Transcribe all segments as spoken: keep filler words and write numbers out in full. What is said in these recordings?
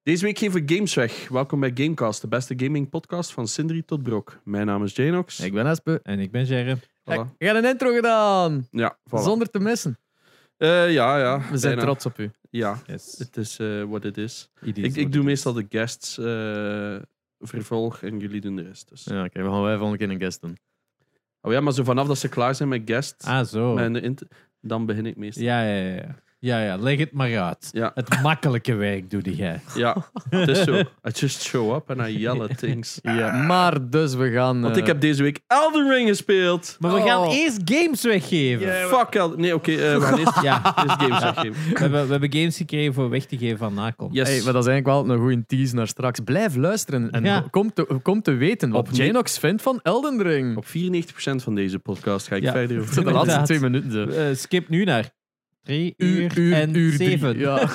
Deze week geven we games weg. Welkom bij Gamecast, de beste gaming podcast van Sindri tot Brok. Mijn naam is Janox. Ik ben Espe. En ik ben Jerry. Voilà. Ik heb een intro gedaan. Ja, voilà. Zonder te missen. Uh, ja, ja. We zijn bijna. trots op u. Ja, Yes. het is uh, wat het is. It is Ik, ik what doe it meestal de guests uh, vervolg en jullie doen de rest. Dus. Ja, oké. Okay, we gaan wij volgende keer een guest doen. Oh ja, maar zo vanaf dat ze klaar zijn met guests, Ah, zo. met de int- dan begin ik meestal. Ja, ja, ja. Ja, ja. Leg het maar uit. Ja. Het makkelijke werk doe jij. Ja, het is zo. I just show up and I yell at things. Ja, maar dus we gaan... Want uh, ik heb deze week Elden Ring gespeeld. Maar we gaan Oh. eerst games weggeven. Yeah. Fuck Elden... Nee, oké, okay, uh, we gaan eerst, Ja. eerst games weggeven. We hebben, we hebben games gekregen voor weg te geven van nakom. Yes. Hey, maar dat is eigenlijk wel een goede tease naar straks. Blijf luisteren en Ja. kom, te, kom te weten wat Op Janox vindt van Elden Ring. Op vierennegentig procent van deze podcast ga ik Ja. verder Dat over. zijn de laatste Inderdaad. twee minuten. Zo. Uh, skip nu naar drie uur, Uur, en uur drie. zeven. Ja.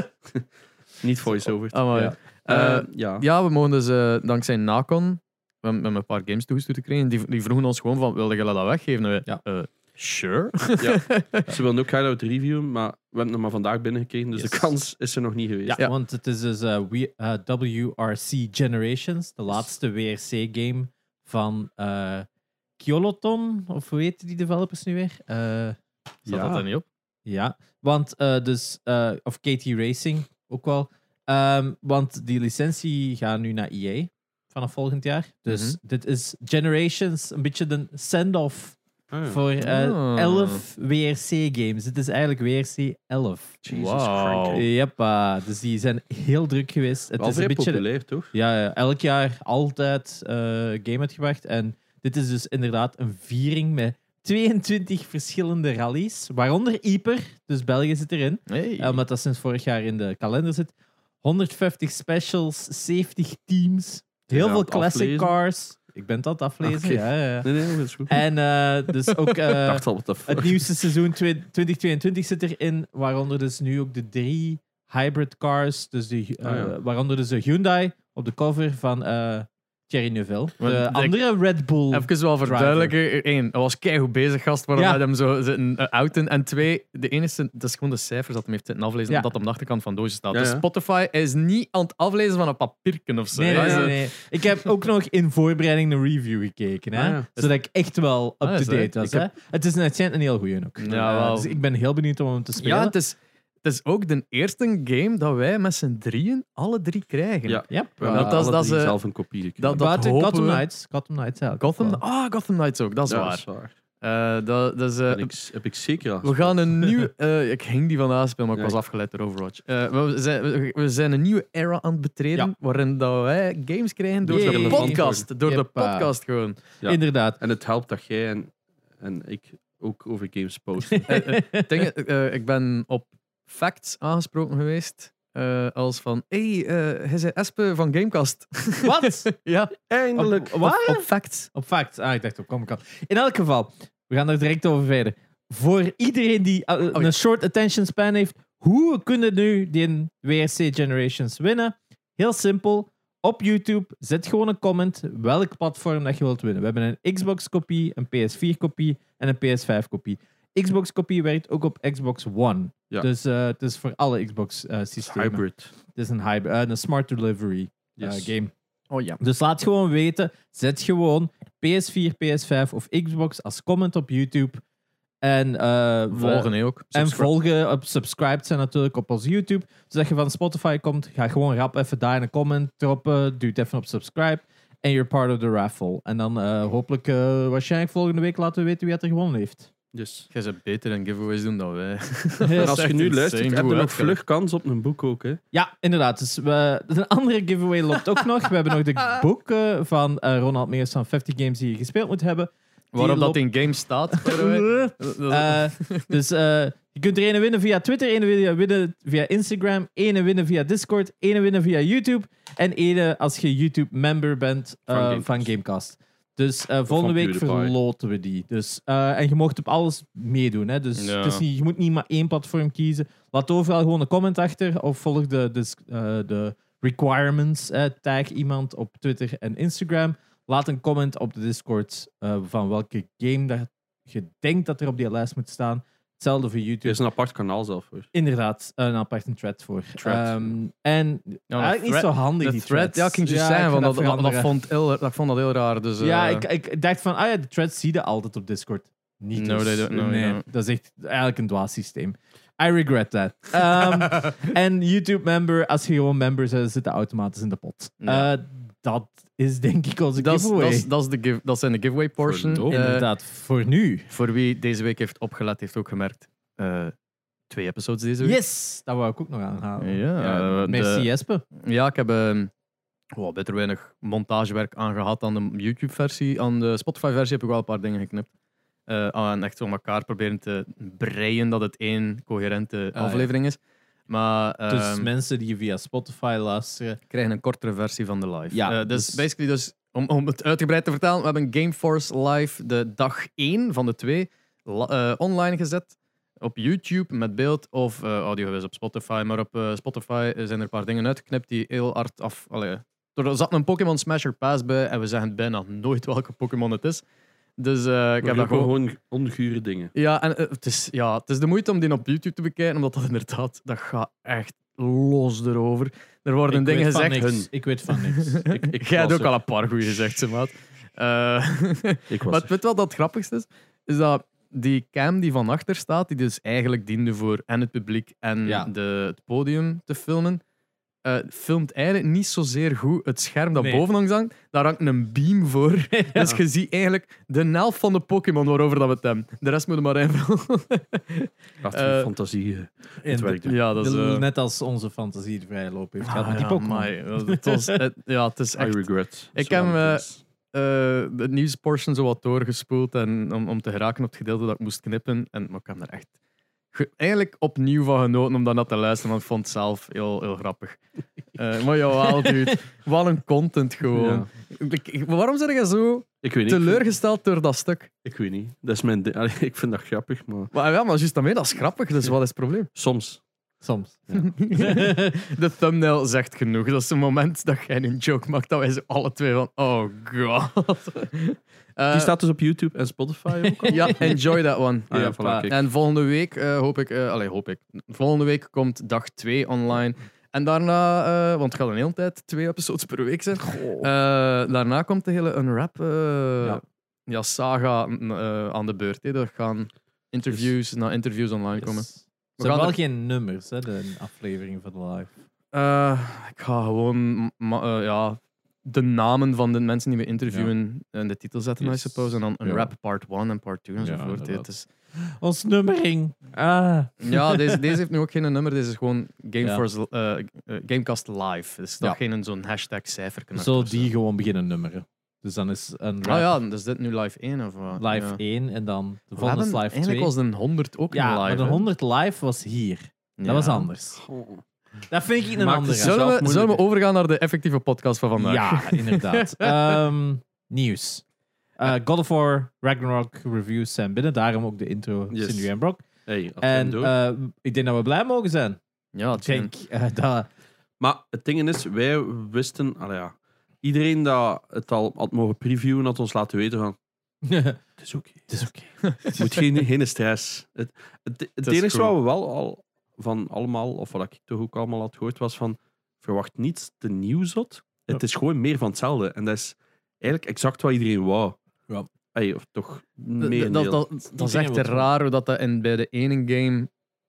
Niet voice-over. Ah, maar Ja. ja. Uh, Uh, ja. ja, we mogen dus uh, dankzij Nacon, we hebben een paar games toegestuurd gekregen, die, die vroegen ons gewoon van, wilde jullie dat weggeven? En wij, Ja. uh, sure. Ja. Ze wilden ook Hideout reviewen, maar we hebben het maar vandaag binnengekregen, dus Yes. de kans is er nog niet geweest. Ja, Ja. want het is dus uh, we, uh, W R C Generations, de laatste W R C-game van uh, Kyoloton, of hoe heet die developers nu weer? Uh, Staat Ja. dat er niet op? Ja, want uh, dus, uh, of K T Racing ook wel. Um, want die licentie gaat nu naar E A vanaf volgend jaar. Dus Mhm. dit is Generations, een beetje de send-off Ah, ja. voor uh, Oh. elf W R C-games. Dit is eigenlijk W R C elf. Jesus Wow. Christ. Jeppa, dus die zijn heel druk geweest. Het Wel is vrij een beetje populair, toch? ja, ja, elk jaar altijd uh, game uitgebracht. En dit is dus inderdaad een viering met tweeëntwintig verschillende rallies, waaronder Ieper, dus België zit erin, Hey. uh, omdat dat sinds vorig jaar in de kalender zit. honderdvijftig specials, zeventig teams, heel Ja, veel het classic aflezen. cars. Ik ben het aan het aflezen, Oké. ja, ja, ja. Nee, nee, dat is goed. En uh, dus ook Ik uh, dacht al, wat de fuck. het nieuwste seizoen twintig tweeëntwintig zit erin, waaronder dus nu ook de drie hybrid cars, dus die, uh, Ah, ja. waaronder dus de Hyundai op de cover van uh, Thierry Neuville. Want De ik- andere Red Bull. Even wel verduidelijken. Eén, dat was keigoed bezig, gast, waarom Ja. hij hem zo zitten uh, outen. En twee, de enige, dat is gewoon de cijfers dat hij heeft zitten aflezen, Ja. dat op de achterkant van doosje staat. Ja, Dus ja. Spotify is niet aan het aflezen van een papierken of zo. Nee, nee, hè. nee, Zo- nee. Ik heb ook nog in voorbereiding een review gekeken, hè? Ah, ja. Zodat ik echt wel Ah, is up-to-date het? was. Ik Hè? Het is net een heel goeie ook. Ja, Eh, wel. dus ik ben heel benieuwd om hem te spelen. Ja, het is, het is ook de eerste game dat wij met z'n drieën alle drie krijgen. Ja. Yep. We hebben dat is- alle dat is, drie eh, zelf een kopie gekregen. dat- dat Buiten hopen Gotham we. Knights. Gotham Knights, ja. Gotham, Wel. ah, Gotham Knights ook, dat is Ja, waar. dat is waar. Eh, dat, dat is, eh, Heb ik, heb ik zeker al we gaan een nieuw... eh, ik ging die vandaag spelen, maar ik Ja, was ik- afgeleid door Overwatch. Eh, we, zijn, we, we zijn een nieuwe era aan het betreden, Ja. waarin dat wij games krijgen door Yay. de podcast. Door de Jeppa. podcast gewoon. Ja. Inderdaad. En het helpt dat jij en, en ik ook over games posten. Eh, eh, dingen, eh, ik ben op Facts aangesproken geweest. eh, als van, hey, eh hij zei Espe van Gamecast. Wat? ja, Eindelijk. Op, wat? op Facts. Op fact. Ah, ik dacht op Comic Con. In elk geval, we gaan er direct over verder. Voor iedereen die uh, ja. een short attention span heeft, hoe kunnen nu die W R C Generations winnen? Heel simpel. Op YouTube, zet gewoon een comment welk platform dat je wilt winnen. We hebben een Xbox-kopie, een P S vier-kopie en een P S vijf-kopie. Xbox-kopie werkt ook op Xbox One. Ja. Dus uh, het is voor alle Xbox-systemen. Hybrid. Het is een, hybrid, uh, een smart delivery uh, Yes. game. Oh ja. Dus laat gewoon weten, zet gewoon P S vier, P S vijf of Xbox als comment op YouTube. En, uh, Volgen we- hè, ook. en Subscribe. volgen, op subscribed zijn natuurlijk op onze YouTube. Zodat je van Spotify komt, ga gewoon rap even daar een comment droppen. Duw het even op subscribe. En you're part of the raffle. En dan uh, hopelijk, uh, waarschijnlijk volgende week laten we weten wie het er gewonnen heeft. Dus. Jij bent beter in giveaways doen dan wij. En als echt je nu insane luistert, heb hoe je nog uitgelegd. vlug kans op een boek ook. Hè? Ja, inderdaad. Dus we, een andere giveaway loopt ook nog. We hebben nog de boeken van uh, Ronald Meers van vijftig Games die je gespeeld moet hebben. Die Waarom dat loopt- in game staat. by the way. Uh, dus uh, je kunt er ene winnen via Twitter, ene winnen, winnen via Instagram, ene winnen via Discord, ene winnen via YouTube en ene als je YouTube-member bent uh, Van van, Gamecast. Gamecast. Dus uh, volgende week PewDiePie. verloten we die. Dus, uh, en je mocht op alles meedoen. Hè? Dus Ja. het is niet, je moet niet maar één platform kiezen. Laat overal gewoon een comment achter of volg de, de, uh, de requirements. Uh, tag iemand op Twitter en Instagram. Laat een comment op de Discord uh, van welke game dat je denkt dat er op die lijst moet staan. Het Hetzelfde voor Er YouTube. is een apart kanaal zelf voor. Inderdaad, een aparte thread voor. Thread. Um, en Ja, eigenlijk niet thread- zo handig, De die thread, threads. ja, ik ging juist Ja, zeggen, ik van, ga dat, dat, dat, veranderen. vond heel, dat vond dat heel raar. Dus, uh, Ja, ik, ik dacht van, ah ja, de threads zie je altijd op Discord. Niet No, dus. they don't, no, nee, they don't. dat is echt eigenlijk een dwaas systeem. I regret that. Um, en YouTube-member, als je gewoon member bent, zit automatisch in de pot. Ja. Uh, dat is denk ik onze dat, is, giveaway. dat, is, dat, is de give, dat zijn de giveaway portion. Voor Eh, Inderdaad, voor nu. voor wie deze week heeft opgelet, heeft ook gemerkt. Uh, twee episodes deze week. Yes! Dat wou ik ook nog aanhalen. Ja, uh, merci, de- Espe. Ja, ik heb uh, oh, beter weinig montagewerk aangehad aan de YouTube-versie. Aan de Spotify-versie heb ik wel een paar dingen geknipt. Uh, en echt zo elkaar proberen te breien dat het één coherente Ah, aflevering is. Maar Dus ehm, mensen die via Spotify luisteren. krijgen een kortere versie van de live. Ja, Uh, dus, dus- basically, dus, om, om het uitgebreid te vertellen, we hebben Gameforce Live de dag één van de twee la- uh, online gezet. Op YouTube met beeld of uh, audio is op Spotify. Maar op uh, Spotify zijn er een paar dingen uitgeknipt die heel hard af... Allee, er zat een Pokémon Smasher Pass bij en we zeggen bijna nooit welke Pokémon het is. Dus uh, ik heb dat gewoon... gewoon ongure dingen. Ja, en uh, het, is, ja, het is de moeite om die op YouTube te bekijken, omdat dat inderdaad, dat gaat echt los erover. Er worden Ik dingen weet van gezegd. niks. hun. Ik weet van niks. Ik, ik Jij hebt was ook er. al een paar goede gezegd, ze maat. Uh, Ik was maar er. weet wat dat het grappigste is? Is dat die cam die van achter staat, die dus eigenlijk diende voor en het publiek en Ja. de, het podium te filmen, uh, filmt eigenlijk niet zozeer goed het scherm dat Nee. bovenlangs hangt. Daar hangt een beam voor. Dus je ziet eigenlijk de helft van de Pokémon waarover dat we het hebben. De rest moet je maar invullen. Laat eh, je fantasie. eh, En het werkt. ja, dat is... de- uh, Net als onze fantasie de vrije loop heeft gehad ah, met die ja, Pokémon. amai. Het was, het, ja, het is I echt... regret. Ik Zo heb, aan eh, het is. uh, het nieuwsportion zo wat doorgespoeld en, om, om te geraken op het gedeelte dat ik moest knippen. En, maar ik heb er echt ge- eigenlijk opnieuw van genoten om daarna te luisteren, want ik vond het zelf heel, heel grappig. Uh, maar jawel, dude. Wat een content gewoon. Ik- ik- waarom zeg je zo Ik weet niet. ik vind- teleurgesteld door dat stuk? Ik weet niet. Dat is mijn ding. Allee, ik vind dat grappig, maar Maar ja, maar juist daarmee, dat is grappig, dus wat is het probleem? soms. Soms. De thumbnail zegt genoeg. Dat is een moment dat jij een joke maakt, dat wij zo alle twee van, oh god. Uh, Die staat dus op YouTube en Spotify ook al. Ja, enjoy that one. Ah, ja, Ja, voilà, pa- kijk. En volgende week uh, hoop ik, uh, allee, hoop ik, volgende week komt dag twee online. En daarna, uh, want het gaat een hele tijd twee episodes per week zijn. Uh, daarna komt de hele Unwrap uh, ja. Ja, saga uh, aan de beurt. Hè. Er gaan interviews na interviews online Yes. komen. Ze hebben gaan wel er- geen nummers, hè, de aflevering van de live. Uh, ik ga gewoon ma- uh, ja, de namen van de mensen die we interviewen in de titel zetten, Yes. I suppose. En dan Ja. Unwrap part one en part two Ja, enzovoort. hè. inderdaad. Het is, Ons nummering. Ah. ja, deze, deze heeft nu ook geen nummer. Deze is gewoon Gameforce, uh, uh, Gamecast Live. Dus dat Ja. geen zo'n hashtag cijfer. Zo die gewoon beginnen nummeren. Dus dan is een Ah rap ja, dus dit nu live één of wat? live Ja. één en dan de We volgende is hebben- live Eigenlijk twee. was de honderd ook Ja, een live. maar de hè? honderd live was hier. Dat Ja. was anders. Dat vind ik een Maakt andere. het Zullen zelf we, zullen we moeilijker. overgaan naar de effectieve podcast van vandaag? Ja, inderdaad. Ehm, nieuws. Uh, God of War Ragnarok reviews zijn binnen. Daarom ook de intro Yes. Sindri en Brock. Hey, als we En hem doen. uh, ik denk dat we blij mogen zijn. Ja, het Ik zijn- denk uh, dat... Maar het ding is, wij wisten... Allee, ja, iedereen dat het al had mogen previewen, had ons laten weten van... Het Het is oké. is oké. Het moet geen, geen stress. Het, het, het, is enige goed. wat we wel al van allemaal, of wat ik toch ook allemaal had gehoord, was van... Verwacht niets te nieuw zot. Het Ja. is gewoon meer van hetzelfde. En dat is eigenlijk exact wat iedereen wou. Ja. Hey, of toch Dat, meer dat, dat, dat is Iedereen echt wil het raar hoe dat, dat in, bij de ene game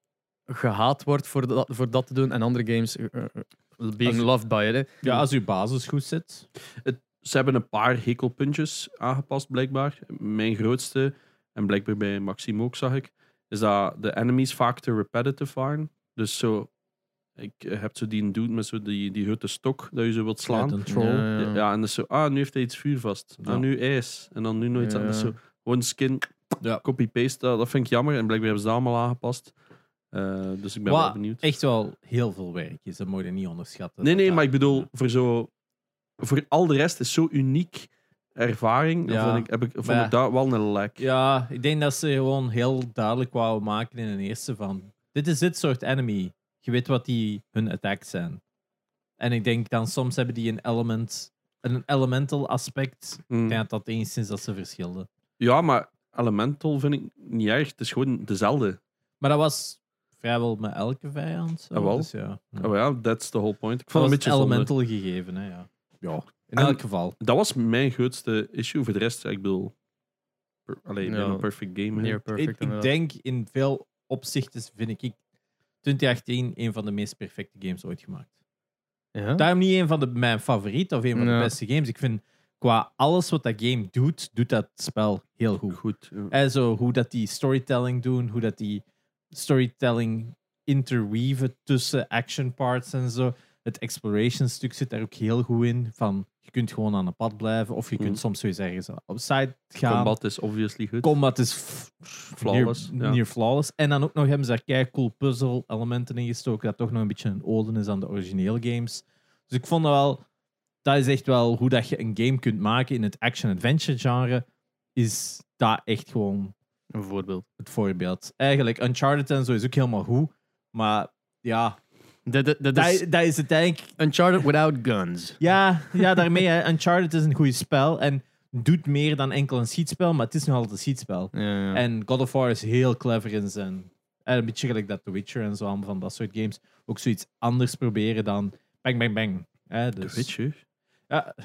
gehaat wordt voor dat, voor dat te doen en andere games uh, uh, being Als- loved by it. Hè. Ja, als uw basis goed zit. Ze hebben een paar hekelpuntjes aangepast, blijkbaar. Mijn grootste, en blijkbaar bij Maxime ook, zag ik, is dat de enemies vaak te repetitive waren. Dus zo, ik eh, heb zo die dude met zo die, die grote stok dat je zo wilt slaan. Met een troll. Ja, Ja, ja, en dus zo, ah, nu heeft hij iets vuur vast. Ja. Ah, nu ijs. En dan nu nooit Ja. anders. Zo, gewoon skin, Ja. copy-paste, dat, dat vind ik jammer. En blijkbaar hebben ze dat allemaal aangepast. Eh, dus ik ben Wat wel benieuwd. echt wel heel veel werk is. Dat moet je niet onderschatten. Nee, Dat nee, dat- maar ik bedoel, voor, zo, voor al de rest is zo uniek ervaring. Ja. Dan vind ik, heb ik, vond Maar- ik dat wel een lek. Ja, ik denk dat ze gewoon heel duidelijk wouden maken in een eerste van... Dit is dit soort enemy. Je weet wat die hun attacks zijn. En ik denk dan soms hebben die een element... Een elemental aspect. Mm. Ik denk dat dat eens is dat ze verschilden. Ja, maar Elemental vind ik niet erg. Het is gewoon dezelfde. Maar dat was vrijwel met elke vijand. Zo. Ah, wel. Dus ja. Ja. Oh ja, that's the whole point. Ik Dat vond was het het een beetje zonde. elemental gegeven, hè, ja. Ja, in En- elk geval. Dat was mijn grootste issue. Voor de rest, ik bedoel... Per, allee, Ja, een perfect game. hè. Near Ik, perfect. ik inderdaad. denk in veel opzichten vind ik twintig achttien een van de meest perfecte games ooit gemaakt. Ja? Daarom niet een van de, mijn favorieten of een van Ja. de beste games. Ik vind qua alles wat dat game doet, doet dat spel heel goed. Goed. ja. En zo hoe dat die storytelling doen, hoe dat die storytelling interweaven tussen action parts en zo. Het exploration stuk zit daar ook heel goed in. Van, je kunt gewoon aan een pad blijven of je kunt Mm. soms zo ergens op side gaan. Combat is obviously goed. Combat is f- Flawless, Near, ja. near flawless. En dan ook nog hebben ze daar kei cool puzzle elementen in gestoken. Dat toch nog een beetje een ode is aan de originele games. Dus ik vond dat wel... Dat is echt wel hoe dat je een game kunt maken in het action-adventure genre. Is dat echt gewoon Een voorbeeld. het voorbeeld. Eigenlijk, Uncharted en zo is ook helemaal goed. Maar ja, Dat, dat, dat dat, is dat is het eigenlijk... Uncharted without guns. Ja, ja daarmee. Hè. Uncharted is een goed spel. En doet meer dan enkel een schietspel. Maar het is nog altijd een schietspel. Ja, ja. En God of War is heel clever in zijn... En een beetje gelijk dat The Witcher en zo, allemaal van dat soort games. Ook zoiets anders proberen dan bang, bang, bang. Hè, De dus, Witcher. Ja,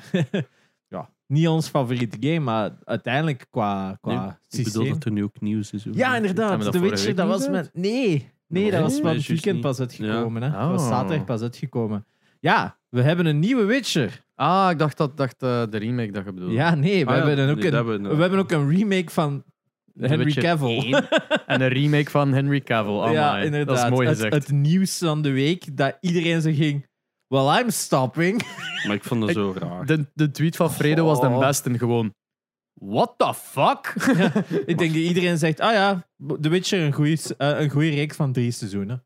ja, niet ons favoriete game, maar uiteindelijk qua, qua Nee, ik systeem... bedoel dat er nu ook nieuws is. over Ja, Witcher. inderdaad. Hebben we The dat vorige Witcher, week dat niet was gezegd? met... Nee, nee, Nee, dat was nee, van is het juist weekend niet. pas uitgekomen. Hè. Oh. Dat was zaterdag pas uitgekomen. Ja, we hebben een nieuwe Witcher. Ah, ik dacht dat dacht, uh, de remake dat je bedoelde. Ja, nee, we, Ah, ja, hebben, een, ook nee, een, dat hebben we- we hebben ook een remake van The Henry Witcher Cavill. één en een remake van Henry Cavill. Oh ja, my. inderdaad. Dat is mooi het, gezegd. het nieuws van de week dat iedereen zo ging... Well, I'm stopping. Maar ik vond dat Ik- zo raar. de, de tweet van Fredo was de Oh. beste. Gewoon, what the fuck? Ik denk dat iedereen zegt... Ah ja, The Witcher, een goede een goeie reeks van drie seizoenen.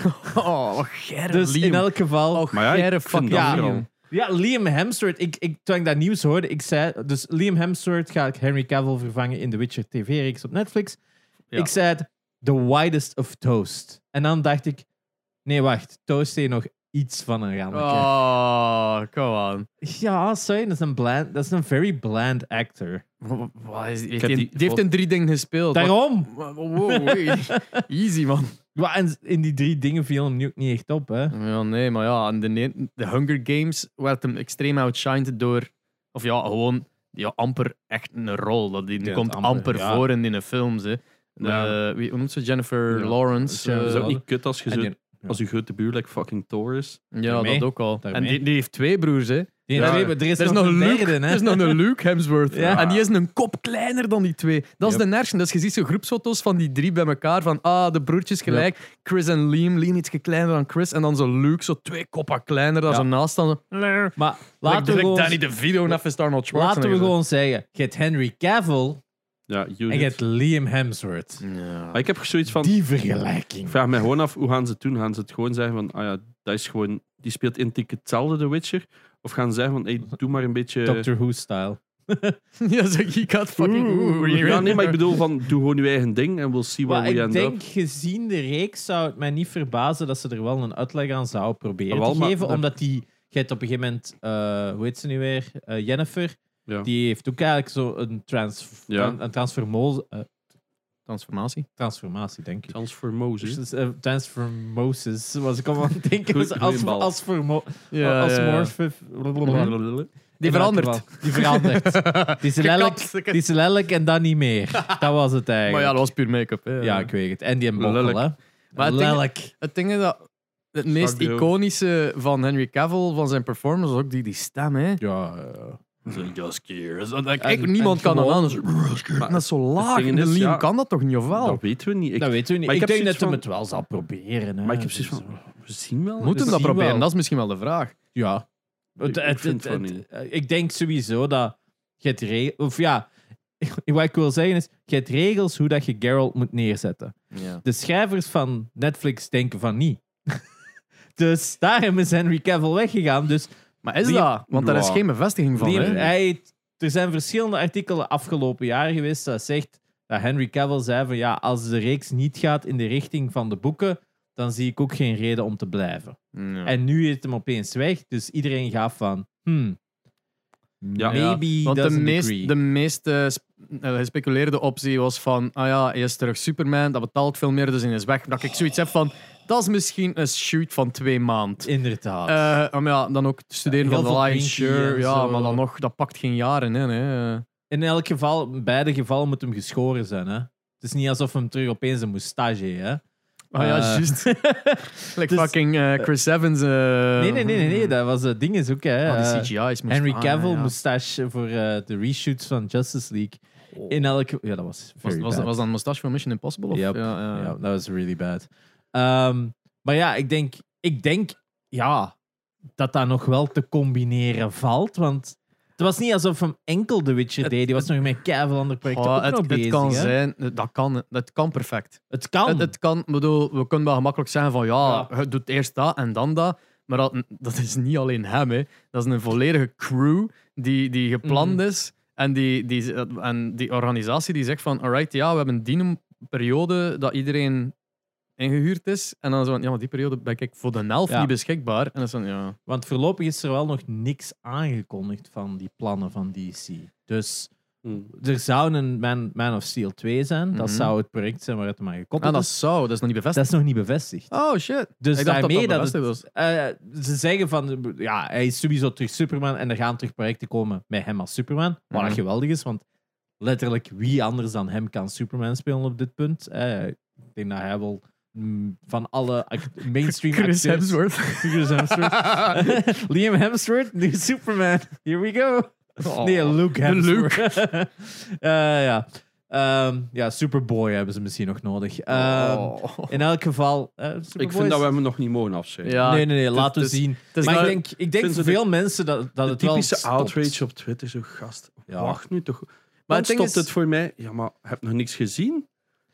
oh, wat geire Dus Liam. in elk geval... Oh, Maar ja, ik geire vind fucking dat Ja. vooral. Ja, Liam Hemsworth. Ik, ik, toen ik dat nieuws hoorde, ik zei... Dus Liam Hemsworth gaat Henry Cavill vervangen in The Witcher T V-reeks op Netflix. Ja. Ik zei het, the widest of toast. En dan dacht ik... Nee, wacht. Toast heeft nog iets van een randje. Oh, come on. Ja, sorry. Dat is een bland... Dat is een very bland actor. Wat- wat is, heeft heb die, die- die heeft in drie dingen gespeeld. Daarom! Wat- Wow, hey. Easy, man. Ja, en in die drie dingen viel hem nu ook niet echt op, hè. Ja, nee, maar ja, en de, ne- de Hunger Games werd hem extreem outshined door... Of ja, gewoon ja, amper echt een rol. Dat die, die Ja, komt amper, amper ja. voor in, in de films. Hè. Ja. Eh, wie, hoe noemt ze? Jennifer Ja. Lawrence. Ja, eh, Het is ook wel. niet kut als je En zo, die- ja. als je grote buur like fucking Thor is. ja, Daarmee. dat ook al. Daarmee. En die, die heeft twee broers, hè. Die Ja. twee, maar er is, Er is nog, nog een Luke, derde, hè. er is nog een Luke Hemsworth. Ja. En die is een kop kleiner dan die twee. Dat is Yep. de ergste. Dus je ziet zo groepsfoto's van die drie bij elkaar. Van, ah, de broertjes gelijk. Chris en Liam. Liam iets kleiner dan Chris. En dan zo Luke, zo twee koppen kleiner. Dat Ja. zo naast staan. Zo, Maar laten laten we, we gewoon, Danny DeVito en even Arnold laten we Schwarzenegger. gewoon zeggen, je hebt Henry Cavill Ja, en unit. je hebt Liam Hemsworth. Ja. Maar ik heb zoiets van... Die vergelijking. Ik vraag me gewoon af, hoe gaan ze het doen? Gaan ze het gewoon zeggen van, ah ja, dat is gewoon... Die speelt in hetzelfde, The Witcher. Of gaan ze zeggen van, hey, doe maar een beetje... Doctor Who-style. ja, zeg, je gaat fucking... Oeh, ja, nee, maar ik bedoel van, doe gewoon je eigen ding en we'll see where Maar we ik end denk, up. gezien de reeks, zou het mij niet verbazen dat ze er wel een uitleg aan zouden proberen Ah, wel, te maar geven. dat- Omdat die... Je hebt op een gegeven moment... eh, hoe heet ze nu weer? Eh, Jennifer. Ja. Die heeft ook eigenlijk zo een, trans Ja. een, een transformo- eh, Transformatie. transformatie, denk ik. Transformose. Dus, uh, Transformosis was ik al aan het denken. Goeie- Was als, goeie bal. als, formo, Ja, als ja, ja. morph- Blablabla. Die In elk verandert. geval, Die verandert. Die is lelijk, Gekapt. die is lelijk en dan niet meer. Dat was het eigenlijk. Maar ja, dat was puur make-up. Hè. Ja, ik weet het. En die een bokkel, Lelijk. hè. Maar het ding- Lelijk. Het ding is dat... Het meest Fuck you. iconische van Henry Cavill, van zijn performance, was ook die, die stem, hè. Ja, uh, Zo, just here. Zo, dat- En- ik- niemand en kan dat gewoon- aan. Zo, just here. Dat is zo laag. ding En de is, Liam ja, kan dat toch niet, of wel? Dat weten we niet. Ik, dat weten we niet. maar Ik, ik heb denk dat zoiets hij van- het wel zal proberen. Hè. maar ik heb Dus, zoiets van, uh, we zien wel. Moeten we dat dat zien proberen? wel. Dat is misschien wel de vraag. Ja. Het- ik het- vind het- van het- niet. eh, Ik denk sowieso dat je het re- Of ja, wat ik wil zeggen is, je hebt regels hoe dat je Geralt moet neerzetten. Ja. De schrijvers van Netflix denken van niet. Dus daarom is Henry Cavill weggegaan. Dus Maar is Liam- dat? Want daar is Ja. geen bevestiging van. Liam- hè? hij heeft- er zijn verschillende artikelen afgelopen jaar geweest dat zegt dat Henry Cavill zei van ja, als de reeks niet gaat in de richting van de boeken, dan zie ik ook geen reden om te blijven. Ja. En nu is het hem opeens weg, dus iedereen gaat van hmm, Ja. Maybe Want de doesn't meest, agree. de meest uh, sp- uh, gespeculeerde optie was van, ah ja, hij is terug Superman, dat betaalt veel meer, dus hij is weg. Dat ik zoiets heb van, dat is misschien een shoot van twee maanden. Inderdaad. Uh, maar ja, dan ook studeren Heel van veel de Lion, Twinkie sure, en ja, zo. maar dan nog, dat pakt geen jaren in. Hè. In elk geval, in beide gevallen moet hem geschoren zijn. Hè? Het is niet alsof hem terug opeens een moustache heeft. Hè? Ah ja, Uh, juist. Like dus- fucking uh, Chris Evans. Uh, nee, nee, nee, nee, nee, dat was het ding is ook. Hè? Ah, die Uh, C G I's moest- Henry ah, Cavill ja, ja. moustache voor uh, de reshoots van Justice League. In elke... Ja, dat was Was, very was, bad. was dat een moustache van Mission Impossible? Of? Yep. Ja, ja. Ja, dat was really bad. Um, maar ja, ik denk, ik denk ja, dat dat nog wel te combineren valt. Want het was niet alsof hem enkel The Witcher Het- deed. Die was nog met Cavill ander project Oh, ook het, nog het bezig. kan hè. zijn, dat kan, dat kan perfect. Het kan. Het, het kan, bedoel, we kunnen wel gemakkelijk zeggen van ja, Ja. je doet eerst dat en dan dat. Maar dat, dat is niet alleen hem. Hè. Dat is een volledige crew die, die gepland Mhm. is. En die, die, en die organisatie die zegt van alright, ja, we hebben die periode dat iedereen ingehuurd is. En dan zo van, ja, maar die periode ben ik voor de helft Ja. niet beschikbaar. En dan is van, ja... Want voorlopig is er wel nog niks aangekondigd van die plannen van D C. Dus Hm. er zou een Man, Man of Steel twee zijn. Dat Mhm. zou het project zijn waar het maar Ah, gekoppeld dat is. zou, dat is nog niet Dat bevestigd. is nog niet bevestigd. Oh, shit. Dus Ik dacht dat daarmee dat dat, bevestigd het, eh, ze zeggen van ja, hij is sowieso terug Superman en er gaan terug projecten komen met hem als Superman. Wat Mhm. geweldig is, want letterlijk wie anders dan hem kan Superman spelen op dit punt. Eh, ik denk dat hij wel mm, van alle act- mainstream Chris acteurs- Hemsworth. Chris Hemsworth. Liam Hemsworth, nu Superman. Here we go. Oh. Nee, Luke De Hemsworth. Eh, ja. Ehm, ja, Superboy hebben ze misschien nog nodig. Ehm, Oh. In elk geval, eh, Superboy Ik vind is- dat we hem nog niet mogen afschrijven. Ja, nee, nee, nee, het- laten we het is- zien. is Maar ik nou- denk, ik denk vind voor ze de- veel mensen dat, dat De het wel typische stopt. outrage op Twitter, zo gast. Ja. Wacht nu toch. Maar Maar het ding stopt is- het voor mij? Ja, maar heb je nog niks gezien?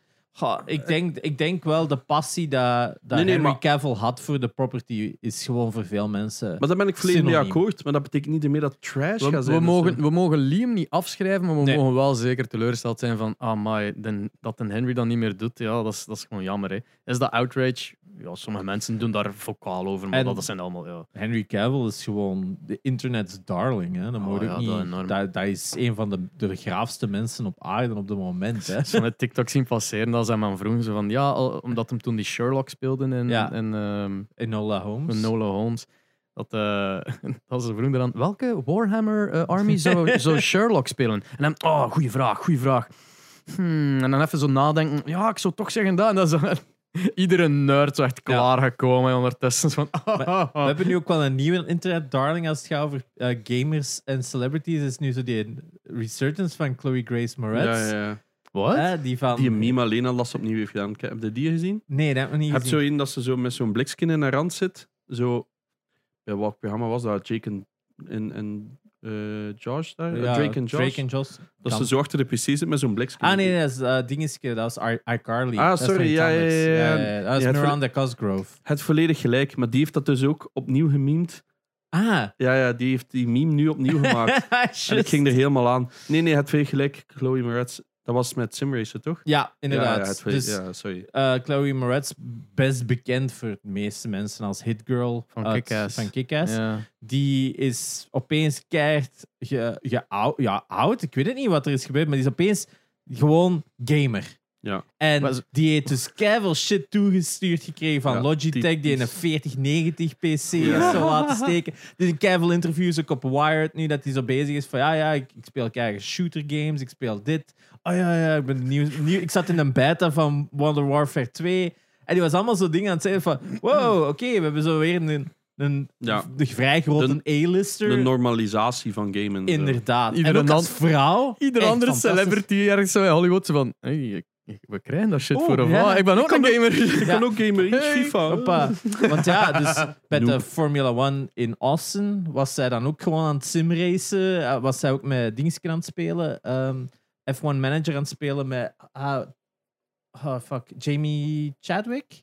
Ga, ik, denk, ik denk wel de passie dat, dat Nee, nee, Henry maar- Cavill had voor de property is gewoon voor veel mensen. Maar daar ben ik volledig mee Synoniem. akkoord. Maar dat betekent niet meer dat trash We, gaat zijn. we, of mogen, zo. we mogen Liam niet afschrijven, maar we Nee. mogen wel zeker teleurgesteld zijn van ah, my, den, dat een Henry dat niet meer doet. Ja, dat is, dat is gewoon jammer. Hè. Is dat outrage? Ja, sommige mensen doen daar vocaal over, maar En- dat zijn allemaal... Ja. Henry Cavill is gewoon de internet's darling. Hè? Dat, Oh, moet ja, ook niet, dat enorm. dat, dat is een van de, de graafste mensen op aarde op dit moment. Hè? Zo'n het TikTok zien passeren, dat zijn mijn vroegen zo van ja, al- omdat hem toen die Sherlock speelde in, Ja. in ehm, Enola Holmes. Enola Holmes. Dat, eh dat ze vroegen dan, welke Warhammer eh, army zou, zou Sherlock spelen? En dan, oh, goede vraag, goede vraag. Hmm, en dan even zo nadenken, ja, ik zou toch zeggen dat. En dan zo, iedere nerd zo echt klaargekomen ondertussen. Van, We hebben nu ook wel een nieuwe internet darling als het gaat over eh, gamers en celebrities. is nu zo die resurgence van Chloe Grace Moretz. Ja, ja, ja. Wat? Eh, die van... Die meme alleen al las opnieuw heeft gedaan. Heb je die gezien? Nee, dat heb ik niet Je hebt zo gezien. één dat ze zo met zo'n blikskin in haar rand zit. Zo, bij welk programma was dat? Jake en, en, en eh, Josh daar? Ja, Drake en Josh. Drake en Josh. Dat Kan. ze zo achter de P C zit met zo'n blikskin. Ah, nee, nee, dat is uh, dingetje. Dat was I- iCarly. Ah, Dat is sorry, van ja, ja, Comics. ja, ja. Dat is Ja, het Miranda Cosgrove. Het volledig gelijk, maar die heeft dat dus ook opnieuw gememd. Ah. Ja, ja, die heeft die meme nu opnieuw gemaakt. En ik Just. ging er helemaal aan. Nee, nee, het volledig gelijk. Chloe Moretz. Dat was met Simracer, toch? Ja, inderdaad. Ja, ja, het volledig- dus ja sorry. eh, Chloe Moretz, best bekend voor de meeste mensen als Hit Girl Van uit- Kick-Ass. van Kick-Ass. Ja. Die is opeens keihard ge, ge, ou- ja, oud. Ik weet het niet wat er is gebeurd, maar die is opeens gewoon gamer. Ja. En Maar ze- die heeft dus keiveel shit toegestuurd gekregen van Ja, Logitech, die in een typisch. veertig negentig P C Ja. zo laten steken. Er zijn keiveel interviews ook op Wired nu, dat hij zo bezig is van ja, ja, ik, ik speel keihard shooter games, ik speel dit. Oh ja, ja, ik ben nieuw, nieuw. Ik zat in een beta van Modern Warfare twee. En die was allemaal zo dingen aan het zeggen van wow, oké, we hebben zo weer een, een, Ja. de vrij grote A-lister. De normalisatie van gamen. zo. Inderdaad. Iedere en ook als nan- vrouw. Iedere echt andere fantastisch. celebrity ergens zo in Hollywood zo van hey, ik- ik- we krijgen dat shit Oh, voor een ja. vrouw. Ik ben ook een gamer. Ik kan ook gamen, iets Hey. FIFA. Hoppa. Want ja, dus bij de Nope. Formula One in Austin was zij dan ook gewoon aan het simracen. Uh, was zij ook met dingetjes aan het spelen. ehm, F één Manager aan het spelen met ah, oh, fuck, Jamie Chadwick,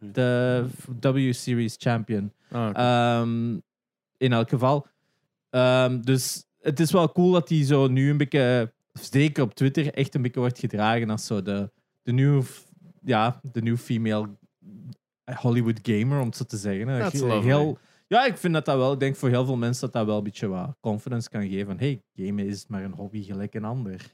de W-Series champion. Ah, oké. Ehm, in elk geval. Ehm, dus het is wel cool dat hij zo nu een beetje, zeker op Twitter, echt een beetje wordt gedragen als zo de, de nieuwe, ja, de nieuwe female Hollywood gamer, om het zo te zeggen. Hè. That's Heel- lovely. heel, Ja, ik vind dat dat wel... Ik denk voor heel veel mensen dat dat wel een beetje wat confidence kan geven. Van, hey, gamen is maar een hobby gelijk een ander.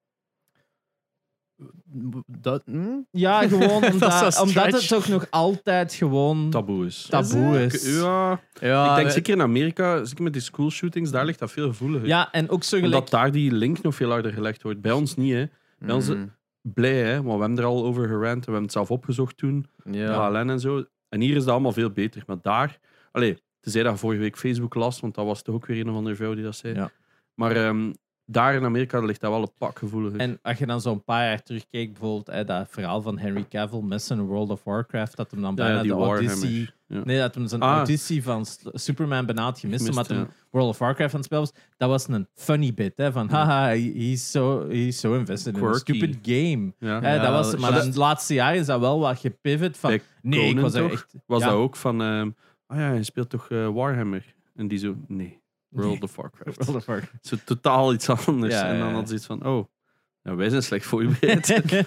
Dat, hm? Ja, gewoon Dat omdat, is een omdat het stretch. toch nog altijd gewoon Taboe is. taboe is. Ja, Ja, ik denk eh, zeker in Amerika, zeker met die school shootings, daar ligt dat veel gevoeliger. Ja, en ook zo gelijk... Omdat daar die link nog veel harder gelegd wordt. Bij ons niet, hè. Bij ons mm, blij, hè. Want we hebben er al over gerant en we hebben het zelf opgezocht toen. ja. H L N en zo. En hier is dat allemaal veel beter. Maar daar... Allee, tenzij dat je vorige week Facebook las, want dat was toch ook weer een of andere vrouw die dat zei. Ja. Maar ehm, daar in Amerika ligt dat wel een pak gevoeliger. En als je dan zo'n paar jaar terugkijkt, bijvoorbeeld hè, dat verhaal van Henry Cavill met zijn World of Warcraft, dat hem dan Ja, bijna ja, die de auditie... Warhammer. Ja. Nee, dat hem zijn Ah. auditie van S- Superman bijna had gemist, Gemist, omdat hem ja. World of Warcraft aan het spelen was. Dat was een funny bit, hè, van haha, he- he's so, he's so invested in a Quirky. stupid game. Ja. Hè, Ja, dat was, maar dat- dan het laatste jaar is dat wel wat gepivot van, Bij nee, ik Conan was er toch? echt... Was ja, dat ook van... ehm ah ja, je speelt toch eh, Warhammer? En die zo... Nee, World Nee. of Warcraft. World of Warcraft. Zo totaal iets anders. Ja, en dan ja, ja. had ze iets van... Oh, ja, wij zijn slecht voorbereid. ja.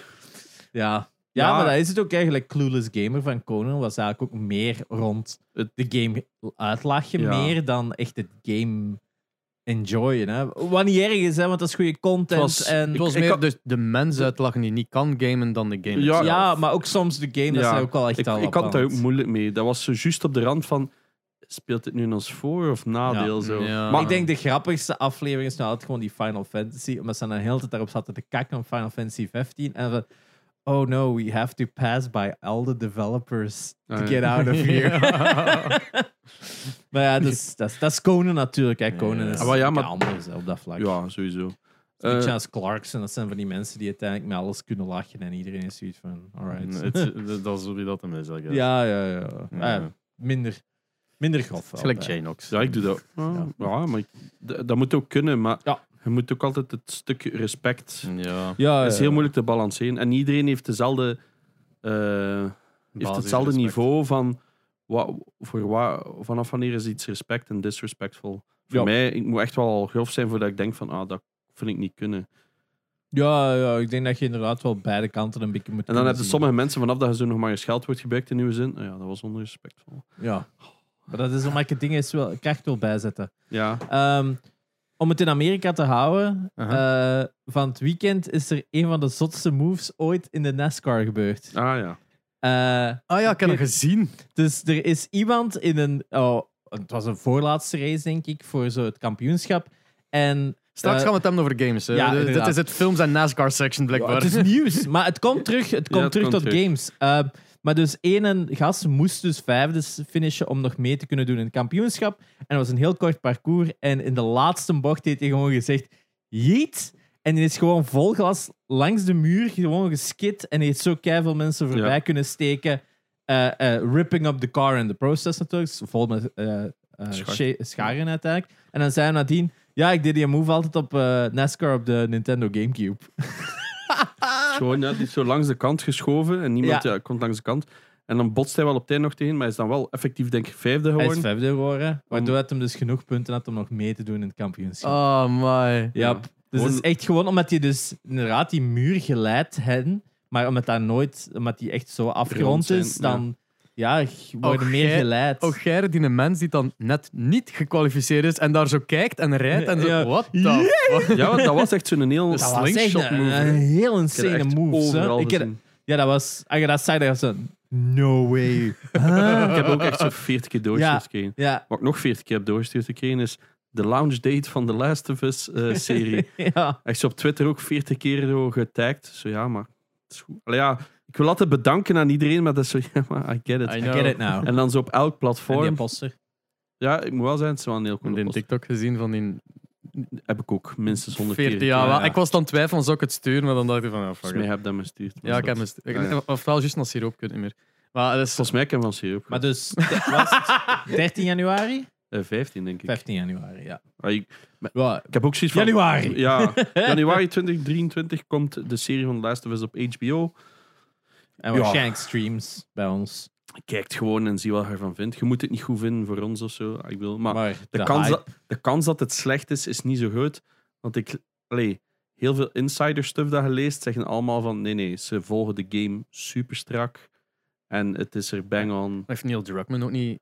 Ja, Ja. maar dat is het ook eigenlijk. Clueless Gamer van Conan was eigenlijk ook meer rond Het- de game uitlachen, Ja. meer dan echt het game enjoyen. Hè. Wat niet erg is, hè, want dat is goede content. Het was- en, Het was ik meer had- de, de mens uitlachen die niet kan gamen dan de game Ja, zelf. ja, maar ook soms de game, dat Ja. is ook wel echt ik al ik had daar ook opvallend. moeilijk mee. Dat was zo juist op de rand van... Speelt het nu ons voor of nadeel? Ja. Zo. Ja. Maar Ik denk de grappigste aflevering is nou altijd gewoon die Final Fantasy, omdat ze dan de hele tijd daarop zaten te kakken op Final Fantasy vijftien. En van, oh no, we have to pass by all the developers to Ah, ja. get out of here. Ja. Maar ja, dat is, dat is, dat is Conan natuurlijk. Hè. Conan Ja. is Ah, maar ja, ja, maar- anders hè, op dat vlak. ja, sowieso. Een beetje Eh, als Clarkson, dat zijn van die mensen die uiteindelijk met alles kunnen lachen en iedereen is zoiets van, alright. Het- het- Dat is hoe dat hem is, I guess. ja, ja, ja. Ja. Ah, minder, minder grof. Het is gelijk altijd. Janox. ja, ik doe dat. Ja, ja, maar ik- d- dat moet ook kunnen. Maar Ja. je moet ook altijd het stuk respect... Ja. Ja, Het is heel moeilijk te balanceren. En iedereen heeft dezelfde... eh, heeft Basis hetzelfde respect. niveau van... Wat, voor wat, vanaf wanneer is iets respect en disrespectful? Voor Ja. mij, ik moet echt wel al grof zijn voordat ik denk van... Ah, dat vind ik niet kunnen. Ja, ja, ik denk dat je inderdaad wel beide kanten een beetje moet En dan heb kunnen je zien. sommige mensen, vanaf dat je zo nog maar eens geld wordt gebruikt in uw zin... ah ja, dat was onrespectvol. Ja. Maar dat is omdat ik het ding is wel, kracht wil bijzetten. Ja, Ehm, om het in Amerika te houden, Aha. eh, van het weekend is er een van de zotste moves ooit in de NASCAR gebeurd. ah ja. Eh, Ah ja, ik heb dat gezien. dus er is iemand in een... Oh, het was een voorlaatste race, denk ik, voor zo het kampioenschap. En... Straks eh, gaan we het hebben over games. hè. ja, Dit- Dit inderdaad. is het films- en NASCAR-section, ja, blijkbaar. het is nieuws, maar het komt terug, het komt het terug komt tot terug. games. Eh, maar dus één gast moest dus vijfde finishen om nog mee te kunnen doen in het kampioenschap. En dat was een heel kort parcours. En in de laatste bocht heeft hij gewoon gezegd, jeet. En die is gewoon vol gas langs de muur gewoon geskid. En hij heeft zo keiveel mensen voorbij Ja. kunnen steken. Eh, eh, ripping up the car in the process natuurlijk. Dus vol met eh, eh, Schar. scha- scharen uiteindelijk. En dan zei hij nadien, ja, ik deed die move altijd op eh, NASCAR op de Nintendo Gamecube. Gewoon net iets zo langs de kant geschoven. En niemand Ja. ja. komt langs de kant. En dan botst hij wel op het einde nog tegen. Maar hij is dan wel effectief, denk ik, vijfde Hij is geworden. vijfde geworden, waardoor hij hem dus genoeg punten had om nog mee te doen in het kampioenschap. Oh my. Ja, Ja. dus Gewoon- het is echt gewoon omdat hij dus inderdaad die muur geleid hen, maar omdat dat nooit, omdat die echt zo afgerond zijn, is, dan ja, worden Och, meer jij- geleid. Ook jij, die een mens die dan net niet gekwalificeerd is en daar zo kijkt en rijdt en zo, Ja. what the fuck? Ja, want dat was echt zo'n heel... Dat dat was echt slingshot een, move, een hè. heel Ik heb insane echt move. hè. overal Ik heb, gezien. ja, dat was, als je dat zei, dan was het no way. Huh? Ik heb ook echt zo'n veertig keer doorgestuurd Ja. gekregen. Ja, Wat ik nog veertig keer heb doorgestuurd gekregen is de launch date van The Last of Us eh, serie. ja. Echt zo op Twitter ook veertig keer zo getagd. Zo ja, maar het is goed. Allee, ja, ik wil altijd bedanken aan iedereen, maar dat is zo, ja, maar I get it. I I know. get it now. En dan zo op elk En die platform. poster. Ja, ik moet wel zijn, het is wel een heel Ik cool heb een TikTok gezien van die Heb ik ook minstens honderd keer. veertig jaar. gekeken. wel. Ik was dan twijfel, zou ik het sturen, maar dan dacht ik van, ja, fuck Volgens mij it. heb ik dat me gestuurd. Ja, ik heb hem stu- ik- Ah, ja. Ofwel juist naar siroop, ik weet het niet meer. Maar dat is... Volgens mij heb ik hem van siroop. Maar dus, de- was het dertien januari? Eh, vijftien, denk ik. vijftien januari, ja. Ah, ik. ja. Ik heb ook zoiets van... Januari. Ja, januari twintig drieëntwintig komt de serie van The Last of Us op H B O. En Ja. waarschijnlijk streams bij ons. Kijk gewoon en zie wat je ervan vindt. Je moet het niet goed vinden voor ons of zo. Ik wil, maar Maar de, de kans hype- dat, de kans dat het slecht is, is niet zo groot. Want ik... Allee, heel veel insider stuff dat je leest, zeggen allemaal van... Nee, nee, ze volgen de game super strak. En het is er bang on. Heeft Neil Druckmann ook niet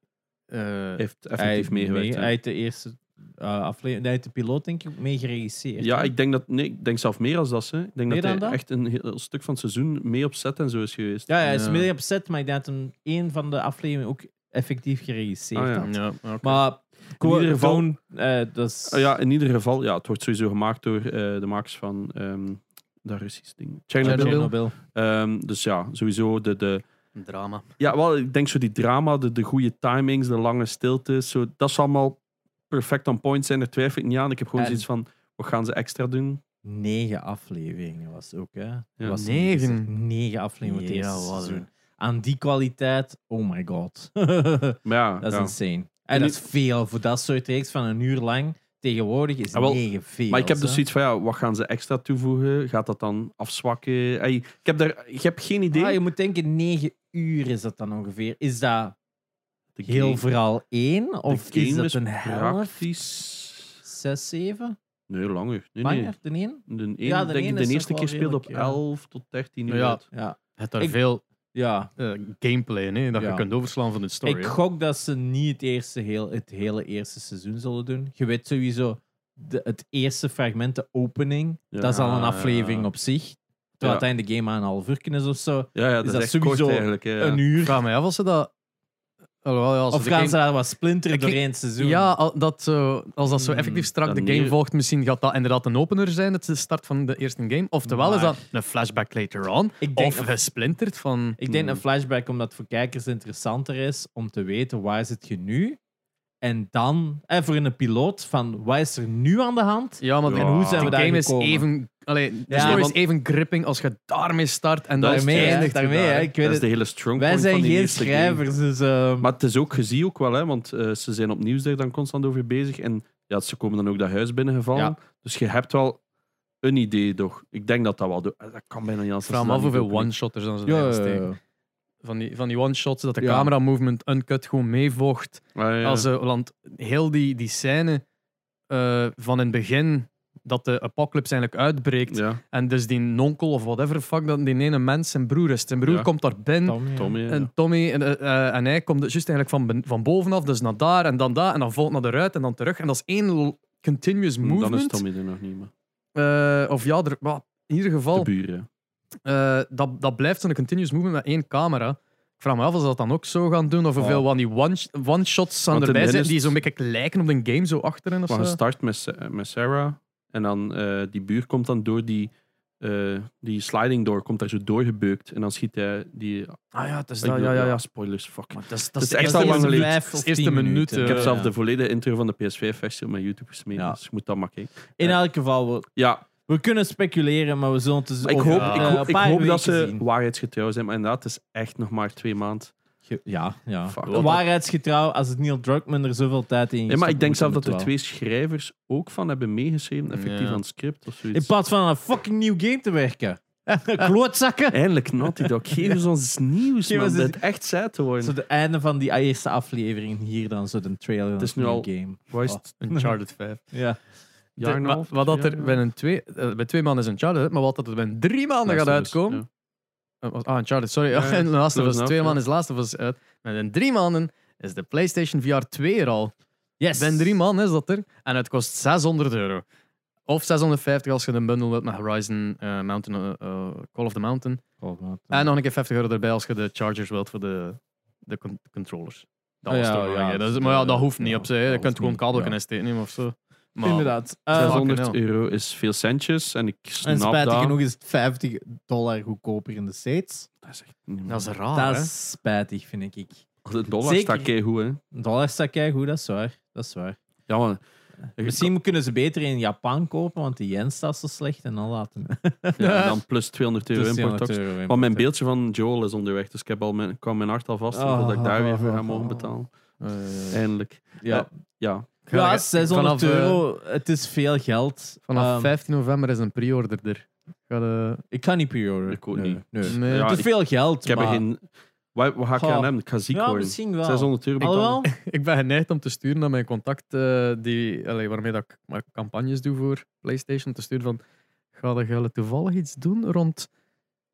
Hij heeft Hij effectief heeft meegewerkt. mee, hè. hij heeft de eerste uh, aflevering, hij heeft de piloot denk ik mee geregisseerd. Ja, hè? ik denk, dat, nee, ik denk zelf meer als dat. Hè. Ik denk Meer dat hij dan dat? echt een heel stuk van het seizoen mee op set en zo is geweest. Ja, hij is Ja. mee op set, maar ik denk dat hij één van de afleveringen ook effectief geregisseerd Ah, ja. had. Ja, oké. Maar In ieder geval- gewoon, eh, dat is... Ah, ja, in ieder geval, ja, het wordt sowieso gemaakt door eh, de makers van ehm dat Russische ding. Chernobyl. Chernobyl. Ehm, dus ja, sowieso de, de... Een drama. Ja, wel, ik denk zo die drama, de, de goede timings, de lange stiltes, zo, dat is allemaal perfect on point zijn. Daar twijfel ik niet aan. Ik heb gewoon En- zoiets van, wat gaan ze extra doen? Negen afleveringen was het ook, hè? Ja. Was er Negen? gezegd. Negen afleveringen het Ja, eerste wat seizoen. Aan die kwaliteit, oh my god. Maar ja, dat is ja. insane. En En dat niet- is veel voor dat soort reeks van een uur lang. Tegenwoordig is Ah, wel, negen veel. Maar ik heb dus hè. zoiets van, ja, wat gaan ze extra toevoegen? Gaat dat dan afzwakken? Ey, ik, heb daar, ik heb geen idee. Ah, je moet denken, negen uur is dat dan ongeveer. Is dat De heel game- vooral één? Of de is game dat is een helft? praktisch... Zes, zeven? Nee, langer. Nee, nee. Langer? De één? De, een, Ja, de denk ik één de is eerste nog keer wel speelde op redelijk, ja. elf tot dertien uur Ja. uit. Ja. Het daar Ik- veel Ja. eh, gameplay hè, dat Ja. je kunt overslaan van de story. Ik hè. gok dat ze niet het, eerste heel, het hele eerste seizoen zullen doen. Je weet sowieso, de, het eerste fragment, de opening, Ja. dat is al een Ah, aflevering ja. op zich. Terwijl Ja. uiteindelijk de game aan een half uur is of zo. Ja, ja, dat Is is, dat echt sowieso kort eigenlijk. hè, Ja. Een Ik uur. vraag me af als ze dat... Alhoewel, ja, als Of de gaan game- ze daar wat splinteren Ik- doorheen het seizoen? Ja, al- dat zo, als dat zo Hmm, effectief strak dan de game neer- volgt, misschien gaat dat inderdaad een opener zijn, het is de start van de eerste game. Oftewel is Maar- dat een flashback later on, Ik denk, of gesplinterd van... ik denk Hmm. een flashback omdat het voor kijkers interessanter is om te weten waar zit je nu. En dan, eh, voor een piloot, van wat is er nu aan de hand? Ja, maar Ja. de, En hoe zijn de we daar game is gekomen? even... Allee, de Ja, story want- is even gripping als je daarmee start en Dat dan is Daarmee, hè, eindigt je daarmee daar, hè, hè. ik weet Dat is het. de hele strong Wij point zijn van die geen eerste game. schrijvers, dus... ehm, Maar het is ook, je ziet ook wel, hè, want eh, ze zijn op nieuws daar dan constant over bezig. En ja, ze komen dan ook dat huis binnengevallen. Ja. Dus je hebt wel een idee, toch? Ik denk dat dat wel... do- Dat kan bijna niet Ik anders. vraag me af hoeveel one-shotters dan ze ja, erin ja, steken. ja. Van die, van die one-shots, dat de Ja. camera movement uncut gewoon meevocht. Ah, ja. Als, ze- want heel die, die scène eh, van in het begin, dat de apocalypse eigenlijk uitbreekt, ja, en dus die nonkel of whatever fuck, dat die ene mens zijn broer is. Zijn broer Ja. komt daar binnen. Tommy, ja. Tommy. ja. En Tommy en, eh, eh, en hij komt dus juist eigenlijk van, ben- van bovenaf, dus naar daar en dan daar en dan volgt naar de ruit en dan terug. En dat is één l- continuous Dan is movement. Tommy er nog niet meer. Eh, of ja, er, maar in ieder De geval, buren. eh, dat, dat blijft zo'n continuous movement met één camera. Ik vraag me af of ze dat dan ook zo gaan doen, of hoeveel Oh. van die one- one-shots aan Want in erbij het zijn, begin die is zo'n het- beetje lijken op een game, zo achterin of Maar zo. je start met, Sa- met Sarah. En dan eh, die buur komt dan door die, eh, die sliding door, komt daar zo doorgebeukt. En dan schiet hij die... Ah ja, het is Ik dat, bedoel, ja, ja, ja. spoilers, fuck. Maar dat is, Het is de echt eerste al lang minuut. geleden. Vijf Dat is of de eerste tien minuut. minuten. Ik heb eh, zelf ja. de volledige intro van de P S vijf versie op mijn YouTube gesmeten. Ja. Dus je moet dat maar kijken. In elk geval, we, Ja, we kunnen speculeren, maar we zullen het dus maar ik over, hoop, Ja. ik eh, hoop, een ik paar hoop weken dat ze zien. waarheidsgetrouw zijn. Maar inderdaad, het is echt nog maar twee maanden. Ge- Ja, ja. Fuck. Waarheidsgetrouw, als het Neil Druckmann er zoveel tijd in Ja, maar ik denk zelf moet dat er het twee schrijvers ook van hebben meegeschreven, effectief Ja. aan het script of wel. zoiets. In plaats van aan een fucking nieuw game te werken. Klootzakken. Eindelijk, Naughty Dog. Geef eens ons nieuws, Geef man. ons Dat eens- het echt saai te worden. Zo de einde van die eerste aflevering hier dan, zo de trailer. Het is van nu een al- game. Wat is het? Uncharted vijf. Ja. Jaar en een De- half, wat, wat dat jaar er en bij, een twee, eh, bij twee maanden is Uncharted, maar wat dat er bij drie maanden gaat Last of Us, uitkomen. ja. Eh, Ah, Uncharted, sorry. Ja, ja. En Last of Close Us, enough, twee ja. maanden is Last of Us uit. Maar in drie maanden is de PlayStation V R twee er al. Yes. Binnen drie maanden is dat er. En het kost zeshonderd euro. Of zeshonderdvijftig als je een bundle wilt met Horizon eh, Mountain, eh, eh, Call of the Mountain. Oh, wat, En nog een keer vijftig euro erbij als je de chargers wilt voor de, de con- controllers. Dat Oh, was ja, toch wel, ja, hè. dat is, dat- maar ja, dat hoeft ja, niet op zich. hè. dat Je hoeft kunt gewoon niet, kabel ja. kunnen steken of zo. Maar, Inderdaad. Uh, Fucking zeshonderd hell. euro is veel centjes en ik en snap spijtig dat. genoeg is het vijftig dollar goedkoper in de States. Dat is echt niet Dat is meer. raar, dat hè? is spijtig, vind ik. De dollar Zeker. staat keigoed, hè. Een dollar staat keigoed, dat is waar. Dat is waar. Ja, man. Misschien kunnen ze beter in Japan kopen, want de yen staat zo slecht en dan laten. Ja, en dan plus tweehonderd euro Dus importtax. tweehonderd euro Maar mijn import. beeldje van Joel is onderweg, dus ik heb al mijn, kwam mijn hart al vast Oh. voordat ik daar weer voor ga mogen betalen. Eh, Eindelijk. Ja, Eh, ja. ja ga- zeshonderd vanaf, eh, euro. Het is veel geld. Vanaf Ehm, vijftien november is een pre-order er. Ga de... Ik kan niet pre-orderen. Ik ook nee, niet. Nee. Nee. Ja, Het is ik- veel geld. Ik heb er maar... geen... Wat, wat ga ik Goh. aan hem? Ik ga ziek Ja, worden. misschien wel. zeshonderd euro betalen. Alhoewel, Ik ben geneigd om te sturen naar mijn contact, eh, die, allee, waarmee dat ik maar campagnes doe voor PlayStation, te sturen van, ga je toevallig iets doen rond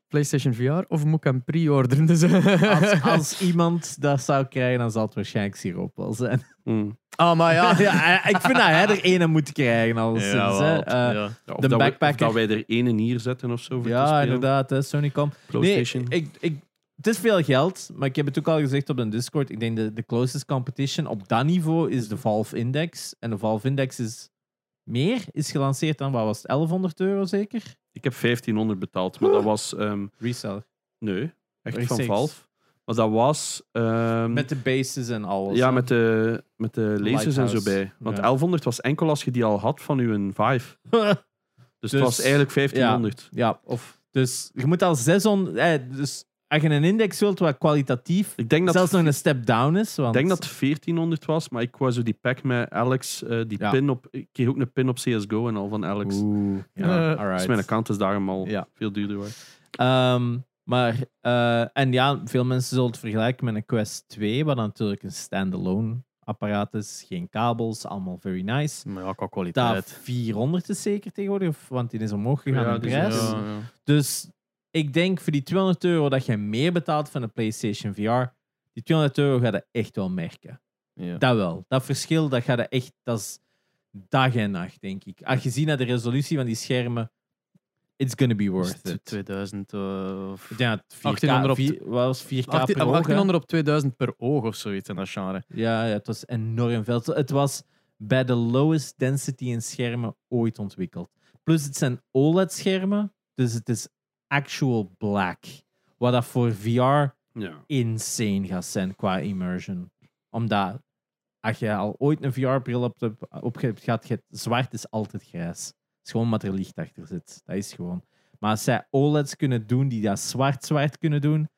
PlayStation V R of moet ik hem pre-orderen? Dus, Als, als iemand dat zou krijgen, dan zal het waarschijnlijk Siroop wel zijn. Hmm. ah, maar ja. Ja, ik vind dat hij er ene moet krijgen. Alleszins, Ja, hè. wel. Eh, Ja. Ja, of, De dat we, of backpacker. dat wij er ene neerzetten of zo voor te ja, spelen. inderdaad. Hè, Sonycom. Nee, PlayStation. ik, ik, het is veel geld, maar ik heb het ook al gezegd op de Discord. Ik denk de, de closest competition op dat niveau is de Valve Index. En de Valve Index is meer, is gelanceerd dan, wat was het, elfhonderd euro zeker? Ik heb vijftienhonderd betaald, maar dat was... ehm, Reseller. nee, echt van Rechtstreeks. Valve. Maar dat was... ehm, Met de bases en alles. ja, hè. met de, met de lasers en zo Lighthouse. bij. Want Ja. elfhonderd was enkel als je die al had van uw Vive. Dus, Dus- het was eigenlijk vijftienhonderd. Ja, of, dus je moet al zeshonderd... Eh, dus als je een index wilt wat kwalitatief Ik denk dat, zelfs nog een step down is. Want, ik denk dat het veertienhonderd was, maar ik wou zo die pack met Alex, eh, die Ja. pin op... Ik kreeg ook een pin op C S G O en al van Alex. Oeh, Ja, ja, dus alright. Dus mijn account is daarom al Ja. veel duurder waard. Ehm, maar, eh, en ja, veel mensen zullen het vergelijken met een Quest twee, wat natuurlijk een standalone apparaat is. Geen kabels, allemaal very nice. Maar ja, qua Dat kwaliteit. vierhonderd is zeker tegenwoordig, of, want die is omhoog gegaan Ja, in dus, prijs. ja. Ja, ja. Dus ik denk voor die tweehonderd euro dat je meer betaalt van de PlayStation V R, die tweehonderd euro ga je echt wel merken. Ja. Dat wel. Dat verschil, dat gaat echt, dat is dag en nacht, denk ik. Als je ziet naar de resolutie van die schermen, it's gonna be Is worth het it. tweeduizend uh, of Ja, het vier K, achttienhonderd op- vier- wat was vier K achttien- per oog, hè? achttienhonderd op tweeduizend per oog of zoiets in dat genre. Ja, ja, het was enorm veel. Het was bij de lowest density in schermen ooit ontwikkeld. Plus, het zijn O L E D-schermen, dus het is actual black. Wat dat voor V R Ja. insane gaat zijn qua immersion. Omdat, als je al ooit een V R-bril op, de, op hebt gehad, je- zwart is altijd grijs. Het is gewoon omdat er licht achter zit. Dat is gewoon. Maar als zij O L E Ds kunnen doen die dat zwart-zwart kunnen doen,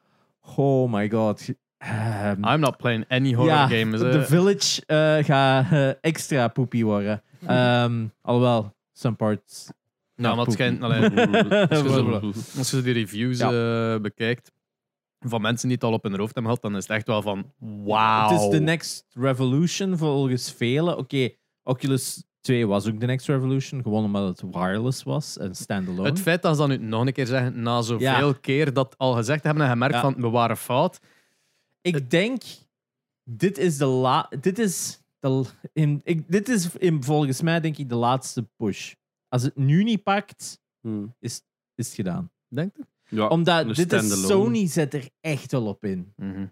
oh my god. Ehm, I'm not playing any horror ja, games. The eh. Village eh, gaat eh, extra poepie worden. Um, alhoewel, some parts. Nou, maar het schijnt... allee, Voilà. als je de reviews Ja. eh, bekijkt van mensen die het al op hun hoofd hebben gehad, dan is het echt wel van wauw. Het is de next revolution volgens velen. Oké, Oculus twee was ook de next revolution, gewoon omdat het wireless was en standalone. Het feit dat ze dat nu nog een keer zeggen, na zoveel Ja. keer dat al gezegd hebben en gemerkt Ja. van we waren fout. Ik denk, dit is de la dit is de in, ik, dit is in, volgens mij denk ik de laatste push. Als het nu niet pakt, Hmm. is, is het gedaan. Denk je? Ja, een Omdat dit is, standalone. Sony zet er echt wel op in.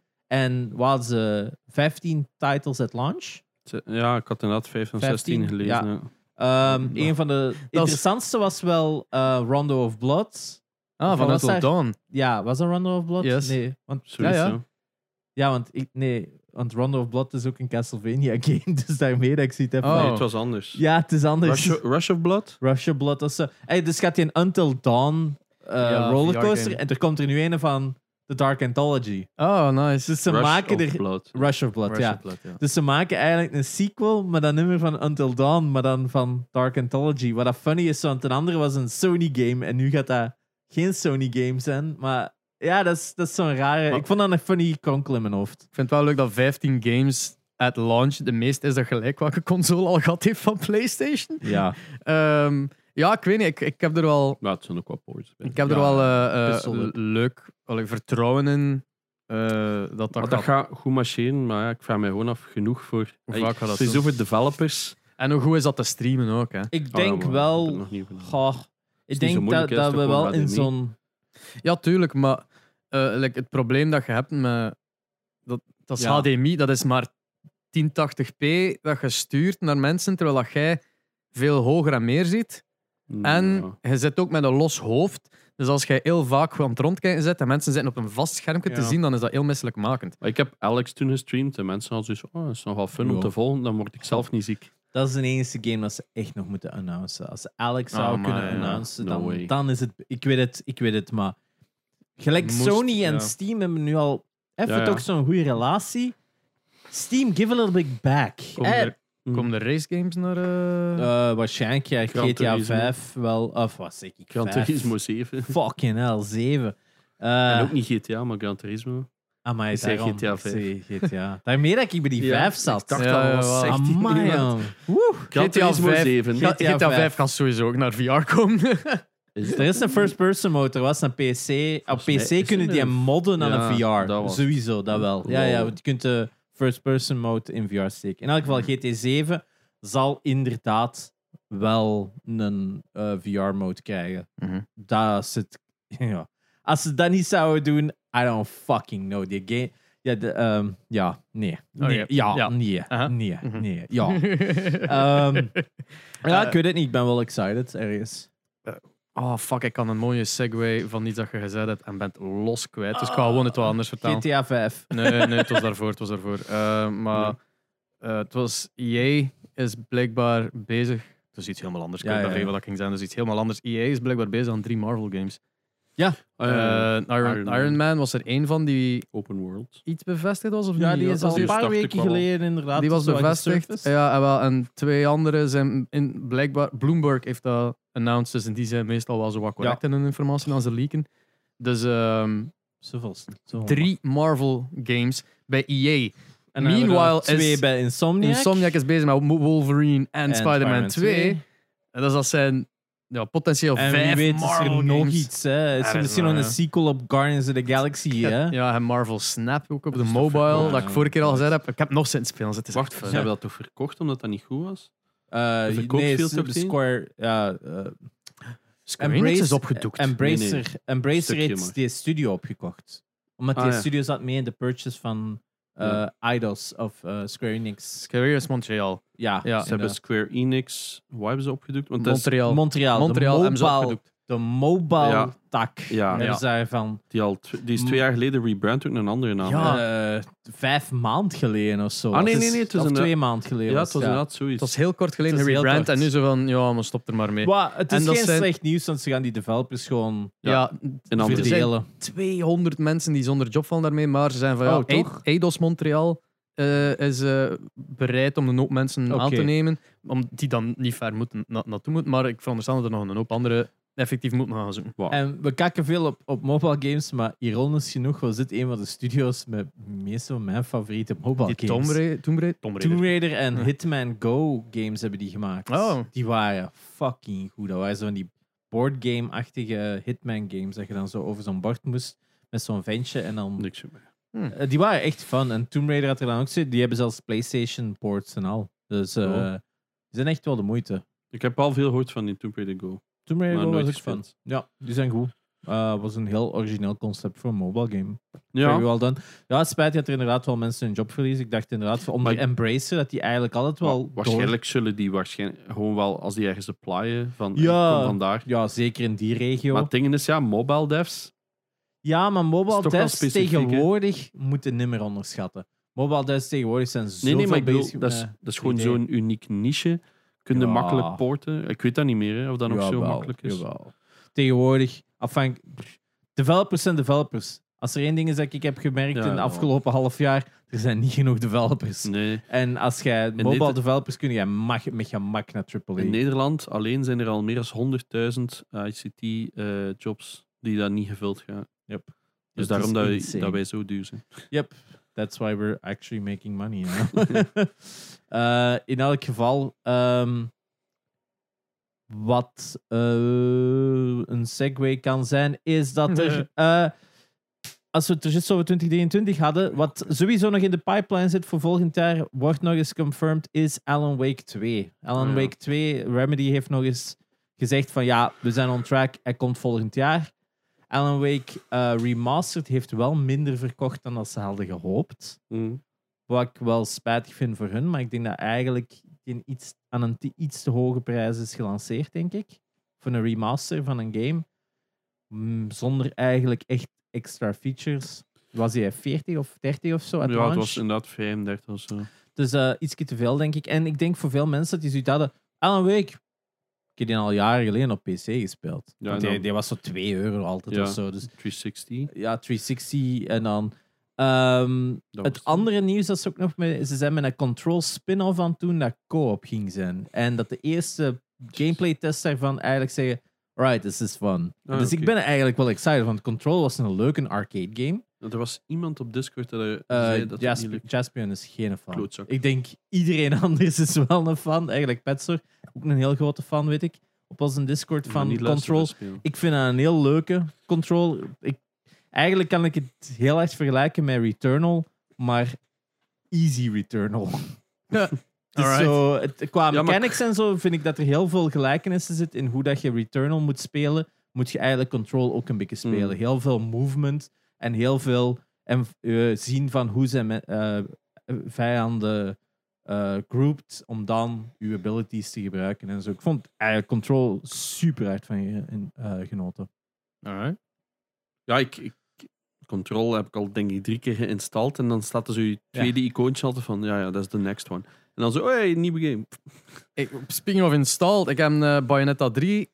En wat ze vijftien titles at launch. Ja, ik had inderdaad vijf van zestien vijftien, gelezen. ja. Ja. Um, een van de interessantste was wel uh, Rondo of Blood. Ah, Of van was Until daar- Dawn. Ja, was dat Rondo of Blood? Yes. Nee, want, Zoiets, Ja, ja. ja. ja, want ik, nee, want Rondo of Blood is ook een Castlevania game, dus daarmee dat ik zoiets heb. Oh. Nee, van- het was anders. Ja, het is anders. Rush, Rush of Blood? Rush of Blood of zo. Hey, dus gaat hij een Until Dawn uh, Ja, rollercoaster V R game. en er komt er nu een van The Dark Anthology. Oh, nice. Dus ze Rush maken of er... Blood. Rush of Blood, Rush ja. of Blood, ja. Dus ze maken eigenlijk een sequel, maar dan niet meer van Until Dawn, maar dan van Dark Anthology. Wat dat funny is, want een andere was een Sony game en nu gaat dat geen Sony game zijn. Maar ja, dat is, dat is zo'n rare... Maar- ik vond dat een funny kronkel in mijn hoofd. Ik vind het wel leuk dat vijftien games at launch, de meeste is dat gelijk welke console al gehad heeft van PlayStation. Ja. Ehm, ja, ik weet niet. Ik, ik heb er wel, Ja, het zijn ook wat ports bij. ik heb Ja, er wel eh, eh, puzzle. leuk allee, vertrouwen in. eh, dat dat, Maar gaat. dat gaat goed marcheren, maar ja, ik vraag mij gewoon af genoeg voor... Hoe Hey, vaak gaat dat het is doen? over developers. En hoe goed is dat te streamen ook, hè? Ik Ah, denk ja, maar wel... ik heb het nog niet gedaan. Goh, ik niet zo denk moeilijk, dat, hè, dat is we toch wel gewoon in H D M I? zo'n... Ja, tuurlijk, maar eh, like, het probleem dat je hebt met... Dat, dat is Ja. H D M I, dat is maar tien tachtig p dat je stuurt naar mensen, terwijl dat jij veel hoger en meer ziet. En Ja. je zit ook met een los hoofd. Dus als jij heel vaak aan het rondkijken zit en mensen zitten op een vast schermpje te Ja. zien, dan is dat heel misselijkmakend. Maar ik heb Alex toen gestreamd en mensen hadden zoiets oh, dat is nogal fun om Ja. te volgen, dan word ik zelf niet ziek. Dat is de enige game dat ze echt nog moeten announcen. Als ze Alex Oh, zou maar kunnen ja, announcen, no dan, way. dan is het... Ik weet het, ik weet het, maar... Gelijk Moest, Sony en ja. Steam hebben nu al even Ja, ja. toch zo'n goede relatie. Steam, give a little bit back. Komen Eh, er, komen er race games naar... eh? eh, waarschijnlijk ja, Gran G T A Turismo. vijf wel... Of wat zeg ik? Gran vijf? Turismo zeven. Fucking hell, zeven. Eh, en ook niet G T A, maar Gran Turismo. amai, Ik zei daarom. G T A Ik zei vijf. G T A. Daarmee dat ik bij die Ja, vijf zat. ik dacht Ja, al, ja, wat wel. zegt die Amai, iemand? jong. Woe. Gran G T A Turismo vijf. zeven. Ga- G T A vijf. vijf gaat sowieso ook naar V R komen. Is Er is een first-person mode, er was een P C. Op Volgens mij P is C kunnen er die een- modden aan Ja, een V R. dat was- Sowieso, dat wel. Ja, ja, Wow. want je kunt de first-person mode in V R steken. In elk geval, G T zeven zal inderdaad wel een eh, V R-mode krijgen. Mhm. Dat zit... Ja. Als ze dat niet zouden doen, I don't fucking know. Die game... Ja, de, ehm, ja, nee. nee. Oké. Ja, Ja. nee. Aha. Nee, Mhm. nee. Ja. Ehm, ja, Eh, ik weet het niet. Ik ben wel excited, ergens. Oh, fuck, ik kan een mooie segue van iets dat je gezegd hebt en bent los kwijt. Dus ik ga gewoon het wat anders vertellen. G T A vijf. Nee, nee, het was daarvoor. Het was daarvoor. Eh, maar eh, het was E A is blijkbaar bezig. Dat is iets helemaal anders. Ik Ja, weet ja, niet ja. wat dat ging zijn. Dat is iets helemaal anders. E A is blijkbaar bezig aan drie Marvel games. Ah, Eh, ja, Iron, Iron Man. Iron Man was er één van die Open World. iets bevestigd was of Ja, niet? die Dat is was al een die paar dacht ik weken wel. geleden inderdaad. Die was zo bevestigd. gesurfaced. Ja, en, wel, en twee andere zijn in, blijkbaar. Bloomberg heeft dat announced, dus en die zijn meestal wel zo wat correct in hun informatie als ze leaken. Dus ehm, Zoveel. zoveel. drie Marvel games bij E A. En dan hebben we Meanwhile er twee is bij Insomniac. Insomniac is bezig met Wolverine en, En Spider-Man Spider-Man twee. twee. En dus dat zijn ja, potentieel En vijf wie weet is Marvel er nog games. iets. Hè. Is Ja, er dat is misschien waar, nog een ja. sequel op Guardians of the Galaxy. Hè? Ja, en Marvel Snap ook op de Dat is toch mobile. verkocht? Dat ik vorige keer al gezegd heb. Ik heb nog zitten spelen. Dus het is Wacht, echt ze fun. hebben dat toch verkocht omdat dat niet goed was? Uh, De verkoop nee, viel s- toch de in? Square... Ja, uh, Square Enix is opgedoekt. Embracer, Nee, nee. Embracer Stukje heeft maar. die studio opgekocht. Omdat Ah, die ja. studio zat mee in de purchase van uh, Ja. Eidos of uh, Square Enix. Square Enix Montreal. Ja, Ja. Ze hebben Square Enix... Waar hebben ze opgedoekt? Want dat is Montreal. Montreal. Montreal de hebben ze mobile, opgedoekt. de mobile Ja. tak. Ja. Hebben Ja. ze daarvan die, al tw- die is twee jaar geleden rebrand ook naar een andere naam. Ja. uh, vijf maand geleden of zo. Ah, nee, Het nee, nee, het was of een- twee maand geleden. Ja, was het was ja. inderdaad zoiets. Het was heel kort geleden Het is heel gerebrand kort. en nu zo van, ja, maar stop er maar mee. Wa, het En is dat geen zijn- slecht nieuws, want ze gaan die developers gewoon Ja, Een andere er zijn verdelen. tweehonderd mensen die zonder job vallen daarmee, maar ze zijn van, ja, Oh, toch? Eidos Montreal eh, is eh, bereid om een hoop mensen aan Oké. te nemen, om die dan niet ver moeten, na, naartoe moeten, maar ik veronderstel dat er nog een hoop andere effectief moeten gaan zoeken. Wow. En we kijken veel op, op mobile games, maar ironisch genoeg was dit een van de studio's met meestal mijn favoriete mobile Die games. Tomb Raider, Tomb Raider, Tomb Raider. Tomb Raider en Ja. Hitman Go games hebben die gemaakt. Oh. Die waren fucking goed. Dat waren zo van die boardgame-achtige Hitman games, dat je dan zo over zo'n bord moest met zo'n ventje en dan... Niks voor mij. Eh, die waren echt fun. En Tomb Raider had er dan ook zitten. Die hebben zelfs PlayStation ports en al. Dus eh, Oh. die zijn echt wel de moeite. Ik heb al veel gehoord van die Tomb Raider Go. Tomb Raider Maar was nooit ook fun. gespeeld. Ja, die zijn goed. Uh, was een heel origineel concept voor een mobile game. Ja, Very well done. Ja, het spijt dat er inderdaad wel mensen hun job verliezen. Ik dacht inderdaad, onder Maar ik- Embracer, dat die eigenlijk altijd wel... wa- waarschijnlijk zullen die waarschijnlijk gewoon wel, als die ergens applyen, van Ja. ik kom vandaar. door- Ja, zeker in die regio. Maar het ding is, ja, mobile devs. ja, maar Is mobile toch wel devs specifiek, hè? tegenwoordig moeten niet meer onderschatten. Mobile devs tegenwoordig zijn zo Nee, nee, maar ik bedoel, bezig dat is, met dat is gewoon ideeën. zo'n uniek niche. Kun je Ja. makkelijk porten. Ik weet dat niet meer, hè, of dat nog zo Jawel, makkelijk is. jawel. Tegenwoordig, afhankelijk... Developers zijn developers. Als er één ding is dat ik heb gemerkt Ja, in de ja. afgelopen half jaar, er zijn niet genoeg developers. Nee. En als jij mobile Neder- developers kun je mag, met gemak naar triple A. In Nederland alleen zijn er al meer dan honderdduizend I C T-jobs die dat niet gevuld gaan. Yep. Dus Dat daarom is dat, wij- insane. dat wij zo duur zijn. Yep, that's why we're actually making money. Now. Eh, in elk geval, ehm, wat eh, een segue kan zijn, is dat er, eh, als we het er juist over twintig drieëntwintig hadden, wat sowieso nog in de pipeline zit voor volgend jaar, wordt nog eens confirmed, is Alan Wake twee. Alan Ja. Wake twee, Remedy heeft nog eens gezegd van ja, we zijn on track, hij komt volgend jaar. Alan Wake eh, Remastered heeft wel minder verkocht dan dat ze hadden gehoopt. Mm. Wat ik wel spijtig vind voor hun, maar ik denk dat eigenlijk die iets, aan een te- iets te hoge prijs is gelanceerd, denk ik. Voor een remaster van een game. Mm, zonder eigenlijk echt extra features. Was hij veertig of dertig of zo? at Ja, launch? het was inderdaad vijfendertig of zo. Dus uh, iets te veel, denk ik. En ik denk voor veel mensen dat die zoiets hadden. Alan Wake, ik heb die al jaren geleden op P C gespeeld. Ja, Want en die, dan- die was zo twee euro altijd Ja. of zo. Dus driehonderdzestig. ja, driehonderdzestig en dan... ehm, Dat het was- andere nieuws dat ze ook nog met... Ze zijn met een Control spin-off aan toen dat co-op ging zijn. En dat de eerste gameplay-tests daarvan eigenlijk zeggen... Right, this is fun. Ah, dus ik oké. ben eigenlijk wel excited, want Control was een leuke arcade game. Er was iemand op Discord dat er Uh, zei dat het Jasp- niet lukt. Jaspion is geen fan. Klootzak. Ik denk iedereen anders is wel een fan. Eigenlijk Petzor, ook een heel grote fan, weet ik. op onze Discord Maar van niet luisteren, Control. spelen. Ik vind dat een heel leuke Control. Ik, eigenlijk kan ik het heel erg vergelijken met Returnal, maar easy Returnal. Dus Alright. zo, het, qua Ja, maar- mechanics en zo vind ik dat er heel veel gelijkenissen zitten in hoe dat je Returnal moet spelen. Moet je eigenlijk Control ook een beetje spelen. Mm. Heel veel movement en heel veel en, eh, zien van hoe ze met eh, vijanden eh grouped om dan je abilities te gebruiken en zo. Ik vond eigenlijk Control super uit van je uh, genoten. Alright. Ja, ik, ik, Control heb ik al denk ik drie keer geïnstalleerd en dan staat er zo je tweede icoontje altijd van, ja, ja, dat is de next one. En dan zo, oh hey, nieuwe game. Ik, speaking of installed, ik heb uh, Bayonetta drie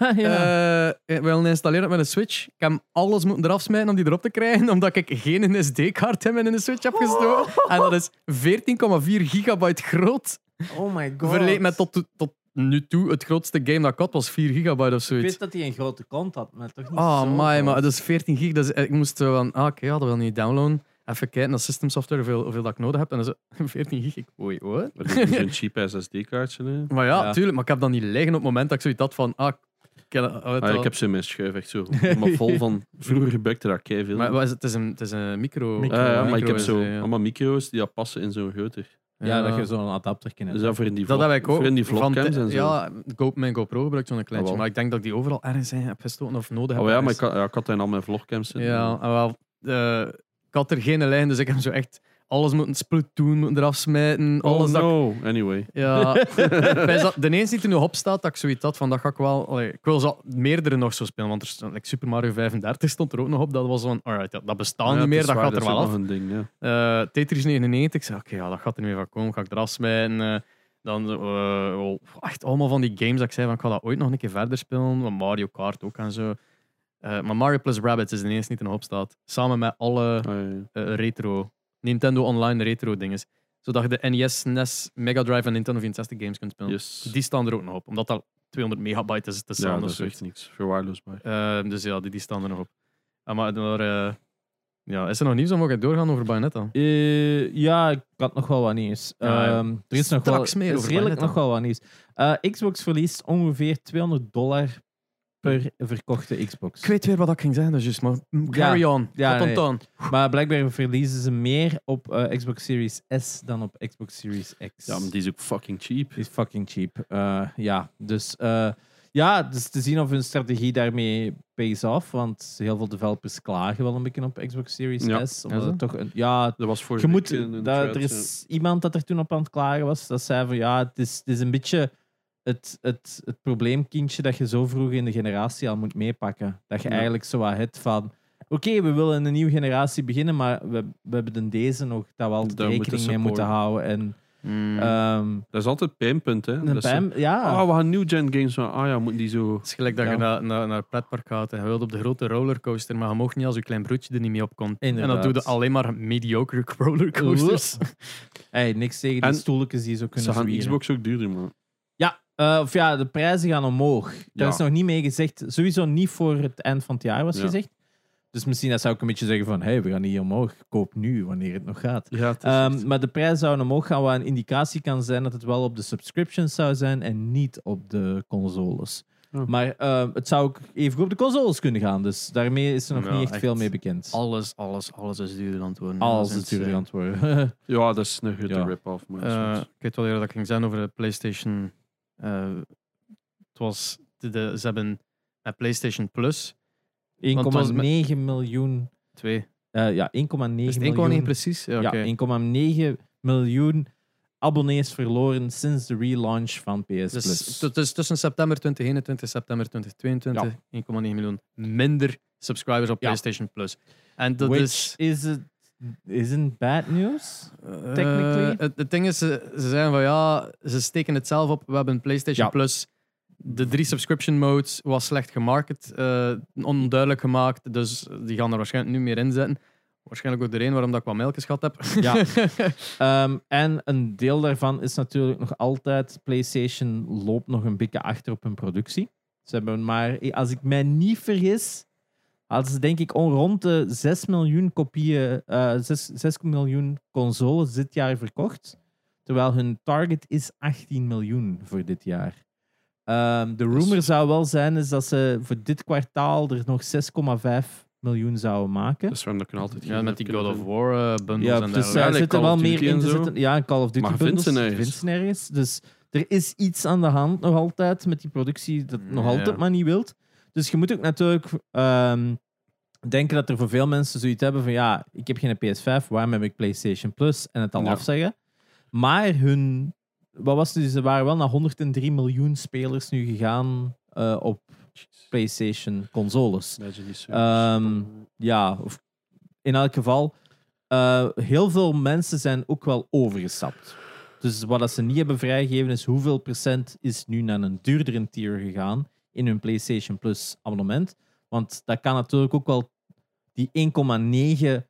ja. uh, wel geïnstalleerd op mijn Switch. Ik heb alles moeten eraf smijten om die erop te krijgen, omdat ik geen S D kaart in mijn Switch heb gestoken. En dat is veertien komma vier gigabyte groot. Oh my god. Vergeleken met tot, tot nu toe het grootste game dat ik had, was vier gigabyte of Ik zoiets. weet dat hij een grote kont had, maar toch niet Oh zo my, groot. maar dat is veertien gig. Dat is, ik moest zo van, ah, oké, okay, ja, dat wil niet downloaden. Even kijken naar system software, hoeveel, hoeveel dat ik nodig heb. En dan zo, veertien gig. Ik, oei, wat? Dat is zo'n cheap S S D-kaartje. Hè. Maar ja, Ja. tuurlijk, maar ik heb dat niet liggen op het moment dat ik zoiets had van, ah, ik, ken, het Ah, al. ik heb ze in mijn schuif echt zo. Maar vol van, vroeger gebruikte dat keiveel. Maar wat is het? Het is een, het is een micro. Micro, Ah, ja, micro maar ik heb is, zo eh, ja. allemaal micro's die dat passen in zo'n geuter. Ja, dat je zo'n adapter kent. Dus dat voor in die Dat vlog, heb ik ook. voor in die Van vlogcams te- en zo. Ja, Go, mijn GoPro gebruikt zo'n kleintje. Ah, wel. Maar ik denk dat ik die overal ergens in heb gestoken of nodig heb. Oh ja, maar ik ergens. had, ja, ik had dat in al mijn vlogcams zitten. Ja, en wel, eh, ik had er geen lijn, dus ik heb zo echt alles moeten Splatoon moeten eraf smijten. Oh Alles dat ik- no, anyway. Ja, bij zo- de ene die er nu op staat, dat ik zoiets had van, dat ga ik wel... Allee, ik wil zo meerdere nog zo spelen, want er stond, like Super Mario vijfendertig stond er ook nog op. Dat was van, alright, dat, dat bestaat Ah, ja, niet meer, het is dat waar, gaat er is wel ook af. nog een ding, ja. Eh, Tetris negenennegentig, ik zei, oké, ja, dat gaat er niet meer van komen, ga ik eraf smijten. eh. Dan eh, oh, echt allemaal van die games dat ik zei, van, ik ga dat ooit nog een keer verder spelen. Want Mario Kart ook en zo. Eh, maar Mario plus Rabbids is de enige die er nog op staat. Samen met alle Ah, ja, ja. eh, retro, Nintendo Online retro dingen. Zodat je de N E S, N E S, Mega Drive en Nintendo vierenzestig games kunt spelen. Yes. Die staan er ook nog op, omdat dat tweehonderd megabyte is te Ja, samen. dat of is zoiets. echt niks. Verwaarloosbaar. Eh, dus ja, die, die staan er nog op. Ah, maar maar eh, ja, is er nog nieuws om ook doorgaan over Bayonetta? Eh, ja, ik had nog wel wat nieuws. Ja, ja. Ehm, er is nog wel, Straks meer er is over redelijk Bayonetta. nog wel wat nieuws. Eh, Xbox verliest ongeveer tweehonderd dollar per verkochte Xbox. Ik weet weer wat ik ging zeggen, dus juist, maar carry on. Ja, Tot dan nee. toon. Maar blijkbaar verliezen ze meer op eh, Xbox Series S dan op Xbox Series X. Ja, maar die is ook fucking cheap. Die is fucking cheap. Eh, ja, dus eh, ja, dus te zien of hun strategie daarmee pays off. Want heel veel developers klagen wel een beetje op Xbox Series Ja. S. Omdat Is het? het toch een, ja, Dat was voor je moet, dat, er is iemand dat er toen op aan het klagen was. Dat zei van ja, het is, het is een beetje het, het, het probleemkindje dat je zo vroeg in de generatie al moet meepakken. Dat je Ja. eigenlijk zo wat hebt van oké, we willen een nieuwe generatie beginnen, maar we, we hebben de deze nog dat we altijd Daar rekening moeten mee moeten supporten. houden. En, Mm. ehm, Dat is altijd een pijnpunt, hè. een Dat is zo, pijm- ja. ah, we gaan new gen games van. Ah ja, moeten die zo. Het is gelijk dat Ja. je naar, naar, naar het pretpark gaat en je wilt op de grote rollercoaster, maar je mag niet als je klein broertje er niet mee op komt. En Inderdaad. dan doe je alleen maar mediocre rollercoasters. Hey, niks tegen die En stoeltjes die zo Ze kunnen gaan zwieren. Xbox ook duurder, man. Ja, eh, of ja, de prijzen gaan omhoog. Ja. Daar is nog niet mee gezegd. Sowieso niet voor het eind van het jaar was Ja. gezegd. Dus misschien dat zou ik een beetje zeggen van hey, we gaan niet omhoog. Koop nu, wanneer het nog gaat. Ja, het is Ehm, echt- maar de prijs zou omhoog gaan, wat een indicatie kan zijn dat het wel op de subscriptions zou zijn en niet op de consoles. Ja. Maar ehm, het zou ook even op de consoles kunnen gaan. Dus daarmee is er nog Ja, niet echt, echt. veel mee bekend. Alles, alles, alles is duurder aan het worden. Als Dat het is duurder insane. aan het worden. ja, dat is een grote Ja. rip-off. Maar Eh, soms- ik weet wel eerder dat ik ging zeggen over de PlayStation. eh, het was de, de- ze hebben met PlayStation Plus één komma was met- negen miljoen. twee. eh, ja, één komma negen Is het miljoen. één komma negen precies? Ja, Ja, oké. één komma negen miljoen abonnees verloren sinds de relaunch van P S Dus Plus. t- dus tussen september twintig eenentwintig en september twintig tweeëntwintig één komma negen miljoen minder subscribers op Ja. PlayStation Plus. En dat Which is. is it, isn't bad news? eh, technically? het, het ding is, ze, ze zeggen van ja, ze steken het zelf op. We hebben PlayStation Ja. Plus. De drie subscription modes was slecht gemarket, eh, onduidelijk gemaakt. Dus die gaan er waarschijnlijk nu meer in zetten. Waarschijnlijk ook de reden waarom dat ik wat melkjes gehad heb. Ja. Ehm, en een deel daarvan is natuurlijk nog altijd PlayStation loopt nog een beetje achter op hun productie. Ze hebben maar, als ik mij niet vergis, hadden ze denk ik on- rond de zes miljoen kopieën, eh zes, zes miljoen consoles dit jaar verkocht. Terwijl hun target is achttien miljoen voor dit jaar. Um, de Dus- rumor zou wel zijn is dat ze voor dit kwartaal er nog zes komma vijf miljoen zouden maken. Dat is waarom dat ik altijd Ja, met die God of War. War uh, bundles Ja, en dus dergelijke. er like zitten Call wel of meer Duty in en te zo. zitten. Ja, een Call of Duty Maar bundles. vindt ze nergens. vindt ze nergens. Dus er is iets aan de hand nog altijd met die productie dat nog Ja. altijd maar niet wilt. Dus je moet ook natuurlijk ehm, denken dat er voor veel mensen zoiets hebben van ja, ik heb geen P S vijf, waarom heb ik PlayStation Plus? En het dan Ja. afzeggen. Maar hun... Wat was het? Ze waren wel naar honderddrie miljoen spelers nu gegaan uh, op PlayStation consoles. Imagine die zo. Ehm, ja, of in elk geval, uh, heel veel mensen zijn ook wel overgestapt. Dus wat dat ze niet hebben vrijgegeven is hoeveel procent is nu naar een duurdere tier gegaan in hun PlayStation Plus abonnement. Want dat kan natuurlijk ook wel die één komma negen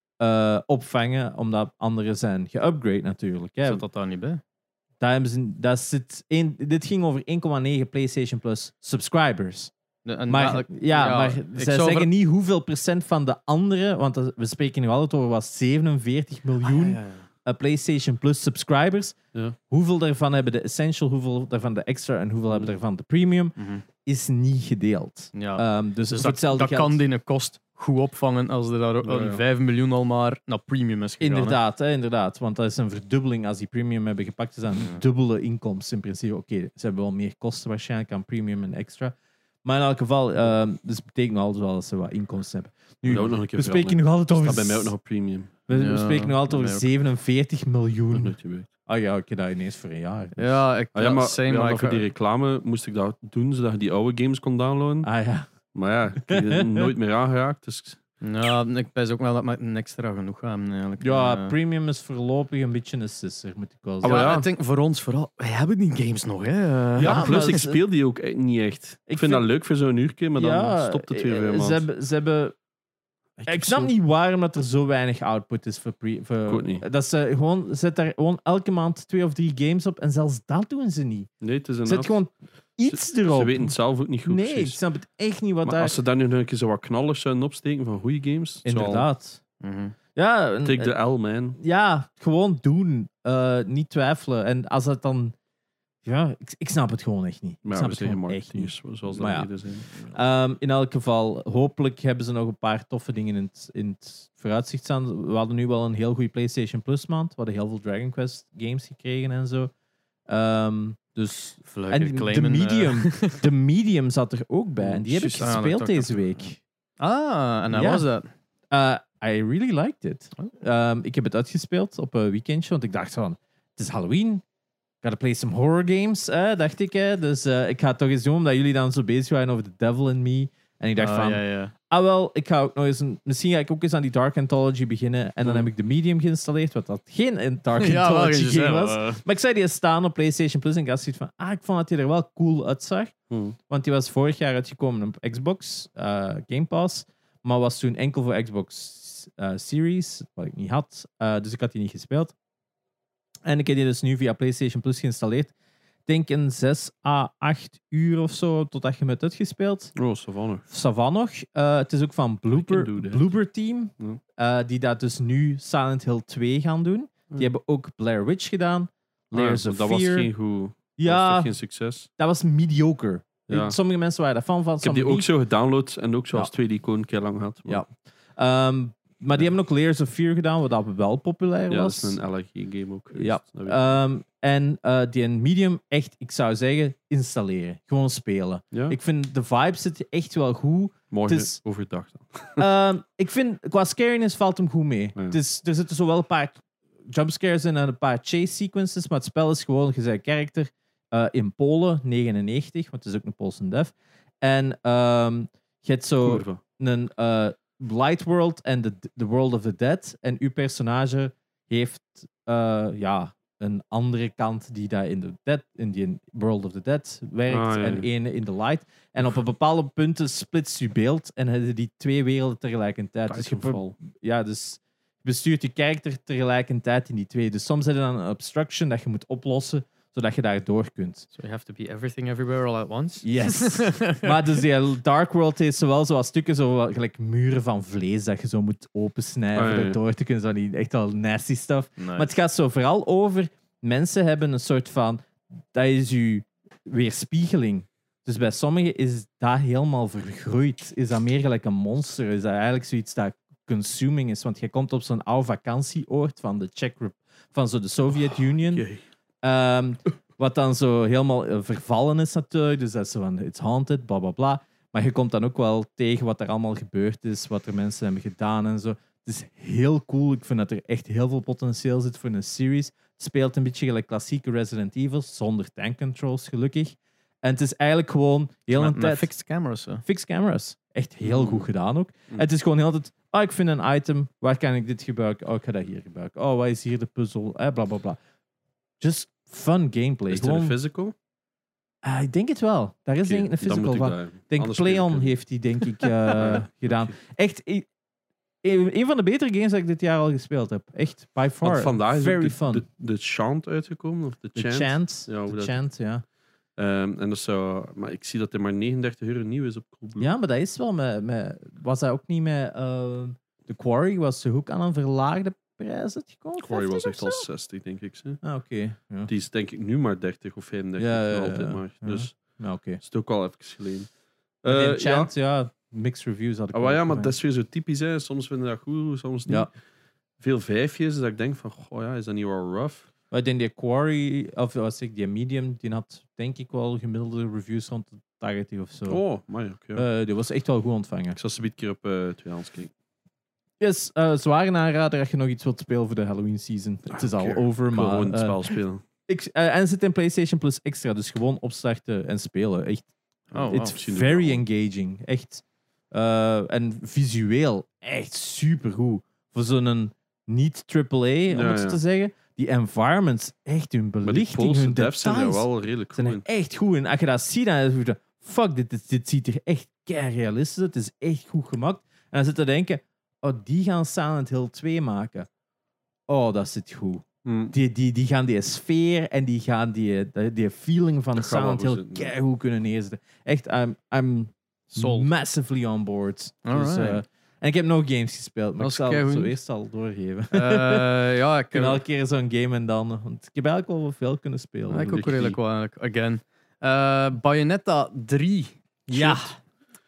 uh, opvangen, omdat anderen zijn geupgrade natuurlijk. Hè. Zat dat daar niet bij? Daar hebben ze, dat zit één, dit ging over één komma negen PlayStation Plus subscribers. De- en Maar, welk- ja, ja, maar ik zij zou zeggen ver- niet hoeveel procent van de anderen, want dat- we spreken nu altijd over was zevenenveertig miljoen Ah, ja, ja, ja. uh, PlayStation Plus subscribers. Ja. Hoeveel daarvan hebben de Essential, hoeveel daarvan de Extra en hoeveel hebben daarvan de Premium, Mhm. is niet gedeeld. Ja. Um, dus Dus voor dat, hetzelfde dat geld. kan die kost goed opvangen als er daar ook Ja, een ja. vijf miljoen al maar naar premium is gegaan. hè. Inderdaad, hè, inderdaad, want dat is een verdubbeling als die premium hebben gepakt. Is dat een Ja. dubbele inkomsten in principe. Oké, ze hebben wel meer kosten waarschijnlijk aan premium en extra. Maar in elk geval, uh, dus het betekent nog altijd wel dat ze wat inkomsten hebben. Nu, Dat ook nog een keer we spreken nog altijd Dat over... staat bij mij ook nog op premium. We, we Ja, spreken nog altijd bij over mij ook. zevenenveertig Nog miljoen. nooit gebeurd. Ah ja, ik heb dat ineens voor een jaar. Ja, ik, Ah, ja, maar, same, ja, maar maar ik- voor die reclame moest ik dat doen, zodat je die oude games kon downloaden. Ah ja. Maar ja, ik heb er nooit meer aangeraakt. Dus Ja, ik wijs ook wel dat met een extra genoeg gaan eigenlijk. Ja, Eh, premium is voorlopig een beetje een sisser, moet ik wel Ah, zeggen. maar ja, ja. ik denk voor ons vooral, wij hebben die games nog, hè. Eh, ja, maar plus ik dat is- speel die ook echt niet echt. Ik, vind, vind- dat leuk voor zo'n uurtje, maar dan Ja, stopt het eh, weer voor een Ze maand. hebben, ze hebben, ik snap niet waarom dat er zo weinig output is voor... Pre, voor Ik ook niet. Dat ze gewoon, zet daar gewoon elke maand twee of drie games op en zelfs dat doen ze niet. Nee, het is een Zet gewoon iets ze, erop. Ze weten het zelf ook niet goed. nee, ik precies. snap het echt niet wat Maar daar... als ze daar nu nog een keer zo wat knallers zouden opsteken van goede games. het zal- Inderdaad. mhm. Ja, een- Take the L, man. ja, gewoon doen. Uh, niet twijfelen. En als het dan... Ja, ik, ik snap het gewoon echt niet. Ik Maar snap we het zijn geen gewoon echt niet. marketeers, zoals Maar dat ja. reden zijn. Um, in elk geval, hopelijk hebben ze nog een paar toffe dingen in het, in het vooruitzicht staan. We hadden nu wel een heel goede PlayStation Plus maand. We hadden heel veel Dragon Quest games gekregen en zo. Um, dus... Vlugger En de claimen, eh. medium, de medium zat er ook bij. En die heb ik Juist, ah, dat gespeeld dacht ik deze ook. week. Ah, en hoe Ja. was dat? Uh, I really liked it. Oh. Um, ik heb het uitgespeeld op een weekendje, want ik dacht van, het is Halloween. Ik ga play some horror games, hè, dacht ik. Hè. Dus uh, ik ga het toch eens doen, omdat jullie dan zo bezig waren over The Devil in Me. En ik dacht Ah, van, ja, ja. ah wel, ik ga ook nog eens een, misschien ga ik ook eens aan die Dark Anthology beginnen. En dan Hmm. heb ik de Medium geïnstalleerd, wat dat geen Dark Ja, waar Anthology is het, game hè, was. eh. Maar ik zei die staan op PlayStation Plus en ik had zoiets van, ah, ik vond dat hij er wel cool uitzag. Hmm. Want die was vorig jaar uitgekomen op Xbox uh, Game Pass, maar was toen enkel voor Xbox uh, Series, wat ik niet had. Uh, dus ik had die niet gespeeld. En ik heb die dus nu via PlayStation Plus geïnstalleerd. Ik denk een zes à acht uur of zo, totdat je hem hebt uitgespeeld. Oh, Savannah. Savan nog. Uh, het is ook van Blooper, I can do that. Blooper Team, Ja. uh, die dat dus nu Silent Hill twee gaan doen. Die Hmm. hebben ook Blair Witch gedaan. Layers Ah, of dat Fear. was geen goed. Dat was Ja, toch geen succes. dat was mediocre. Ja. Sommige mensen waren daar fan van. Ik heb die sommigen ook niet. zo gedownload en ook zoals Ja. twee die een keer lang gehad. Maar Ja. Um, maar die hebben ook Layers of Fear gedaan, wat dat wel populair ja, dat was. is een L G game ook. geweest. Ja. Dat weet ik. Um, en uh, die Medium, echt, ik zou zeggen, installeren. Gewoon spelen. ja? Ik vind de vibe zit echt wel goed. Morgen het is- overdag dan. Um, ik vind, qua scariness valt hem goed mee. Ja. Het is, er zitten zo wel een paar jumpscares in en een paar chase sequences, maar het spel is gewoon, je bent character uh, in Polen, negenennegentig, want het is ook een Poolse dev. En um, je hebt zo Kurva. een uh, Light World en de the World of the Dead. En uw personage heeft uh, ja, een andere kant die daar in, de dead, in die World of the Dead werkt Ah, ja, ja. en ene in de Light. En op een bepaalde punten splitst je beeld en heb je die twee werelden tegelijkertijd. Dus je, pro- Titanfall. ja, dus je bestuurt je karakter tegelijkertijd in die twee. Dus soms heb je dan een obstruction dat je moet oplossen, zodat je daar door kunt. So you have to be everything everywhere all at once? Yes. Maar dus die Dark World heeft zowel zoals stukken, zo wat gelijk muren van vlees dat je zo moet opensnijden Ah, ja, ja. om door te kunnen. Zo die echt wel nasty stuff. Nee. Maar het gaat zo vooral over, mensen hebben een soort van, dat is je weerspiegeling. Dus bij sommigen is dat helemaal vergroeid. Is dat meer gelijk een monster? Is dat eigenlijk zoiets dat consuming is? Want je komt op zo'n oude vakantieoord van de Czech Rep- van zo de Sovjet-Unie. Oké. Ehm, wat dan zo helemaal eh, vervallen is natuurlijk. Dus dat is zo van, it's haunted, bla bla bla. Maar je komt dan ook wel tegen wat er allemaal gebeurd is, wat er mensen hebben gedaan en zo. Het is heel cool. Ik vind dat er echt heel veel potentieel zit voor een series. Het speelt een beetje gelijk klassieke Resident Evil, zonder tank controls, gelukkig. En het is eigenlijk gewoon heel Met, een met tijd... fixed cameras. Zo. Fixed cameras. Echt heel Mm. goed gedaan ook. Mm. Het is gewoon heel tijd... Oh, ik vind een item. Waar kan ik dit gebruiken? Oh, ik ga dat hier gebruiken. Oh, wat is hier de puzzel? Eh, bla, bla, bla. Just fun gameplay. Is het Gewoon... een physical? Ah, ik denk het wel. Daar is Oké, denk ik een dan physical moet ik van. dat Ik hebben. denk Anders Playon speel ik heeft die, denk ik, eh, gedaan. Oké. Echt, i- een van de betere games dat ik dit jaar al gespeeld heb. Echt, by far. Want vandaag is ook Very de, fun. de, de Chant uitgekomen. Of de De Chant. Chant. Ja, hoe de dat- Chant, ja. Ehm, en dat zou, maar ik zie dat hij maar negenendertig euro nieuw is op Coolblue. Ja, maar dat is wel met... met was dat ook niet met... eh The Quarry was ze ook aan een verlaagde prijs uitgekomen? Quarry was vijftig echt of al zo? zestig, denk ik. Hè. Ah, oké. Ja. Die is denk ik nu maar dertig of vijfendertig. Ja, ja, ja, nog altijd ja. maar. Ja. Dus Nou, oké. is het ook al even geleden. En Eh, in Chant, ja. mixed reviews had ik Ah, wel maar ja, maar opgemerkt. dat is weer zo typisch. Hè. Soms vinden dat goed, soms niet. Ja. Veel vijfjes, dat ik denk van, goh ja, is dat niet wel rough? Maar ik denk die Quarry, of was ik die Medium, die had denk ik wel gemiddelde reviews rond de tachtig of zo. Oh, maar ja, oké. Eh, die was echt wel goed ontvangen. Ik zal ze een keer op uh, tweedehands kijken. Yes, uh, zware aanrader als je nog iets wilt spelen voor de Halloween season. Het is al Oké. over, maar... Gewoon het eh, spel spelen. ik, eh, en het zit in PlayStation Plus extra, dus gewoon opstarten en spelen. Echt, Oh, wow. it's Misschien very ook wel. engaging. Echt. Uh, en visueel echt supergoed. Voor zo'n niet-triple A, om Ja, het zo ja. te zeggen. Die environments, echt hun Maar die belichting, Poolse hun devs zijn er details. wel redelijk goed zijn in. er echt goed in. Als je dat ziet, dan is het van, fuck, dit, dit, dit ziet er echt kei realistisch uit. Het is echt goed gemaakt. En dan zit je te denken, oh, die gaan Silent Hill twee maken. Oh, dat zit goed. Hm. Die, die, die gaan die sfeer en die gaan die, die, die feeling van Dat gaat wel Silent goed Hill zitten, ja. keigoed kunnen neerzetten. Echt, I'm, I'm Sold. massively on board. Dus, Alright. eh, en ik heb nog games gespeeld, maar Dat ik is zal het keigoed. zo eerst al doorgeven. Eh, ja, ik Ik kan heb elke keer zo'n game en dan... Want ik heb eigenlijk wel veel kunnen spelen. Ja, ik ook Richting- redelijk wel eigenlijk. Again. Eh, Bayonetta drie. Ja. Shit.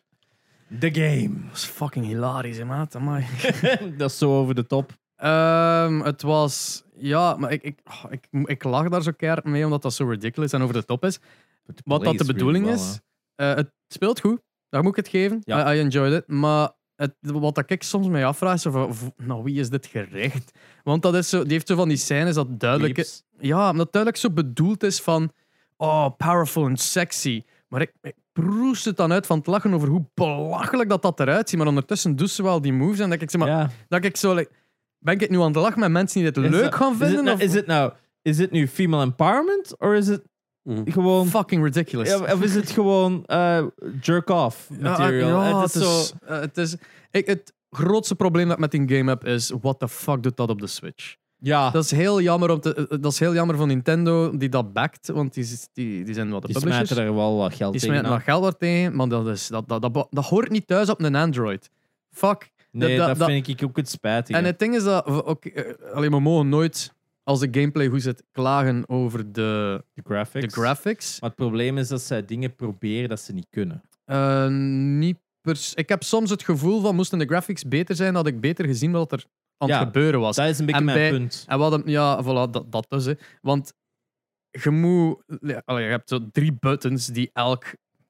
The game. Dat was fucking hilarisch, hè, maat. Amai. Dat is zo over de top. Ehm, het was... Ja, maar ik, ik, oh, ik, ik lach daar zo keihard mee, omdat dat zo ridiculous en over de top is. Wat dat de bedoeling is, eh, het speelt goed. Daar moet ik het geven. Ja. I, I enjoyed it. Maar het, wat dat ik soms mij afvraag, is zo van, v- nou, wie is dit gericht? Want dat is zo, die heeft zo van die scènes dat duidelijk is. Ja, omdat het duidelijk zo bedoeld is van... Oh, powerful en sexy. Maar ik, ik proest het dan uit van het lachen over hoe belachelijk dat dat eruit ziet. Maar ondertussen doet ze wel die moves. En dat ik, zeg maar, Ja. dat ik zo... Like, ben ik het nu aan het lachen met mensen die dit Is leuk dat- gaan Is het, vinden? nou, of is, het nou, is het nu female empowerment? Of is het Hm. gewoon... fucking ridiculous? Ja, of is het gewoon eh, jerk-off material? Ja, ja, het is zo... eh, het is... Ik, het grootste probleem dat ik met die game heb is... What the fuck doet dat op de Switch? Ja, Dat is heel jammer, om te, eh, dat is heel jammer van Nintendo die dat backt. Want die, die, die zijn wat de die publishers. smijten er wel wat geld Die tegen smijten wat geld er tegen. Maar dat, is, dat, dat, dat, dat hoort niet thuis op een Android. Fuck. Nee, dat- dat, dat- vind ik ook het spijtige. En het ding is dat... we- oké, eh, alleen, we mogen nooit, als de gameplay goed zit, klagen over de, de graphics. de graphics. Maar het probleem is dat zij dingen proberen dat ze niet kunnen. Eh, niet pers- ik heb soms het gevoel van, moesten de graphics beter zijn, had ik beter gezien wat er aan Ja, het gebeuren was. Dat is een beetje En mijn bij- punt. En wat hem, ja, voilà, dat, dat dus. Hè. Want je moet... Ja, allee, je hebt zo drie buttons die elk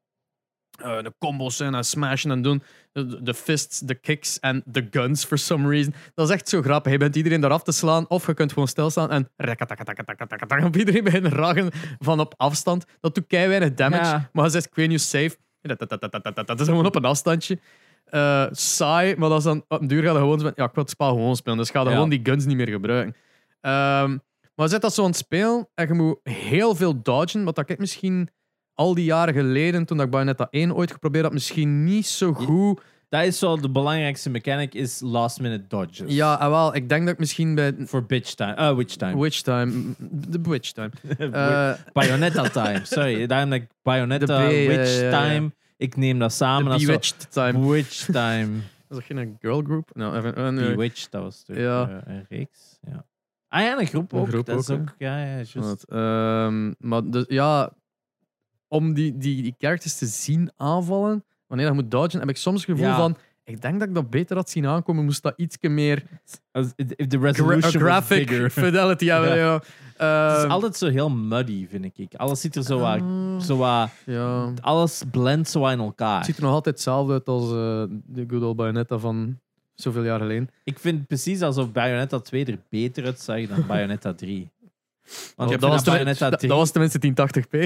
eh, de combos zijn en smashen en doen. De, de fists, de kicks en de guns, for some reason. Dat is echt zo grappig. Je bent iedereen eraf te slaan, of je kunt gewoon stilstaan en rekatakatakatakatak op iedereen beginnen ragen van op afstand. Dat doet kei weinig damage, Ja. maar je zegt, ik weet niet, safe. Dat is gewoon op een afstandje. Eh, saai, maar dat is dan op een duur gaat je gewoon zo van, ja, ik wil het spel gewoon spelen, dus ga je Ja. gewoon die guns niet meer gebruiken. Ehm, maar je zit dat zo aan het spelen en je moet heel veel dodgen, wat dat ik misschien al die jaren geleden, toen ik Bayonetta één ooit geprobeerd had, misschien niet zo goed... Dat is wel de belangrijkste mechanic, is last minute dodges. Ja, en wel, ik denk dat ik misschien bij Voor bitch time. Ah, witch time. Witch Time... De Witch Time. Eh, Bayonetta time. Sorry, daarom dat ik Bayonetta, De B, ja, witch ja, ja. time. Ik neem dat samen de als zo- Bewitched Time. Witch time. Is dat geen girl group? Nou, even... eh, nee. Bewitched, dat was toch Ja. eh, een reeks. Ja. Ah ja, een groep Een ook. groep dat is ook, ook, ja, ja, juist. Want, ehm, maar dus, ja, om die, die, die characters te zien aanvallen, wanneer je moet dodgen, heb ik soms het gevoel Ja. van, ik denk dat ik dat beter had zien aankomen, moest dat ietsje meer Als- If the gra- resolution was graphic bigger. fidelity hebben. Ja. Ja. Het is Ehm, altijd zo heel muddy, vind ik. Alles ziet er zo wat... ah, Zo wat ja. alles blendt zo wat in elkaar. Het ziet er nog altijd hetzelfde uit als uh, de good old Bayonetta van zoveel jaar geleden. Ik vind precies alsof Bayonetta twee er beter uitzag dan Bayonetta drie. Want dat, dat, was Bayonetta dat, drie, dat was tenminste tien tachtig p.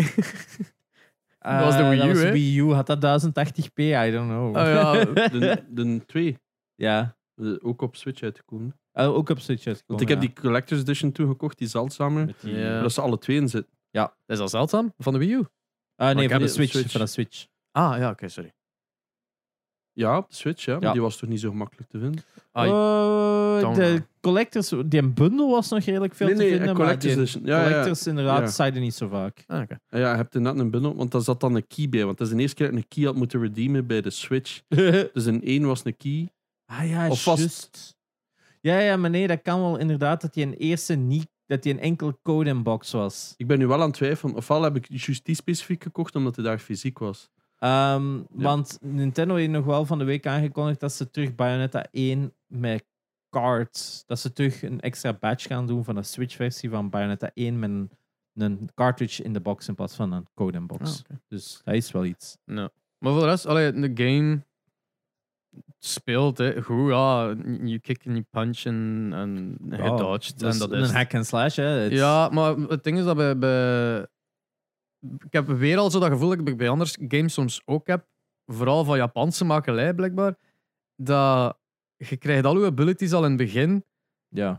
eh, dat was de Wii dat U, was hè? Wii U, had dat duizend tachtig p? I don't know. Ah, ja. De, de twee, ja. eh, ook op Switch uitgekomen. Eh, ook op Switch uitgekomen, Want ik heb ja. die Collector's Edition toegekocht, die zeldzamer. Met die- Ja. Waar dat ze alle twee in zitten. Is dat zeldzaam? Van de Wii U? Ah, ik nee, heb van de de Switch. Switch. Van de Switch. Ah, ja, oké, sorry. Ja, op de Switch, ja. Maar Ja. die was toch niet zo gemakkelijk te vinden? Ah, Eh, dan- de collectors, die bundel was nog redelijk veel nee, nee, te vinden, een maar Collector's die Edition. Ja, ja, collectors inderdaad Ja. zeiden niet zo vaak. ah, oké. ja. Ja, je hebt inderdaad een bundel, want daar zat dan een key bij. Want dat is de eerste keer dat ik een key had moeten redeemen bij de Switch. Dus in één was een key. Ah ja, Of vast- juist. Ja, ja, maar nee, dat kan wel inderdaad dat die een eerste niet, dat die een enkel code in box was. Ik ben nu wel aan het twijfelen. Ofwel heb ik juist die specifiek gekocht, omdat hij daar fysiek was. Ehm, Want Nintendo heeft nog wel van de week aangekondigd dat ze terug Bayonetta één met cards, dat ze terug een extra badge gaan doen van de Switch-versie van Bayonetta één met een, een cartridge in de box in plaats van een code in box. Ah, oké. Dus dat is wel iets. Nou. Maar voor de rest, allee, de game speelt hè, goed. Ja, je kick en je punch en, en je Ja, dodgt. Dat En is dat een is hack and slash, hè. Het- Ja, maar het ding is dat bij, bij... Ik heb weer al zo dat gevoel dat ik bij andere games soms ook heb. Vooral van Japanse makelij, blijkbaar. Dat je krijgt al je abilities al in het begin. ja.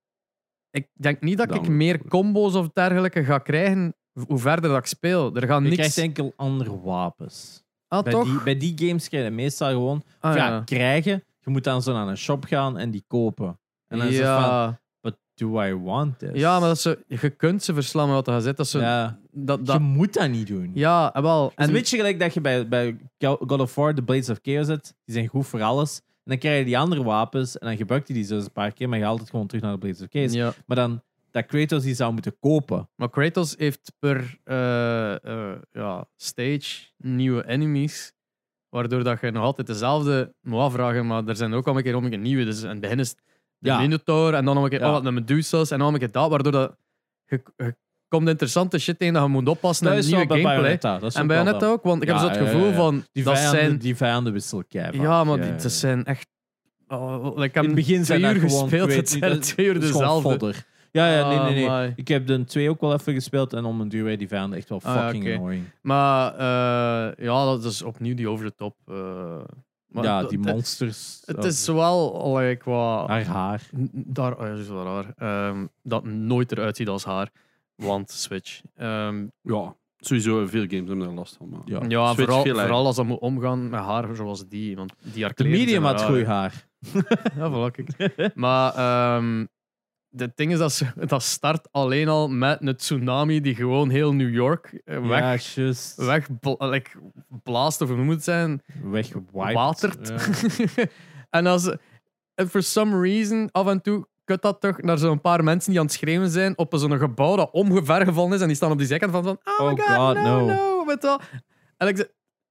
Ik denk niet dat Dan- ik meer combo's of dergelijke ga krijgen hoe verder dat ik speel. Er gaan Je niks... krijgt enkel andere wapens. Ah, Bij toch? die, bij die games krijg je meestal gewoon Ah, of ja, ja. krijgen. Je moet dan zo naar een shop gaan en die kopen. En dan is het van, ja. but do I want this? ja, maar dat is zo, je kunt ze verslaan met wat je zet. Dat is zo, Ja, dat, je dat, moet dat niet doen. ja, wel. Het is En, een beetje gelijk dat je bij, bij God of War de Blades of Chaos hebt. Die zijn goed voor alles. En dan krijg je die andere wapens en dan gebruik je die zo eens een paar keer, maar je haalt het gewoon terug naar de Blades of Chaos. ja. Maar dan dat Kratos die zou moeten kopen. Maar Kratos heeft per eh, eh, ja, stage nieuwe enemies. Waardoor dat je nog altijd dezelfde moet afvragen, maar er zijn ook al een keer om een keer nieuwe. Dus in het begin is de Ja. Minotaur en dan nog een keer Ja. oh, wat de Medusa's en dan nog een keer dat. Waardoor dat je, je komt interessante shit tegen dat je moet oppassen Dat en is nieuwe wel bij gameplay. Bayonetta. Dat is En ook wel Bayonetta wel. ook, want ik heb Ja, zo het ja, ja, gevoel ja. van Die dat vijanden, zijn... die vijanden wisselen keihard. Ja, maar Ja, die, ja, dat ja. zijn echt... Oh, ik heb In het begin twee zijn uur dat gewoon, gespeeld, ik het weet zijn niet, twee uur dat is gewoon dezelfde. fodder. Ja, ja, nee, nee, nee. Ah, my. Ik heb de twee ook wel even gespeeld en om een duur werden die vijanden echt wel Ah, ja, fucking oké. annoying. Maar uh, ja, dat is opnieuw die over de top. Uh, maar ja, dat- die dat- monsters. Het is wel allee, qua... haar haar. N- Daar, oh ja, dat is wel raar. Ehm, dat nooit eruit ziet als haar. Want Switch. Ehm, Ja, sowieso veel games hebben daar last van. Maar Ja. ja, Switch vooral, veel vooral als dat moet omgaan met haar zoals die. Want die haar De kleren medium zijn had raar. goeie haar. Ja, voilà, kijk. Maar ehm het ding is dat ze, dat start alleen al met een tsunami die gewoon heel New York eh, weg, Ja, just. weg bla- like, blaast of hoe moet het zijn. Weggewiped. Watert. Ja. En als en for some reason af en toe kut dat toch naar zo'n paar mensen die aan het schreeuwen zijn op zo'n gebouw dat omgevallen is en die staan op die zijkant van, van oh, Oh my god, God, no, no. no. Weet wel. En ik zeg,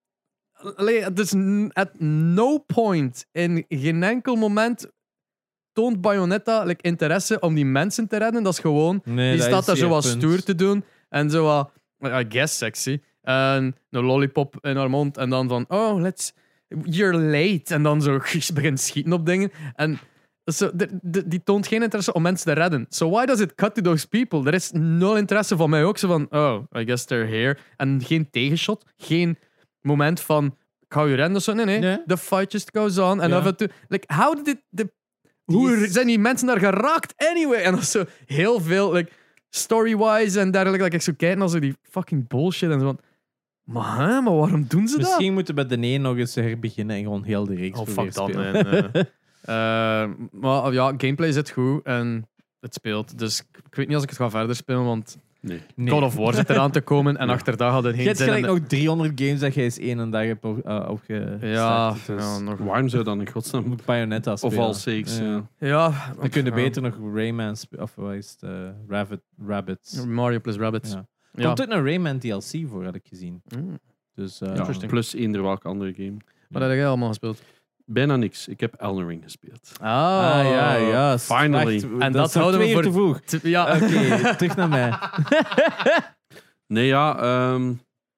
allee, het is n- at no point in geen enkel moment toont Bayonetta like, interesse om die mensen te redden. Dat is gewoon, Nee, die dat staat is daar zo zeer wat punt. stoer te doen en zo wat, I guess sexy. En een lollipop in haar mond en dan van, oh, let's, you're late. En dan zo begint schieten op dingen. En zo, de, de, die toont geen interesse om mensen te redden. So why does it cut to those people? Er is nul interesse van mij ook. Zo van, oh, I guess they're here. En geen tegenshot. Geen moment van, ik ga je rennen of zo. Nee, nee. Nee. The fight just goes on. En Ja. af en toe... Like, how did it... The, hoe is- zijn die mensen daar geraakt? Anyway. En dat is zo heel veel... Like, story-wise en dergelijke. Dat ik zo kijk naar zo die fucking bullshit. En zo van... Maar, hè, maar waarom doen ze dat? Misschien moeten we bij de een nog eens herbeginnen en gewoon heel de reeks Oh, proberen fuck dat, spelen. man. Eh, eh, maar ja, gameplay zit goed en het speelt. Dus ik ik weet niet als ik het ga verder spelen, want nee. Nee. God of War zit eraan te komen en Ja. achter dat had het Je geen hebt zin. gelijk in- nog driehonderd games dat je eens één dag hebt op, uh, opgestart. Ja, Dus ja, nog... waarom zou dan in godsnaam? moet Bayonetta spelen. Of all sakes. Ja. Ja. Ja, Dan kun je ja. beter nog Rayman spelen. Of wat is het? eh, Rabbit, Rabbits. Mario plus Rabbids. Ja. Er komt ook een Rayman D L C voor, had ik gezien. Mm. Dus, uh, Ja, plus eender welke andere game. Wat heb jij allemaal gespeeld? Bijna niks. Ik heb Elden Ring gespeeld. Oh, Ah, ja, ja. Finally. Wacht, En dat dat is nog houden we twee uur voor- te vroeg. T- Ja, Oké, terug naar mij. Nee, ja. ehm,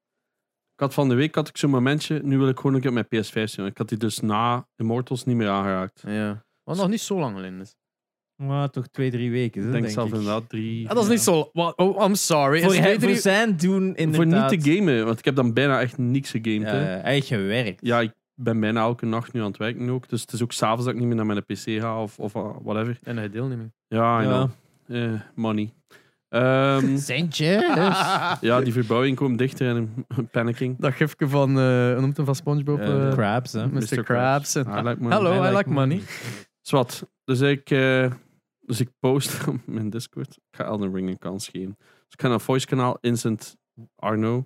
ik had van de week had ik zo'n momentje. Nu wil ik gewoon een keer op mijn P S vijf zien. Ik had die dus na Immortals niet meer aangeraakt. ja. Wat nog niet zo lang geleden is. Maar toch twee, drie weken. Ik hè, denk denk zelf ik. inderdaad drie... Ah, dat is niet zo... What? Oh, I'm sorry. Voor, Is hij, twee, voor drie- zijn doen Voor inderdaad. niet te gamen, want ik heb dan bijna echt niks gegamed. Ja, hè. hij heeft gewerkt. Ja, ik ben bijna elke nacht nu aan het werken ook. Dus het is ook s'avonds dat ik niet meer naar mijn P C ga of, of uh, whatever. En hij deelneming. Ja, I Ja. know. Eh, money. Ehm, Centje. ja, die verbouwing komt dichter en panicking. Dat gifje van... eh hoe noemt hem van SpongeBob? Eh, eh, Crabs, hè. mister Krabs. en- I like money. Hello, I like money. Zwat. Dus ik, eh, dus ik post op mijn Discord. Ik ga Elden Ring een kans geven. Dus ik ga naar het voice kanaal Instant Arno.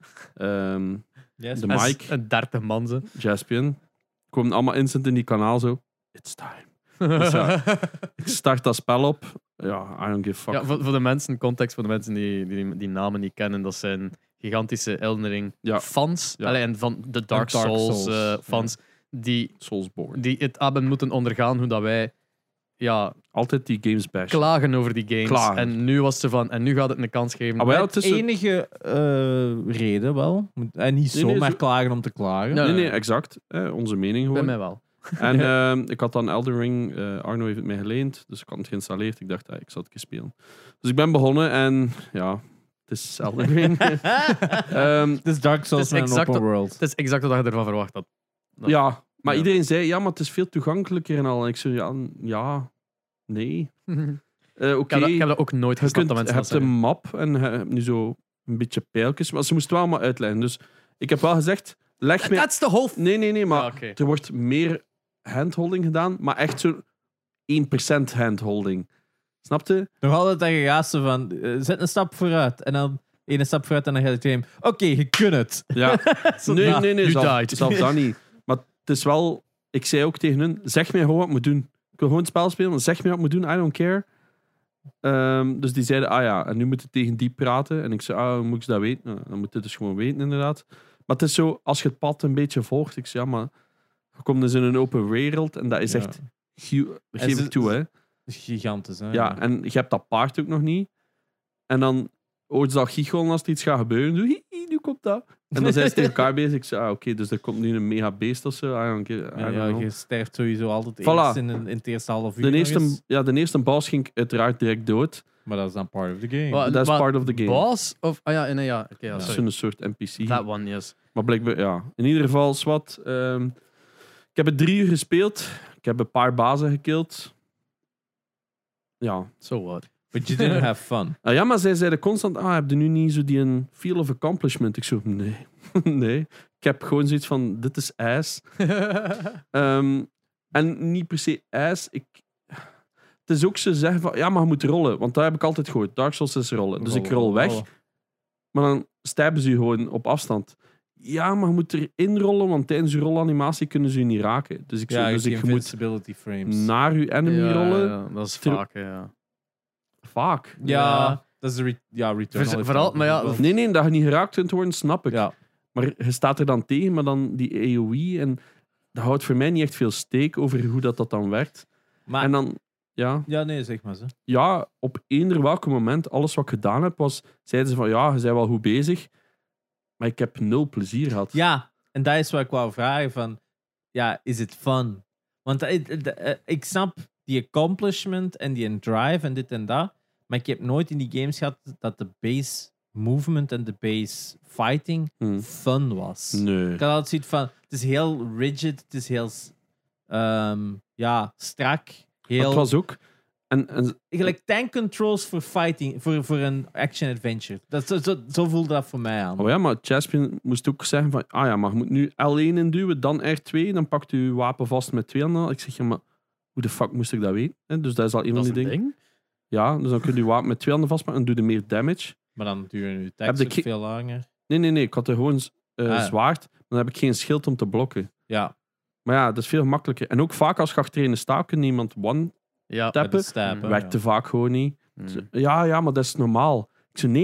Ehm Yes. de Dat is Mike, Een dertig man, ze. Jaspion. Komen allemaal instant in die kanaal zo. It's time. Dus ja, ik start dat spel op. Ja, I don't give a fuck. Ja, voor, voor de mensen, context voor de mensen die, die die namen niet kennen, dat zijn gigantische Elden Ring Ja. fans. Ja. Allee, en van de Dark, Dark Souls, Souls, eh, fans die, Soulsborne. die het hebben moeten ondergaan hoe dat wij ja, Altijd die games bash. klagen over die games. Klagen. En nu was ze van, en nu gaat het een kans geven. Ah, wel, Het het is zo- enige eh, reden wel. Moet- En niet Nee, nee, zomaar zo- klagen om te klagen. Ja. Nee, nee, exact. Eh, onze mening Bij gewoon. mij wel. En ehm, ik had dan Elden Ring, eh, Arno heeft het mij geleend, dus ik had het geïnstalleerd. Ik dacht, ah, ik zal het een keer spelen. Dus ik ben begonnen en ja, het is Elden Ring. Ehm, Het is Dark Souls Het is met een exact open dat- world. Het is exact wat je ervan verwacht had. Dat- ja, maar Ja. iedereen zei, ja, maar het is veel toegankelijker en al. En ik zei, ja, n- ja nee. Eh, Ik, Oké, heb dat, ik heb dat ook nooit je, gesnapt kunt, dat je mensen hebt dat een zeggen. map en je hebt nu zo een beetje pijltjes, maar ze moesten wel allemaal uitleggen. Dus ik heb wel gezegd, leg me... That's the whole... Nee, nee, nee, maar Ja, oké. er wordt meer handholding gedaan, maar echt zo één procent handholding. Snapte? Nog altijd dat je gaat zo van, eh, zet een stap vooruit. En dan één stap vooruit en dan gaat het tegen hem. Oké, je kunt het. Ja. Zo, Nee, ja. nee, nee, you zelf, died. zelfs dat niet. Maar het is wel... Ik zei ook tegen hun, zeg mij gewoon wat ik moet doen. Ik wil gewoon het spel spelen, zeg mij wat ik moet doen, I don't care. Ehm, dus die zeiden, ah ja, en nu moet je tegen die praten. En ik zei, ah, hoe moet ik dat weten? Nou, dan moet je dus gewoon weten, inderdaad. Maar het is zo, als je het pad een beetje volgt, ik zei, ja, maar je komt dus in een open wereld en dat is Ja. echt... hu- En Geef ze- ik toe, hè. Dat is gigantisch, hè? Ja, en je hebt dat paard ook nog niet. En dan ooit zal giechelen als er iets gaat gebeuren. Zo, hi, hi, nu komt dat. En dan zijn ze tegen elkaar bezig. Ik zei, ah, oké, dus er komt nu een mega beest of zo. I don't, care, I Ja, don't ja, know. je sterft sowieso altijd Voilà. eerst in, een- in het eerste half uur. De nog eerste, eens. ja, de eerste baas ging ik uiteraard direct dood. Maar dat is dan part of the game. Wat- Dat is wat- part of the game. Boss? Of... Ah ja, nee, ja. Oké, ja, Ja. Dat is sorry. een soort N P C. That one, yes. Maar blijkbaar, ja. In ieder geval, zwart. ehm, ik heb het drie uur gespeeld. Ik heb een paar bazen gekild. Ja. So what? But you didn't have fun. Ah, ja, maar zij zeiden constant, ah, heb je nu niet zo die een feel of accomplishment? Ik zo, nee. nee. Ik heb gewoon zoiets van, dit is ass. Ehm, en niet per se ass. Ik... Het is ook ze zeggen van, ja, maar je moet rollen. Want dat heb ik altijd gehoord. Dark Souls is rollen. Dus ik rol weg. Maar dan stabben ze je gewoon op afstand. Ja, maar je moet erin rollen, want tijdens je rolanimatie kunnen ze je niet raken. Dus ik, Ja, zo, je dus hebt ik die moet invincibility frames. naar je enemy Ja, rollen. ja, dat is Ter- vaak, hè, ja. Vaak. Ja, dat is de re ja, return. Voor- all vooral- effect. maar ja, Wel. Nee, nee, dat je niet geraakt kunt worden, snap ik. Ja. Maar je staat er dan tegen, maar dan die A O E. En dat houdt voor mij niet echt veel steek over hoe dat, dat dan werkt. Maar, En dan, ja, ja, nee, zeg maar zo. ja, op eender welk moment, alles wat ik gedaan heb, was, zeiden ze van, ja, je bent wel goed bezig. Maar ik heb nul plezier gehad. Ja, en dat is wat ik wou vragen van, ja, is het fun? Want eh, eh, eh, ik snap die accomplishment en die drive en dit en dat, maar ik heb nooit in die games gehad dat de base movement en de base fighting Hm. fun was. Nee. Ik had altijd zoiets van, het is heel rigid, het is heel ehm, ja, strak, Maar heel... het was ook... En, en Gelijk tank controls voor fighting, voor, voor een action-adventure. Dat, zo, zo, zo voelde dat voor mij aan. oh ja, maar Jaspion moest ook zeggen van, ah ja, maar je moet nu L één induwen, dan R twee, dan pakt u uw wapen vast met twee handen. Ik zeg, ja, maar hoe de fuck moest ik dat weten? Hè? Dus dat is al een Dat van is die een dingen. ding. Ja, dus dan kun je je wapen met twee handen vastpakken en doe je meer damage. Maar dan duren uw Heb attacks de ook ki- veel langer. Nee, nee, nee, ik had er gewoon eh, Ah, ja. zwaard, dan heb ik geen schild om te blokken. Ja, Maar ja, dat is veel makkelijker. En ook vaak als je achterin staat, kun je iemand one Ja. tappen. met de stab, hè, Werkte ja. vaak gewoon niet. Mm. Ze- Ja, ja, maar dat is normaal. Ik zei, nee,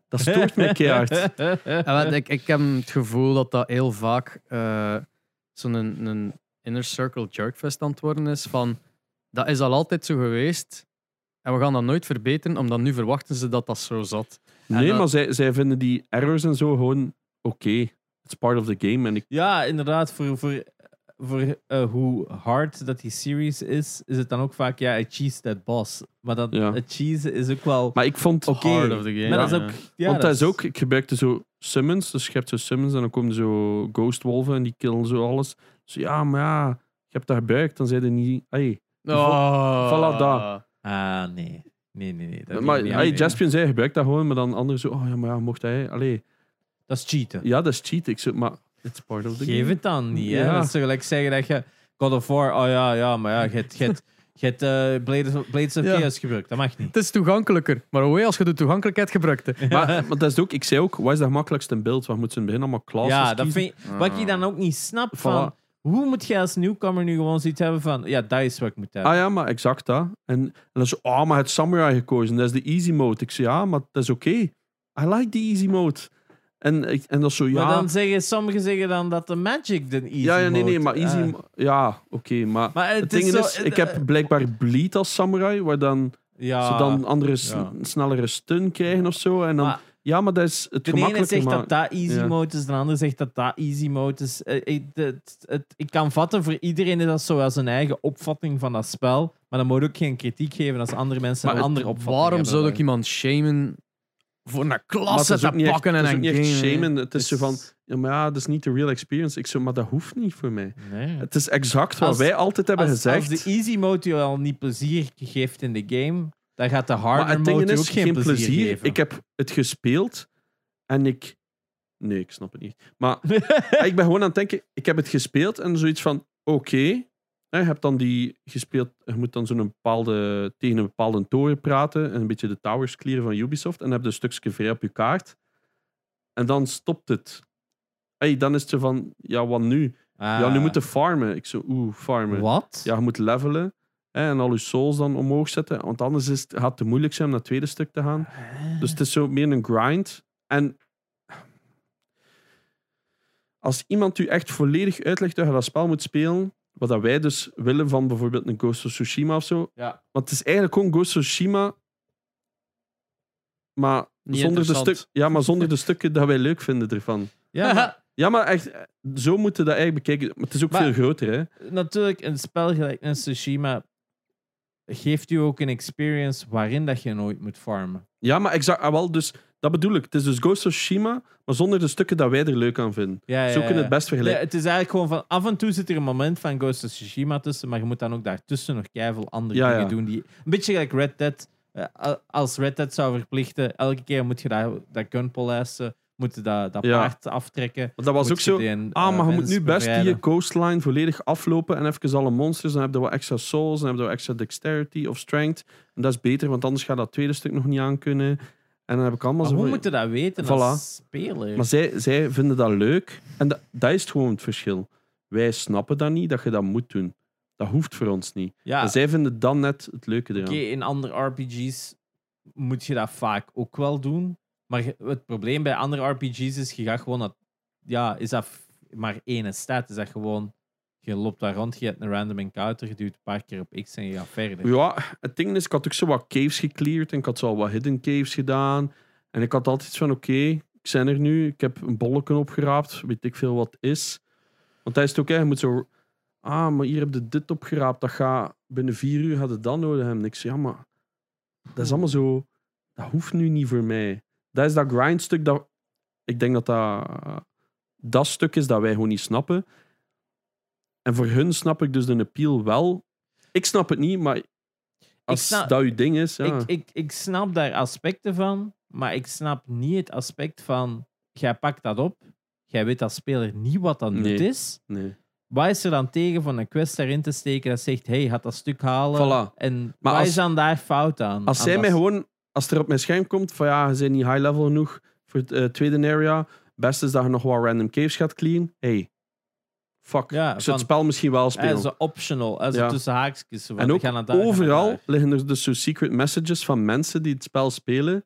Dat stoort mij keihard. Ja, want ik, ik heb het gevoel dat dat heel vaak uh, zo'n een, een inner circle jerkfest aan het worden is. Van, dat is al altijd zo geweest en we gaan dat nooit verbeteren, omdat nu verwachten ze dat dat zo zat. Nee, dat... maar zij, zij vinden die errors en zo gewoon oké. Okay. It's part of the game. En ik... Ja, inderdaad. Voor, voor, voor uh, hoe hard dat die series is, is het dan ook vaak, ja, I cheese that boss. Maar dat ja. het cheese is ook wel... Maar ik vond... Okay. Hard of the game. Maar Ja. dat is ook... Ja, Want dat is is ook... Ik gebruikte zo summons. Dus je hebt zo summons en dan komen zo ghost wolven en die killen zo alles. Dus ja, maar ja... Je hebt dat gebruikt, dan zei je niet... Hey, Oh. Voilà, dat. Ah, nee. Nee, nee, nee. Dat maar niet hey, aan. Jaspion zei, gebruik dat gewoon. Maar dan anderen zo... Oh ja, maar ja, mocht hij... Allee. Dat is cheaten. Ja, dat is cheat. Ik zo, maar... It's part of the Geef game. het dan niet, hè. Ja. Dat is zo gelijk zeggen dat je... God of War, oh ja, ja, maar ja, je hebt... Je hebt Je hebt uh, Blades, of, Blades of Ja. Chaos gebruikt, dat mag niet. Het is toegankelijker. Maar hoe als je de toegankelijkheid gebruikt. Hè. Maar, maar dat is ook... Ik zei ook, wat is dat makkelijkste in beeld? Wat moet ze in het begin allemaal classes Ja, dat kiezen? vind ik, wat ik dan ook niet snap van... Voilà. Hoe moet je als nieuwkomer nu gewoon zoiets hebben van... Ja, dat is wat ik moet hebben. Ah ja, maar exact dat. En, en dan zo, oh, maar het samurai gekozen. Dat is de easy mode. Ik zei, ja, maar dat is oké. Okay. I like the easy mode. En, ik- en dat is zo, ja... Maar dan zeggen sommigen zeggen dan dat de Magic de easy ja, ja, nee, nee, mode- maar easy... Ah. mo- ja, oké, maar... Maar het het is ding zo- is, ik heb blijkbaar bleed als samurai, waar dan Ja, ze dan andere s- ja. snellere stun krijgen of zo. En dan, maar ja, maar dat is het de ene gemakkelijke. zegt maar, dat dat easy ja. mode is, de ander zegt dat dat easy mode is. Eh, Ik, het, het, ik kan vatten, voor iedereen is dat zo wel zijn eigen opvatting van dat spel. Maar dan moet ook geen kritiek geven als andere mensen Maar een het- andere opvatting Waarom hebben. zou ik iemand shamen voor een Maar het klasse is ook te niet echt, pakken het en is ook een niet echt game? shamen. Het is zo Het van, is- ja, maar ja, dat is niet de real experience. Ik zo, maar dat hoeft niet voor mij. Nee. Het is exact wat Als- wij altijd hebben Als, gezegd. als de easy mode je al niet plezier geeft in de game, dan gaat de Maar harder het ding mode je ook is, geen, geen plezier, plezier. geven. Ik heb het gespeeld en ik... Nee, ik snap het niet. Maar ik ben gewoon aan het denken, ik heb het gespeeld en zoiets van, oké, je hebt dan die gespeeld, je moet dan zo'n bepaalde, tegen een bepaalde toren praten en een beetje de towers clearen van Ubisoft en dan heb je een stukje vrij op je kaart. En dan stopt het. Hey, dan is het zo van, ja, wat nu? Ja, nu moet je farmen. Ik zo, oeh, farmen. Wat? Ja, je moet levelen hè, en al je souls dan omhoog zetten, want anders is het, gaat het te moeilijk zijn om naar het tweede stuk te gaan. Dus het is zo meer een grind. En als iemand u echt volledig uitlegt hoe je dat spel moet spelen, wat dat wij dus willen van bijvoorbeeld een Ghost of Tsushima of zo. Ja. Want het is eigenlijk gewoon Ghost of Tsushima, maar Niet zonder de, interessant. stuk, ja, maar zonder de stukken dat wij leuk vinden ervan. Ja, maar Ja, maar echt, zo moeten we dat eigenlijk bekijken. Maar het is ook Maar- veel groter, hè. natuurlijk, een spel gelijk een Tsushima geeft u ook een experience waarin dat je nooit moet farmen. Ja, maar exact, ah, wel, dus dat bedoel ik. Het is dus Ghost of Tsushima, maar zonder de stukken dat wij er leuk aan vinden. Ja, ja, Zo kunnen we het ja. best vergelijken. Ja, het is eigenlijk gewoon van af en toe zit er een moment van Ghost of Tsushima tussen, maar je moet dan ook daartussen nog keiveel andere Ja, dingen ja. doen. Die, een beetje gelijk Red Dead. Eh, al- als Red Dead zou verplichten, elke keer moet je dat, dat gun polijsten, moet je dat, dat Ja. paard aftrekken. Want dat was moet ook zo... je die, Ah, eh, maar je moet mens nu best die bevrijden. coastline volledig aflopen en even alle monsters. Dan heb je wat extra souls, dan heb je wat extra dexterity of strength. En dat is beter, want anders gaat dat tweede stuk nog niet aankunnen. En dan heb ik allemaal Maar zo hoe van- moet je dat weten Voilà. als speler? Maar zij, zij vinden dat leuk. En dat, dat is gewoon het verschil. Wij snappen dat niet, dat je dat moet doen. Dat hoeft voor ons niet. ja, En zij vinden dan net het leuke eraan. oké, in andere R P G's moet je dat vaak ook wel doen. Maar je- het probleem bij andere R P G's is, je gaat gewoon... Dat, ja, is dat f- maar één stat? Is dat gewoon... Je loopt daar rond, je hebt een random encounter, je duwt een paar keer op X en je gaat verder. Ja, het ding is, ik had ook zo wat caves gecleared en ik had zo al wat hidden caves gedaan. En ik had altijd iets van, oké, ik ben er nu, ik heb een bolleken opgeraapt, weet ik veel wat het is. Want hij is het ook, hè, je moet zo... Ah, maar hier heb je dit opgeraapt, dat gaat binnen vier uur gaat het dan nodig hebben. En ik zei, ja, maar dat is allemaal zo... Dat hoeft nu niet voor mij. Dat is dat grindstuk, dat... Ik denk dat dat... Dat stuk is dat wij gewoon niet snappen. En voor hun snap ik dus de appeal wel. Ik snap het niet, maar als snap- dat uw ding is, ja. Ik, ik, ik snap daar aspecten van, maar ik snap niet het aspect van... Jij pakt dat op, jij weet als speler niet wat dat Nee. nut is. Nee. Wat is er dan tegen van een quest daarin te steken dat zegt, hey, gaat dat stuk halen? Voilà. En Maar wat als- is dan daar fout aan? Als Aan zij dat- mij gewoon, als er op mijn scherm komt van ja, je bent niet high level genoeg voor het eh, tweede area, best is dat je nog wat random caves gaat clean. Hey, fuck. Ja, ik zou van- het spel misschien wel spelen. Eh, zo optional, eh, zo Ja. tussen haakjes. zo van, en ook we gaan naar daar, we gaan naar overal daar. liggen er dus zo secret messages van mensen die het spel spelen,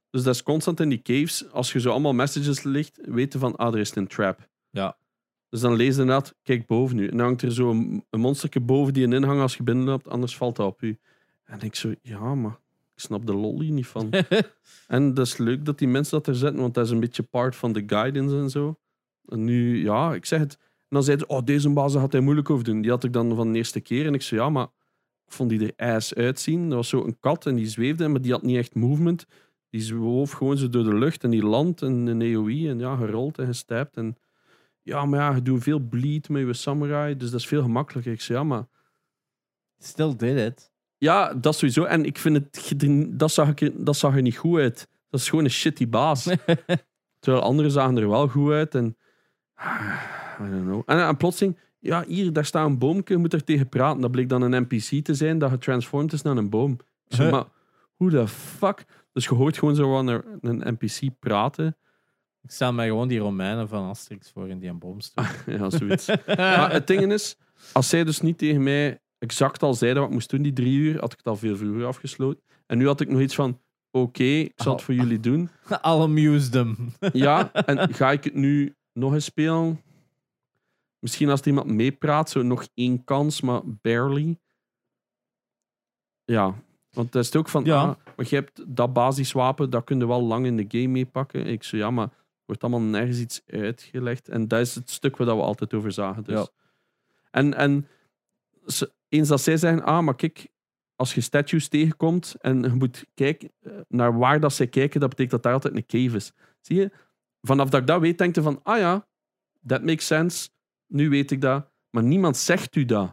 Dus dat is constant in die caves. Als je zo allemaal messages ligt, weten van, ah, er is een trap. Ja. Dus dan lees je inderdaad, kijk boven u. En dan hangt er zo een, een monsterke boven die een ingang als je binnenloopt, anders valt dat op u. En ik zo, ja, maar ik snap de lol hier niet van. En dat is leuk dat die mensen dat er zetten, want dat is een beetje part van de guidance en zo. En nu, ja, ik zeg het. En dan zeiden ze, oh, deze baas had hij moeilijk over doen. Die had ik dan van de eerste keer. En ik zei, ja, maar ik vond die er ass uitzien. Dat was zo een kat en die zweefde, maar die had niet echt movement. Die zwoof gewoon zo door de lucht en die landt en een A O E en ja, gerold en gestapt. En ja, maar ja, je doet veel bleed met je samurai, dus dat is veel gemakkelijker. Ik zei, ja, maar... Still did it. Ja, dat sowieso. En ik vind het... Dat zag, ik, dat zag er niet goed uit. Dat is gewoon een shitty baas. Terwijl anderen zagen er wel goed uit. En... I don't know. En, en plotseling... Ja, hier, daar staat een boomke, je moet er tegen praten. Dat bleek dan een N P C te zijn, dat getransformed is naar een boom. Ik zei, Huh? maar hoe de fuck? Dus je hoort gewoon zo een, een N P C praten. Ik stel mij gewoon die Romeinen van Asterix voor in die een boomstoel. Ja, zoiets. Maar het ding is, als zij dus niet tegen mij exact al zeiden wat ik moest doen, die drie uur, had ik het al veel vroeger afgesloten. En nu had ik nog iets van, oké, okay, ik zal het voor jullie doen. I'll amuse them. Ja, en ga ik het nu nog eens spelen? Misschien als er iemand meepraat, zo nog één kans, maar barely. Ja, want dat is het ook van, Ja. ah, maar je hebt dat basiswapen, dat kun je wel lang in de game meepakken. Ik zo, ja, maar er wordt allemaal nergens iets uitgelegd. En dat is het stuk waar we altijd over zagen. Dus. Ja. En, en ze- eens dat zij zeggen, ah, maar kijk, als je statues tegenkomt en je moet kijken eh, naar waar dat zij kijken, dat betekent dat daar altijd een cave is. Zie je? Vanaf dat ik dat weet, denk je van, ah ja, that makes sense. Nu weet ik dat. Maar niemand zegt u dat.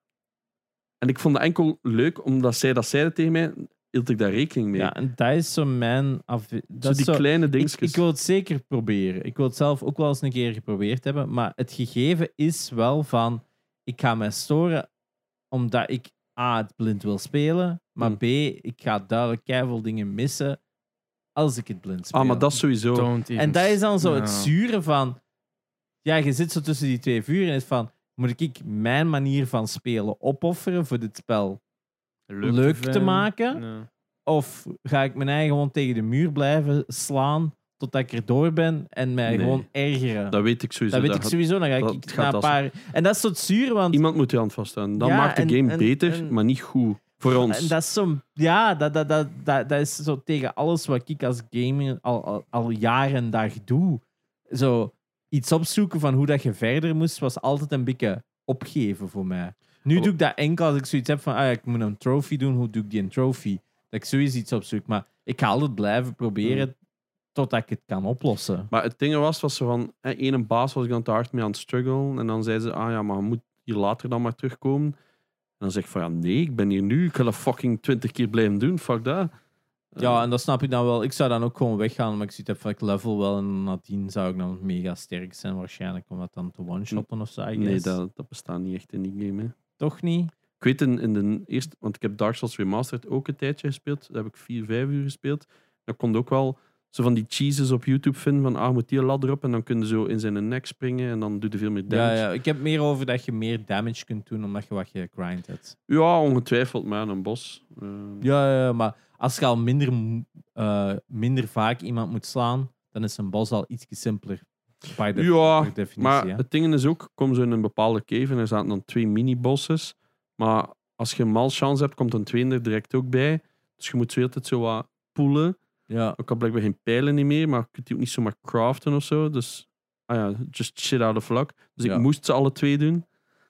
En ik vond het enkel leuk, omdat zij dat zeiden tegen mij, hield ik daar rekening mee. Ja, en dat is zo mijn... Af... zo Dat die is zo... kleine Ik, dingetjes. ik wil het zeker proberen. Ik wil het zelf ook wel eens een keer geprobeerd hebben. Maar het gegeven is wel van... Ik ga mij storen omdat ik A, het blind wil spelen. Maar Hmm. B, ik ga duidelijk keiveel dingen missen als ik het blind speel. Ah, maar dat is sowieso... Don't even- En dat is dan zo het Ja. zure van... Ja, je zit zo tussen die twee vuren en is van... Moet ik mijn manier van spelen opofferen voor dit spel leuk te vinden. maken? Ja. Of ga ik mijn eigen gewoon tegen de muur blijven slaan totdat ik erdoor ben en mij Nee. gewoon ergeren? Dat weet ik sowieso. Dat weet ik gaat- sowieso. Dan ga ik dat ik gaat na een als- paar... En dat is zo het zuur, want... Iemand moet je hand vasthouden. Dan Ja, maakt de en- game en- beter, en- maar niet goed. Voor ons. En dat is zo... Ja, dat, dat, dat, dat, dat is zo tegen alles wat ik als gamer al, al, al jaren en dag doe. Zo iets opzoeken van hoe dat je verder moest, was altijd een beetje opgeven voor mij. Nu Oh. doe ik dat enkel als ik zoiets heb van, ah, ja, ik moet een trophy doen, hoe doe ik die een trophy? Dat ik sowieso iets opzoek. Maar ik ga altijd blijven proberen Hmm. totdat ik het kan oplossen. Maar het ding was, was zo van... Eh, ene baas was ik dan te hard mee aan het strugglen. En dan zei ze, ah ja, maar je moet hier later dan maar terugkomen. En dan zeg ik van, ja, nee, ik ben hier nu. Ik ga dat fucking twintig keer blijven doen. Fuck dat. Ja, en dat snap ik dan wel. Ik zou dan ook gewoon weggaan, maar ik zie dat ik level wel en nadien zou ik dan mega sterk zijn waarschijnlijk om dat dan te one-shotten of zo. I Nee, guess. dat, dat bestaat niet echt in die game. Hè. Toch niet? Ik weet in, in de eerste... Want ik heb Dark Souls Remastered ook een tijdje gespeeld. Daar heb ik vier, vijf uur gespeeld. Dan kon je ook wel zo van die cheeses op YouTube vinden. Van, ah, moet die ladder op. En dan kun je zo in zijn nek springen. En dan doe je veel meer damage. Ja, ja, ik heb meer over dat je meer damage kunt doen omdat je wat je grind hebt. Ja, ongetwijfeld, maar een bos. Eh, Ja, ja, maar als je al minder, m- eh, minder vaak iemand moet slaan, dan is een bos al iets simpeler. By de, Ja, per definitie. maar hè. het ding is ook, kom zo in een bepaalde cave en er zaten dan twee mini-bosses. Maar als je malchance hebt, komt een tweede er direct ook bij. Dus je moet zo altijd zo wat poelen. Ja. Ik had blijkbaar geen pijlen niet meer, maar je kunt die ook niet zomaar craften of zo. Dus, ah ja, just shit out of luck. Dus Ja. ik moest ze alle twee doen.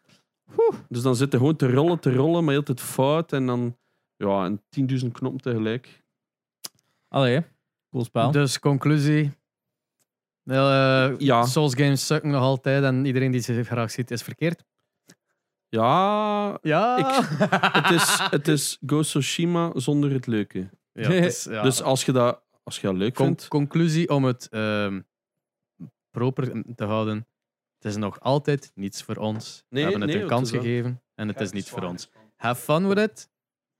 Dus dan zit je gewoon te rollen, te rollen, maar heel tijd fout. En dan, ja, en tienduizend knoppen tegelijk. Allee, cool spel. Dus conclusie. Eh, Ja. Souls games sukken nog altijd en iedereen die ze graag ziet is verkeerd. Ja, Ja. Ik- het is, het is Ghost of Tsushima zonder het leuke. ja, het is- ja. Dus als je dat, als je dat leuk Con- vindt... conclusie om het ehm, proper te houden. Het is nog altijd niets voor ons. Nee, We hebben het nee, een het kans is dat. gegeven en het is niet voor ons. Have fun with it.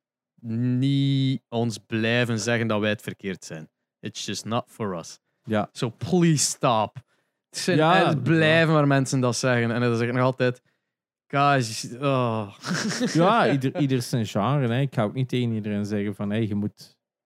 Niet ons blijven zeggen dat wij het verkeerd zijn. It's just not for us. Ja. So please stop. Het zijn, Ja, het blijven maar mensen dat zeggen. En dan zeg ik nog altijd... Guys, oh. Ja, ieder, ieder zijn genre. Hè. Ik ga ook niet tegen iedereen zeggen van hey, je moet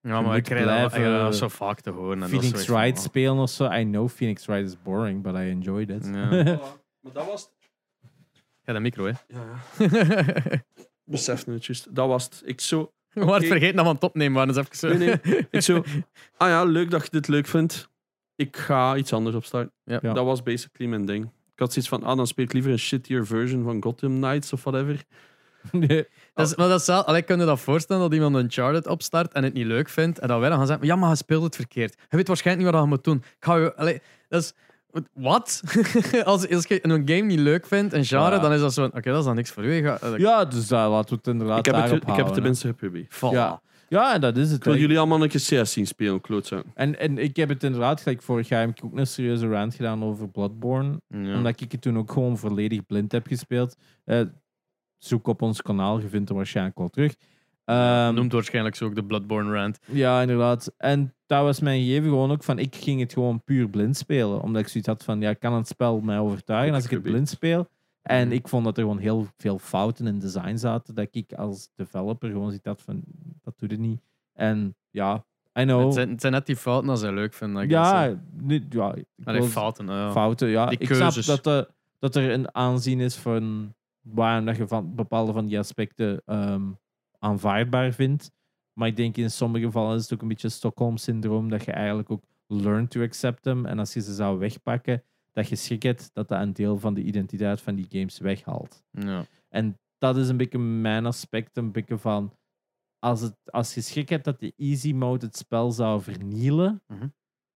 Ja, Je maar ik moet krijg dat, blijven ik krijg dat zo vaak te horen. en dat is Phoenix zoiets van, Wright oh. spelen of zo. I know Phoenix Wright is boring, but I enjoyed it. Ja. Maar dat was het. Ja, de micro, hè. Ja, ja. Besef nu het juist. Dat was het. Ik zo... We waren het Oké. vergeten dat we aan het opnemen waren. Dus even zo. Nee, nee. Ik zo... Ah ja, leuk dat je dit leuk vindt. Ik ga iets anders opstarten. Ja. Ja. Dat was basically mijn ding. Ik had zoiets van, ah, dan speel ik liever een shittier version van Gotham Knights of whatever. Nee. Dat is, maar dat is wel, allee, kun je dat voorstellen dat iemand een Uncharted opstart en het niet leuk vindt en dat wij dan gaan zeggen, ja, maar je speelt het verkeerd. Je weet waarschijnlijk niet wat je moet doen. Ik ga je, allee, dat is... Wat? als, als je een game niet leuk vindt, een genre, Ja. dan is dat zo... Oké, dat is dan niks voor u. Je gaat- uh, Ja, dus uh, laten we het inderdaad Ik heb het, daarop ge- ik heb het houden, tenminste geprobeerd. Voilà. Ja. hè. Ja, en dat is het. Ik wil hè. jullie allemaal een keer C S zien spelen, klootzak. En, en ik heb het inderdaad, gelijk vorig jaar heb ik ook een serieuze rant gedaan over Bloodborne. Ja. Omdat ik het toen ook gewoon volledig blind heb gespeeld. Eh, zoek op ons kanaal, je vindt hem waarschijnlijk wel terug. Ehm, Noemt waarschijnlijk zo ook de Bloodborne rant. Ja, inderdaad. En dat was mijn gegeven gewoon ook van, ik ging het gewoon puur blind spelen. Omdat ik zoiets had van, ja, kan het spel mij overtuigen als ik het blind speel? En ik vond dat er gewoon heel veel fouten in design zaten, dat ik als developer gewoon zoiets had van, dat doet het niet. En ja, I know. Het, zijn, het zijn net die fouten als hij leuk vindt. I guess, ja, hè. niet, ja, ik Allee, wil- fouten. ja. fouten, ja. Die Ik keuzes. snap dat, de, dat er een aanzien is van waarom dat je van bepaalde van die aspecten ehm, aanvaardbaar vindt. Maar ik denk in sommige gevallen is het ook een beetje Stockholm-syndroom, dat je eigenlijk ook learn to accept them. En als je ze zou wegpakken, dat je schrik hebt dat dat een deel van de identiteit van die games weghaalt. Ja. En dat is een beetje mijn aspect, een beetje van... Als, het, als je schrik hebt dat de easy mode het spel zou vernielen, Mhm.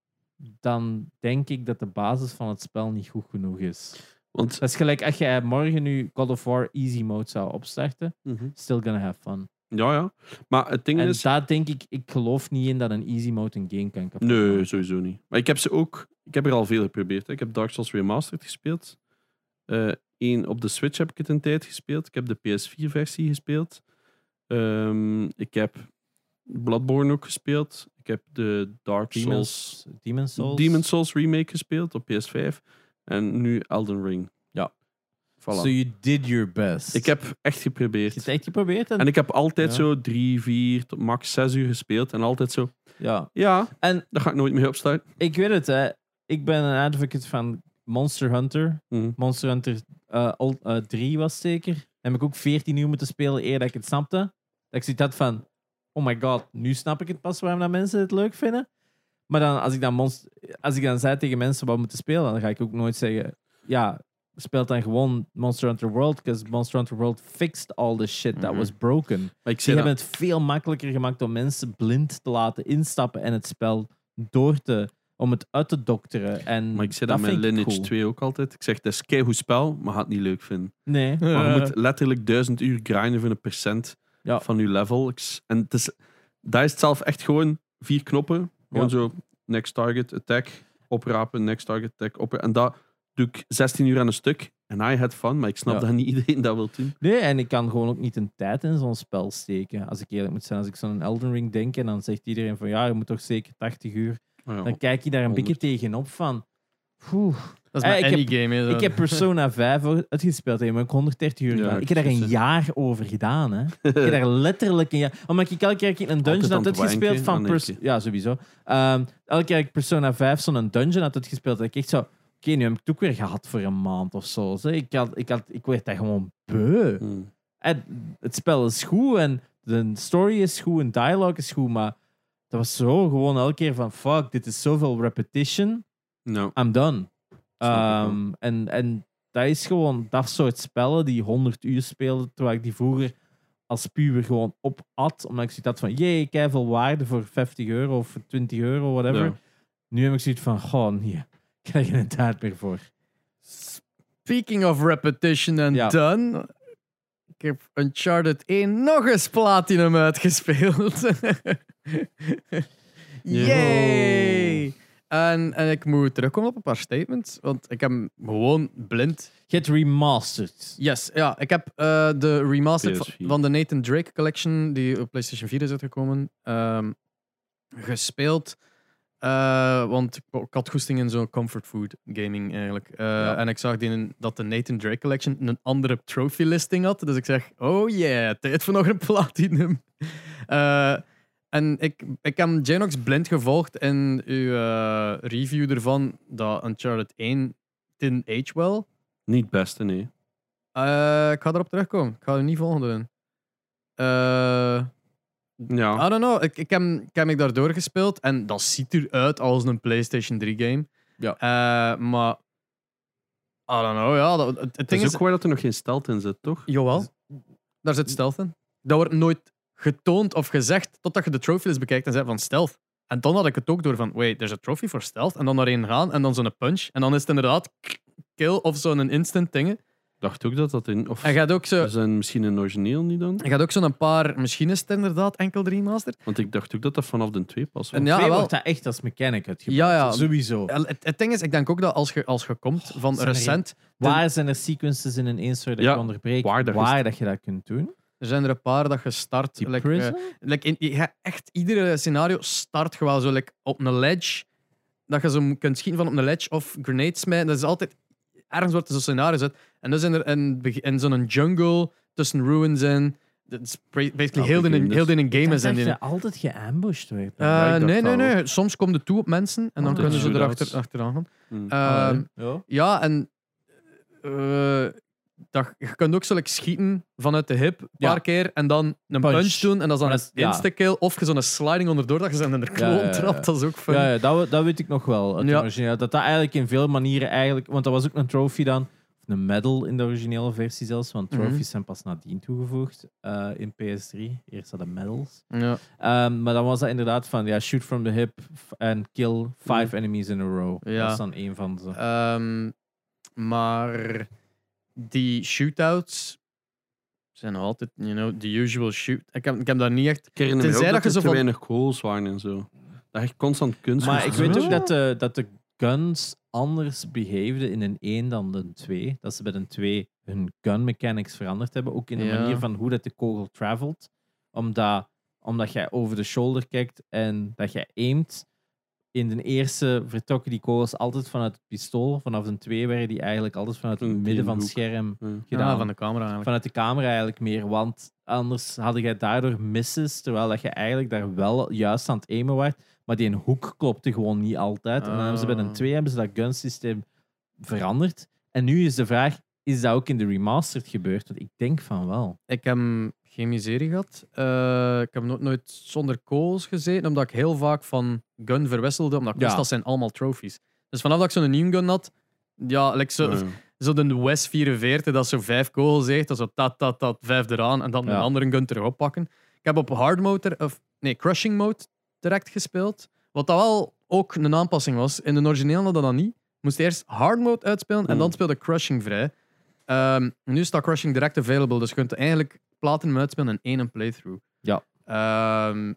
dan denk ik dat de basis van het spel niet goed genoeg is. Want... Dat is gelijk als jij morgen nu God of War easy mode zou opstarten, Mhm. still gonna have fun. Ja, ja. Maar het ding En is... daar denk ik, ik geloof niet in dat een easy mode een game kan kapot Nee, maken. sowieso niet. Maar ik heb ze ook... Ik heb er al veel geprobeerd. Hè. Ik heb Dark Souls Remastered gespeeld. Eén op de Switch heb ik het een tijd gespeeld. Ik heb de P S vier versie gespeeld. Ehm, ik heb Bloodborne ook gespeeld. Ik heb de Dark Souls... Demon's, Demon's Souls. Demon's Souls remake gespeeld op P S vijf. En nu Elden Ring. Ja. Voilà. So you did your best. Ik heb echt Je geprobeerd. hebt het echt geprobeerd? En, En ik heb altijd Ja. zo drie, vier tot max zes uur gespeeld. En altijd zo... ja. Ja, En daar ga ik nooit mee opstarten. ik weet het, hè. Ik ben een advocate van Monster Hunter. Mhm. Monster Hunter eh, al- eh, drie was zeker. Heb ik ook veertien uur moeten spelen eer dat ik het snapte. Dat ik zoiets had van, oh my god, nu snap ik het pas waarom dat mensen het leuk vinden. Maar dan, als ik dan, monster, als ik dan zei tegen mensen wat moeten spelen, dan ga ik ook nooit zeggen, ja, speel dan gewoon Monster Hunter World, because Monster Hunter World fixed all the shit that Mhm. was broken. Maar ik Ze zei hebben dat... het veel makkelijker gemaakt om mensen blind te laten instappen en het spel door te, om het uit te dokteren. En Maar ik zei dat, dat met vind ik Lineage cool. twee ook altijd. Ik zeg, het is een keigoed spel, maar gaat het niet leuk vinden. Nee. Maar je moet letterlijk duizend uur grinden voor een percent Ja. van je level. Ik s- En het is, daar is het zelf echt gewoon vier knoppen. Gewoon Ja. zo, next target, attack, oprapen, next target, attack, oprapen. En dat doe ik zestien uur aan een stuk. En I had fun, maar ik snap Ja. dat niet iedereen dat wil doen. Nee, en ik kan gewoon ook niet een tijd in zo'n spel steken. Als ik eerlijk moet zijn, als ik zo'n Elden Ring denk en dan zegt iedereen van ja, je moet toch zeker tachtig uur. Oh ja. Dan kijk je daar een beetje honderd. tegenop van. Poeh. Dat is Eh, mijn ik heb- any game. hè, zo. Ik heb Persona vijf uitgespeeld, hè, maar ik honderddertig uur Ja, gedaan. ik Ik heb daar een zie ze. jaar over gedaan. Hè. Ik heb daar letterlijk een jaar... Omdat ik elke keer dat ik een dungeon Altijd aan had het uitgespeeld wanken. van... Ah, nee, Pers- oké. Ja, sowieso. Ehm, elke keer dat ik Persona vijf zo'n dungeon had uitgespeeld, dat ik echt zo... Oké, nu heb ik het ook weer gehad voor een maand of zo. Zo. Ik, had, ik, had, ik werd daar gewoon beu. Hmm. En het spel is goed en de story is goed en dialogue is goed, maar dat was zo gewoon elke keer van fuck, dit is zoveel repetition, Nou, I'm done. Snap ik wel. Um, en, en dat is gewoon dat soort spellen die honderd uur speelden, terwijl ik die vroeger als puber gewoon op at, omdat ik zoiets had van jee, ik heb veel waarde voor vijftig euro of voor twintig euro, whatever. Ja. Nu heb ik zoiets van, goh, nee, ik krijg er geen tijd meer voor. Speaking of repetition and Ja. done. Ik heb Uncharted één nog eens Platinum uitgespeeld. Yay! En, en ik moet terugkomen op een paar statements, want ik heb hem gewoon blind. Get remastered. Yes, ja, ik heb eh, de remastered P S van, vier. van de Nathan Drake Collection, die op PlayStation vier is uitgekomen, ehm, gespeeld. Eh, want ik, ik had goesting in zo'n comfort food gaming eigenlijk. Eh, Ja. En ik zag die een- dat de Nathan Drake Collection een andere trophy listing had. Dus ik zeg, oh yeah, tijd voor nog een platinum. Eh, En ik, ik heb Janox blind gevolgd in uw uh, review ervan dat Uncharted één didn't age well. Niet het beste, nee. Uh, ik ga erop terugkomen. Ik ga er niet volgende doen. Uh, Ja. I don't know. Ik, ik, heb, ik heb ik daardoor gespeeld en dat ziet eruit als een PlayStation drie game. Ja. Uh, maar I don't know. Ja, dat, het, het Het ding is is... ook waar dat er nog geen stealth in zit, toch? Jawel. Daar zit stealth in. Dat wordt nooit getoond of gezegd totdat je de trophy bekijkt en zegt van stealth. En dan had ik het ook door van, wait, there's a trophy for stealth. En dan daarheen gaan en dan zo'n punch. En dan is het inderdaad kill of zo'n instant dingen. Ik dacht ook dat dat in... Of En gaat ook zo... we zijn misschien in origineel niet dan? Je gaat ook zo'n paar machines inderdaad enkel de remaster. Want ik dacht ook dat dat vanaf de twee pas was. En ja, Twee wel. wordt dat echt als mechanic uitgebracht. Ja, ja. Sowieso. Ja, Het, het ding is, ik denk ook dat als je, als je komt van zijn er recent... Waar zijn er sequences in een één story dat Ja, je onderbreekt? waar Waar, dat dat, je- je dat kunt doen? Er zijn er een paar dat je start... Die like, eh, prison? like in, je gaat echt iedere scenario start je wel zo like, op een ledge. Dat je zo kunt schieten van op een ledge of grenades smijten. Dat is altijd... Ergens wordt er zo'n scenario gezet. En dan zijn er in, in zo'n jungle tussen ruins in. Dat is pra- basically Ja, heel in begin een dus. heel in een game Ik is. dacht En dat die- je altijd geambushed werd. Eh, Ja, ik dacht nee, nee, dat nee. Soms komen de toe op mensen en dan Oh, kunnen ze shootouts. erachter achteraan gaan. Hmm. Ehm, ja. ja, en eh, dat, je kunt ook zo like, schieten vanuit de hip een Ja. paar keer en dan een punch, Punch. doen en dat is dan Maar een dat is- ja. insta-kill of je zo'n sliding onderdoor dat je ze in de kloon ja, ja. trapt. Dat is ook fun. Ja, ja, dat, we- dat weet ik nog wel. uit de Ja. originele. Dat dat eigenlijk in veel manieren eigenlijk... Want dat was ook een trophy dan. Of een medal in de originele versie zelfs. Want trophies Mhm. zijn pas nadien toegevoegd uh, in P S drie. Eerst hadden medals. Ja. Um, maar dan was dat inderdaad van... Ja, shoot from the hip and kill five Mhm. enemies in a row. Ja. Dat is dan één van ze. Ehm, maar die shootouts zijn nog altijd, you know, the usual shoot. Ik heb, ik heb daar niet echt... Ik herinner me Tenzij ook dat dat, je er zo te van- weinig goals waren en zo. Dat je constant kunst Maar moest ik doen. weet zo? ook dat de, dat de guns anders behaveden in een één dan de twee. Dat ze bij de twee hun gun mechanics veranderd hebben. Ook in de Ja. manier van hoe dat de kogel travelt. Omdat, omdat jij over de shoulder kijkt en dat jij aimt. In de eerste vertrokken die kogels altijd vanuit het pistool. Vanaf de twee werden die eigenlijk altijd vanuit het In die midden van het hoek. scherm Ja. gedaan. Ja, van de camera eigenlijk. Vanuit de camera eigenlijk meer. Want anders had jij daardoor misses. Terwijl dat je eigenlijk daar wel juist aan het aimen was. Maar die een hoek klopte gewoon niet altijd. En dan hebben ze bij een Ah. twee hebben ze dat gunsysteem veranderd. En nu is de vraag, is dat ook in de remastered gebeurd? Want ik denk van wel. Ik heb geen miserie gehad. Eh, ik heb nooit, nooit zonder kogels gezeten, omdat ik heel vaak van gun verwisselde, omdat ik Ja. wist dat zijn allemaal trophies. Dus vanaf dat ik zo'n nieuwe gun had, ja, like zo, Ja. zo de West vierenveertig, dat zo vijf kogels heeft, dat zo tat, tat, tat, vijf eraan en dan Ja. een andere gun terug oppakken. Ik heb op hard mode, er- of nee, crushing mode direct gespeeld, wat dat wel ook een aanpassing was. In de origineel hadden dat niet. Je moest eerst hard mode uitspelen en Hmm. dan speelde crushing vrij. Ehm, nu staat crushing direct available, dus je kunt eigenlijk platinum uitspelen in één playthrough. Ja. Ehm,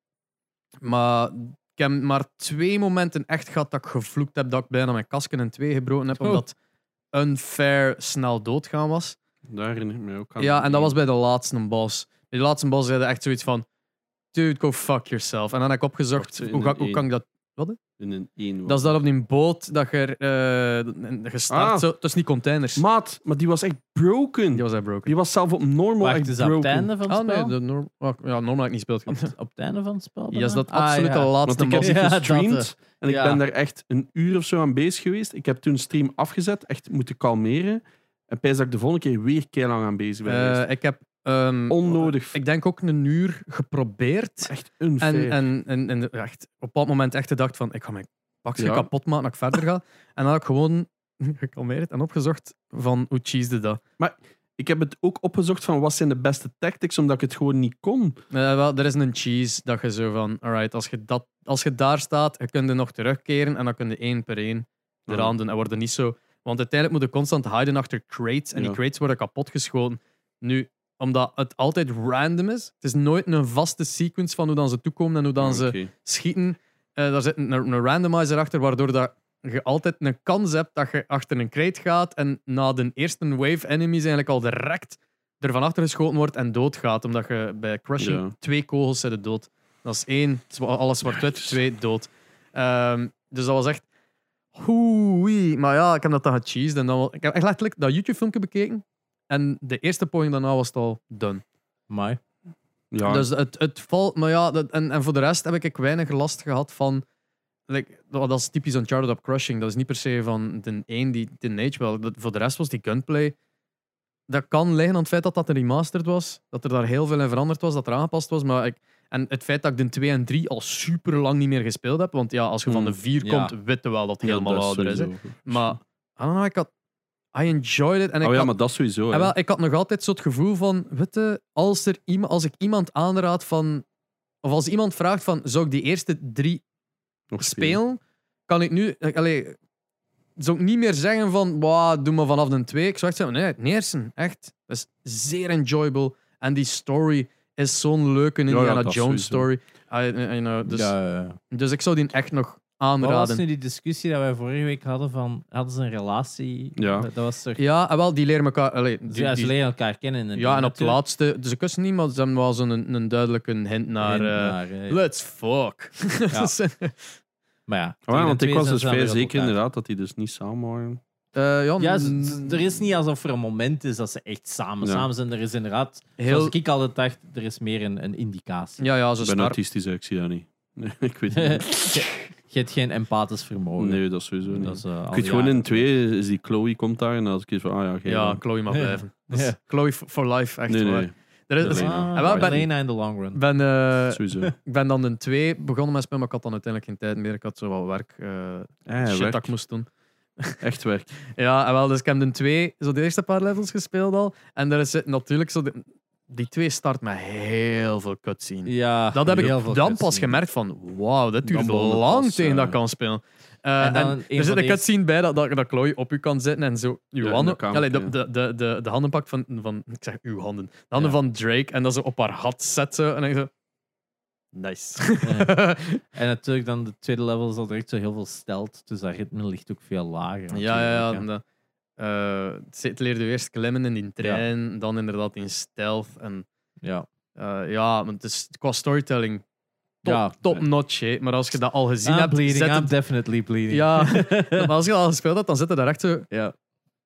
maar ik heb maar twee momenten echt gehad dat ik gevloekt heb dat ik bijna mijn kasken in twee gebroken heb, Oh. omdat unfair snel doodgaan was. Daar herinner ik me ook aan. Ja, en dat was bij de laatste boss. Bij de laatste boss zeiden echt zoiets van: dude, go fuck yourself. En dan heb ik opgezocht, Wacht, in hoe, ga, een hoe kan ik dat... In een één. Dat is dat op die boot dat je er, eh, gestart, Ah. zo, tussen die containers. Maat, maar die was echt broken. Die Die, was hij broken. was zelf op normal Wacht, echt is dat op het broken. einde van het Ah nee, spel? de norm, oh, ja, normaal heb ik niet gespeeld. Op, op het einde van het spel? Ja, is dat bijna? Ah, absoluut ja. de laatste Want ik heb boss. die Ja, gestreamd dat, en ik ja. ben daar echt een uur of zo aan bezig geweest. Ik heb toen stream afgezet, echt moeten kalmeren. En pijs dat ik de volgende keer weer keilang aan bezig ben geweest. Eh, ik heb ehm, Onnodig. Ik denk ook een uur geprobeerd. Echt unfair. En, en, en, en echt, op dat moment echt gedacht van, ik ga mijn pakje Ja. kapot maken dat ik verder ga. En dan had ik gewoon gekalmeerd en opgezocht van hoe cheesde dat. Ik heb het ook opgezocht van wat zijn de beste tactics, omdat ik het gewoon niet kon. Eh, wel, er is een cheese dat je zo van, alright, als je, dat, als je daar staat, je kunt er nog terugkeren en dan kun je één per één eraan Ja. doen en worden niet zo... Want uiteindelijk moet je constant hiden achter crates en die Ja. crates worden kapot geschoten. Nu, omdat het altijd random is, het is nooit een vaste sequence van hoe dan ze toekomen en hoe dan Ah, ze oké. schieten. Eh, daar zit een, een randomizer achter, waardoor dat je altijd een kans hebt dat je achter een crate gaat en na de eerste wave enemies eigenlijk al direct er van achter geschoten wordt en doodgaat. Omdat je bij crushing Ja. twee kogels zit dood. Dat is één, zwa- alles zwart-wit, twee, dood. Ehm, dus dat was echt... Oei. Maar ja, ik heb dat dan gecheesed. En dan, wel- ik heb echt letterlijk dat YouTube-filmpje bekeken. En de eerste poging daarna was het al done. Amai. Ja, Dus het, het valt... Maar ja, dat, en, en voor de rest heb ik weinig last gehad van... Like, dat is typisch Uncharted Up Crushing. Dat is niet per se van de één die Teenage wel. Dat, voor de rest was die gunplay... Dat kan liggen aan het feit dat dat een remastered was. Dat er daar heel veel in veranderd was. Dat er aangepast was. Maar ik, en het feit dat ik de twee en drie al super lang niet meer gespeeld heb. Want ja, als je van de vier Ja. komt, weet je wel dat het ja, helemaal dat ouder is. Hè. sowieso. Maar, I don't know, ik had... I enjoyed it. En ik Oh ja, had, maar dat sowieso. en hè. wel, ik had nog altijd zo het gevoel van... Weet je, als, er iemand, als ik iemand aanraad van... Of als iemand vraagt van... Zou ik die eerste drie Nog spelen? Kan ik nu... Allee, zou ik niet meer zeggen van... Wow, doe maar vanaf de twee. Ik zou echt zeggen... Nee, het eerste. Echt. Dat is zeer enjoyable. En die story is zo'n leuke ja, Indiana dat Jones sowieso. story. I, I know, dus, Ja, ja, ja. dus ik zou die echt nog Wat was aanraden. nu die discussie dat wij vorige week hadden van... Hadden ze een relatie? Ja. Dat was toch... Ja, en wel, die leren elkaar... Allee, die, Ja, ze die- leren elkaar kennen. En ja, en op het het laatste... Dus ze kussen niet, maar ze hebben wel zo'n een, een duidelijke hint naar... eh, let's fuck. Ja. Maar ja. Oh, ja, want ik was dus vrij vrij zeker inderdaad dat die dus niet samen waren. Eh, ja, Ja, n- z- z- er is niet alsof er een moment is dat ze echt samen, Ja. samen zijn. Er is inderdaad, heel... zoals ik altijd dacht, er is meer een, een indicatie. Ja, ja, Ik ze ben start... autistisch, hè, ik zie dat niet. Nee, ik weet het niet. je, je hebt geen empathisch vermogen. Nee, dat is sowieso niet. Dat is, uh, Ik weet gewoon in twee is die Chloe komt daar en dan als ik van, ah ja, geen Ja, dan. Chloe mag Ja. blijven. Dat is Ja. Chloe for for life, echt Nee, waar. nee, Er is, Elena. Ah, En wel, ben- Elena in the long run. ben, eh, sowieso. ik ben dan in twee begonnen met spelen, maar ik had dan uiteindelijk geen tijd meer. Ik had zo wat werk, eh, Eh, shit werk. dat ik moest doen. Echt werk. Ja, en wel, dus ik heb de twee, zo de eerste paar levels gespeeld al. En er is het natuurlijk zo... de- die twee start met heel veel cutscene. Ja, Dat heb ik heel veel dan cutscene. pas gemerkt van, wauw, dit duurt Dan begon het lang pas, tegen eh, dat ik kan spelen. Eh, En dan en een er van zit een de eerste- cutscene bij dat, dat, dat Chloe op u kan zitten en zo uw Ja, in handen, de kamer, allee, de, ja. de, de, de, de handen pakt van, van, ik zeg uw handen, de handen Ja. van Drake en dat ze op haar hat zet zo, en dan zo, nice. Ja. En natuurlijk dan de tweede level is al direct zo heel veel stealth, dus dat ritme ligt ook veel lager. ja, ja, ja. natuurlijk, en dat, eh, het leerde je eerst klimmen in die trein, dan inderdaad in stealth. En hè. Ja. eh, ja, want het is qua storytelling top, Ja. top notch, hè. Maar als je dat al gezien I'm hebt, bleeding, zet I'm het- definitely bleeding. ja, maar als je dat al gespeeld hebt, dan zit je daar echt zo. Ja.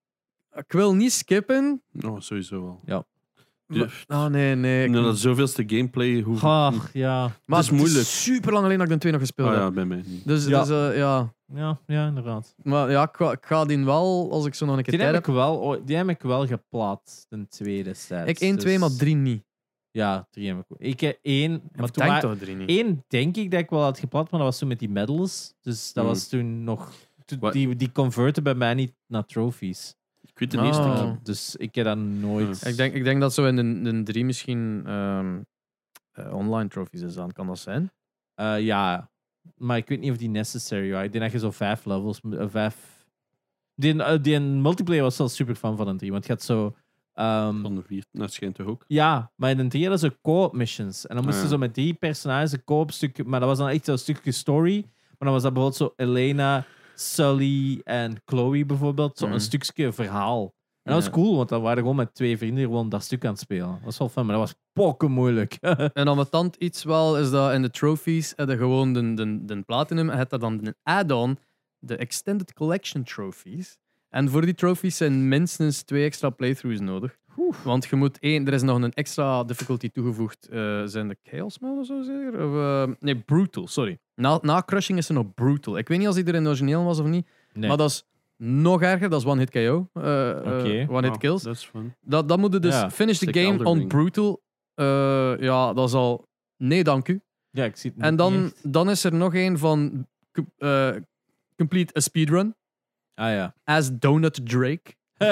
Ik wil niet skippen. Oh, sowieso wel. Ja. Maar, oh nee, nee. Ik, En dat zoveelste gameplay, hoe... Ach, ja. maar het is moeilijk. super lang alleen dat ik de twee nog gespeeld Ah heb. ja, bij mij niet. Dus, Ja. dus eh, ja. Ja, ja, inderdaad. Maar ja, ik ga, ik ga die wel, als ik zo nog een keer Die tijd heb, heb. ik wel, ooit- die heb ik wel geplaatst, de tweede destijds. Ik één, twee, Dus- maar drie niet. Ja, drie heb ik ook. Ik heb één, maar Of toen denk wa- toch drie niet. één denk ik dat ik wel had geplaatst, maar dat was toen met die medals. Dus dat Hmm. was toen nog... toen- Wat? Die, die converten bij mij niet naar trophies. Ik weet de Ah. eerste Oh. keer. Dus ik heb dat nooit... Ik denk, ik denk dat zo in de, de drie misschien ehm, eh, online trophies is aan. Kan dat zijn? Eh, ja, maar ik weet niet of die necessary waren. Ik denk dat je zo vijf levels... moet- eh, vijf... Die, eh, die een multiplayer was wel super fan van een drie, want je had zo... ehm, Van de vier. Dat schijnt toch ook? Ja, maar in een drie hadden ze co-op missions. En dan moesten Ah, ze ja. zo met die personages een co-op stuk... Maar dat was dan echt zo'n stukje story. Maar dan was dat bijvoorbeeld zo Elena, Sully en Chloe bijvoorbeeld. Zo'n Mhm. stukje verhaal. En dat Ja. was cool, want dan waren we gewoon met twee vrienden gewoon dat stuk aan het spelen. Dat was wel fun, maar dat was pokken moeilijk. En dan wat tand iets wel, is dat in de trophies heb je gewoon de, de, de platinum en heb je dan een add-on, de Extended Collection trophies. En voor die trophies zijn minstens twee extra playthroughs nodig. Want je moet één, er is nog een extra difficulty toegevoegd. eh, zijn de Chaos mode of zo zeker? Of, eh, nee, Brutal, sorry. Na, na Crushing is er nog Brutal. Ik weet niet als die er in de origineel was of niet, Nee. maar dat is nog erger. Dat is One Hit K O. eh, eh, Oké. One Hit Oh, Kills. Dat is fun. Dat, dat moet je dus Ja, finish the sick game Elden on Ring. Brutal. Eh, ja, dat is al... Nee, dank u. Ja, ik zie het En niet dan, echt. dan is er nog een van eh, Complete a Speedrun Ah ja. as Donut Drake.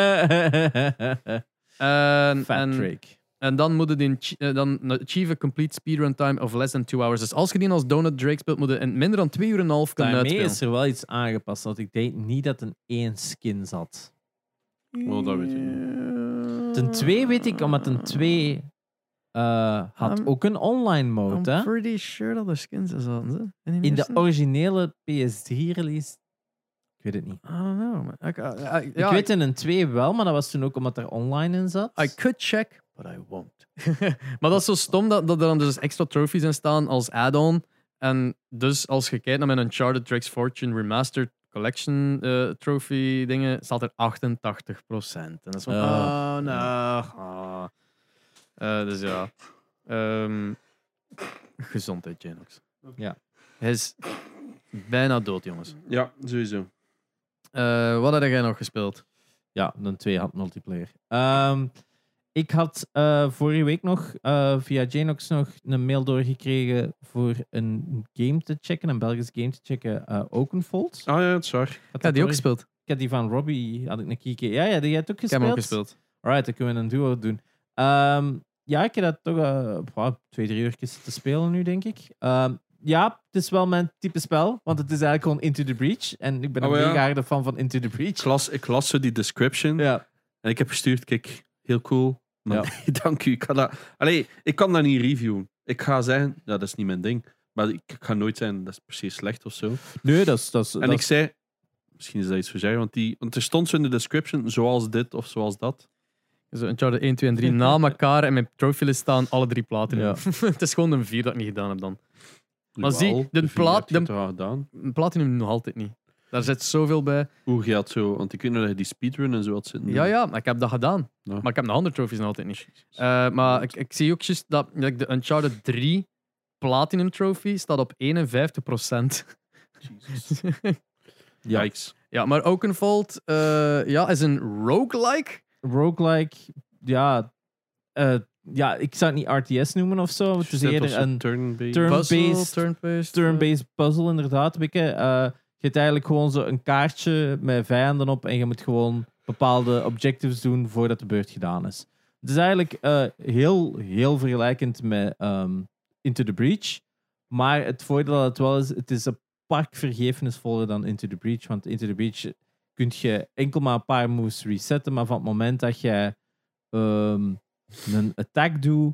En, Fat en, Drake. en dan moet je die, eh, dan achieve a complete speedrun time of less than two hours. Dus als je die als Donut Drake speelt, moet je in minder dan twee uur en een half kunnen Daarmee uitspelen. is er wel iets aangepast. Want ik denk niet dat een één skin zat. Oh, dat weet ik niet. Ten twee weet ik, omdat een twee eh, had I'm- ook een online I'm mode. Hè? pretty sure dat er skins in zaten. Ze. In, die In de eerste? originele P S drie release. Ik weet het niet. I don't know. man. Ik, eh, eh, ja, ik weet in een twee wel, maar dat was toen ook omdat er online in zat. I could check, but I won't. Maar dat is zo stom dat, dat er dan dus extra trophies in staan als add-on. En dus als je kijkt naar mijn Uncharted Drake's Fortune Remastered Collection eh, trophy dingen, staat er achtentachtig procent. En dat is van, Ja. oh no. ah. Eh, dus ja. Ehm, gezondheid, Janox. Ja. Hij is bijna dood, jongens. Ja, sowieso. Uh, wat heb jij nog gespeeld? Ja, een twee-hand multiplayer. Um, ik had uh, vorige week nog uh, via Janox nog een mail doorgekregen voor een game te checken, een Belgisch game te checken, uh, Oakenfold. Ah ja, het is waar. Ik heb die ook gespeeld. Ik heb die van Robbie, had ik een keer. Ja, ja, die had ook gespeeld. Ik heb hem ook gespeeld. Alright, dan kunnen we een duo doen. Um, ja, ik heb dat toch uh, wow, twee, drie uur te spelen nu, denk ik. Um, ja, het is wel mijn type spel, want het is eigenlijk gewoon Into the Breach. En ik ben een oh, ja. mega harde fan van Into the Breach. Ik las, ik las zo die description ja. en ik heb gestuurd, kijk, heel cool. Maar ja. nee, dank u. Ik, ga dat, allee, ik kan dat niet reviewen. Ik ga zeggen, ja, dat is niet mijn ding. Maar ik, ik ga nooit zeggen, dat is precies slecht of zo. Nee, dat is... Dat is en dat ik is... zei, misschien is dat iets voor zeggen, want, die, want er stond zo in de description, zoals dit of zoals dat. Zo Uncharted één, twee en drie na elkaar en mijn trofeelist staan alle drie platen. Ja. Het is gewoon een vier dat ik niet gedaan heb dan. Maar Wel, zie, de, de plaat, de gedaan. platinum nog altijd niet. Daar zit zoveel bij. Hoe gaat zo? Want ik weet nog dat je die speedrun en zo had zitten. Ja, ja, maar ik heb dat gedaan. Ja. Maar ik heb de andere trophies nog altijd niet. Uh, maar ik, ik zie ook juist dat like, de Uncharted drie platinum trophy staat op eenenvijftig procent. Yikes. Ja, maar Oakenfold uh, ja, is een roguelike. Roguelike, ja... Uh, ja, ik zou het niet R T S noemen of zo. Het is eerder een turn-based turn-based turn-based, turn-based puzzle, inderdaad. Uh, je hebt eigenlijk gewoon zo een kaartje met vijanden op en je moet gewoon bepaalde objectives doen voordat de beurt gedaan is. Het is eigenlijk uh, heel, heel vergelijkend met um, Into the Breach. Maar het voordeel dat het wel is, het is een pak vergevenisvoller dan Into the Breach. Want Into the Breach kun je enkel maar een paar moves resetten, maar van het moment dat jij um, een attack doet,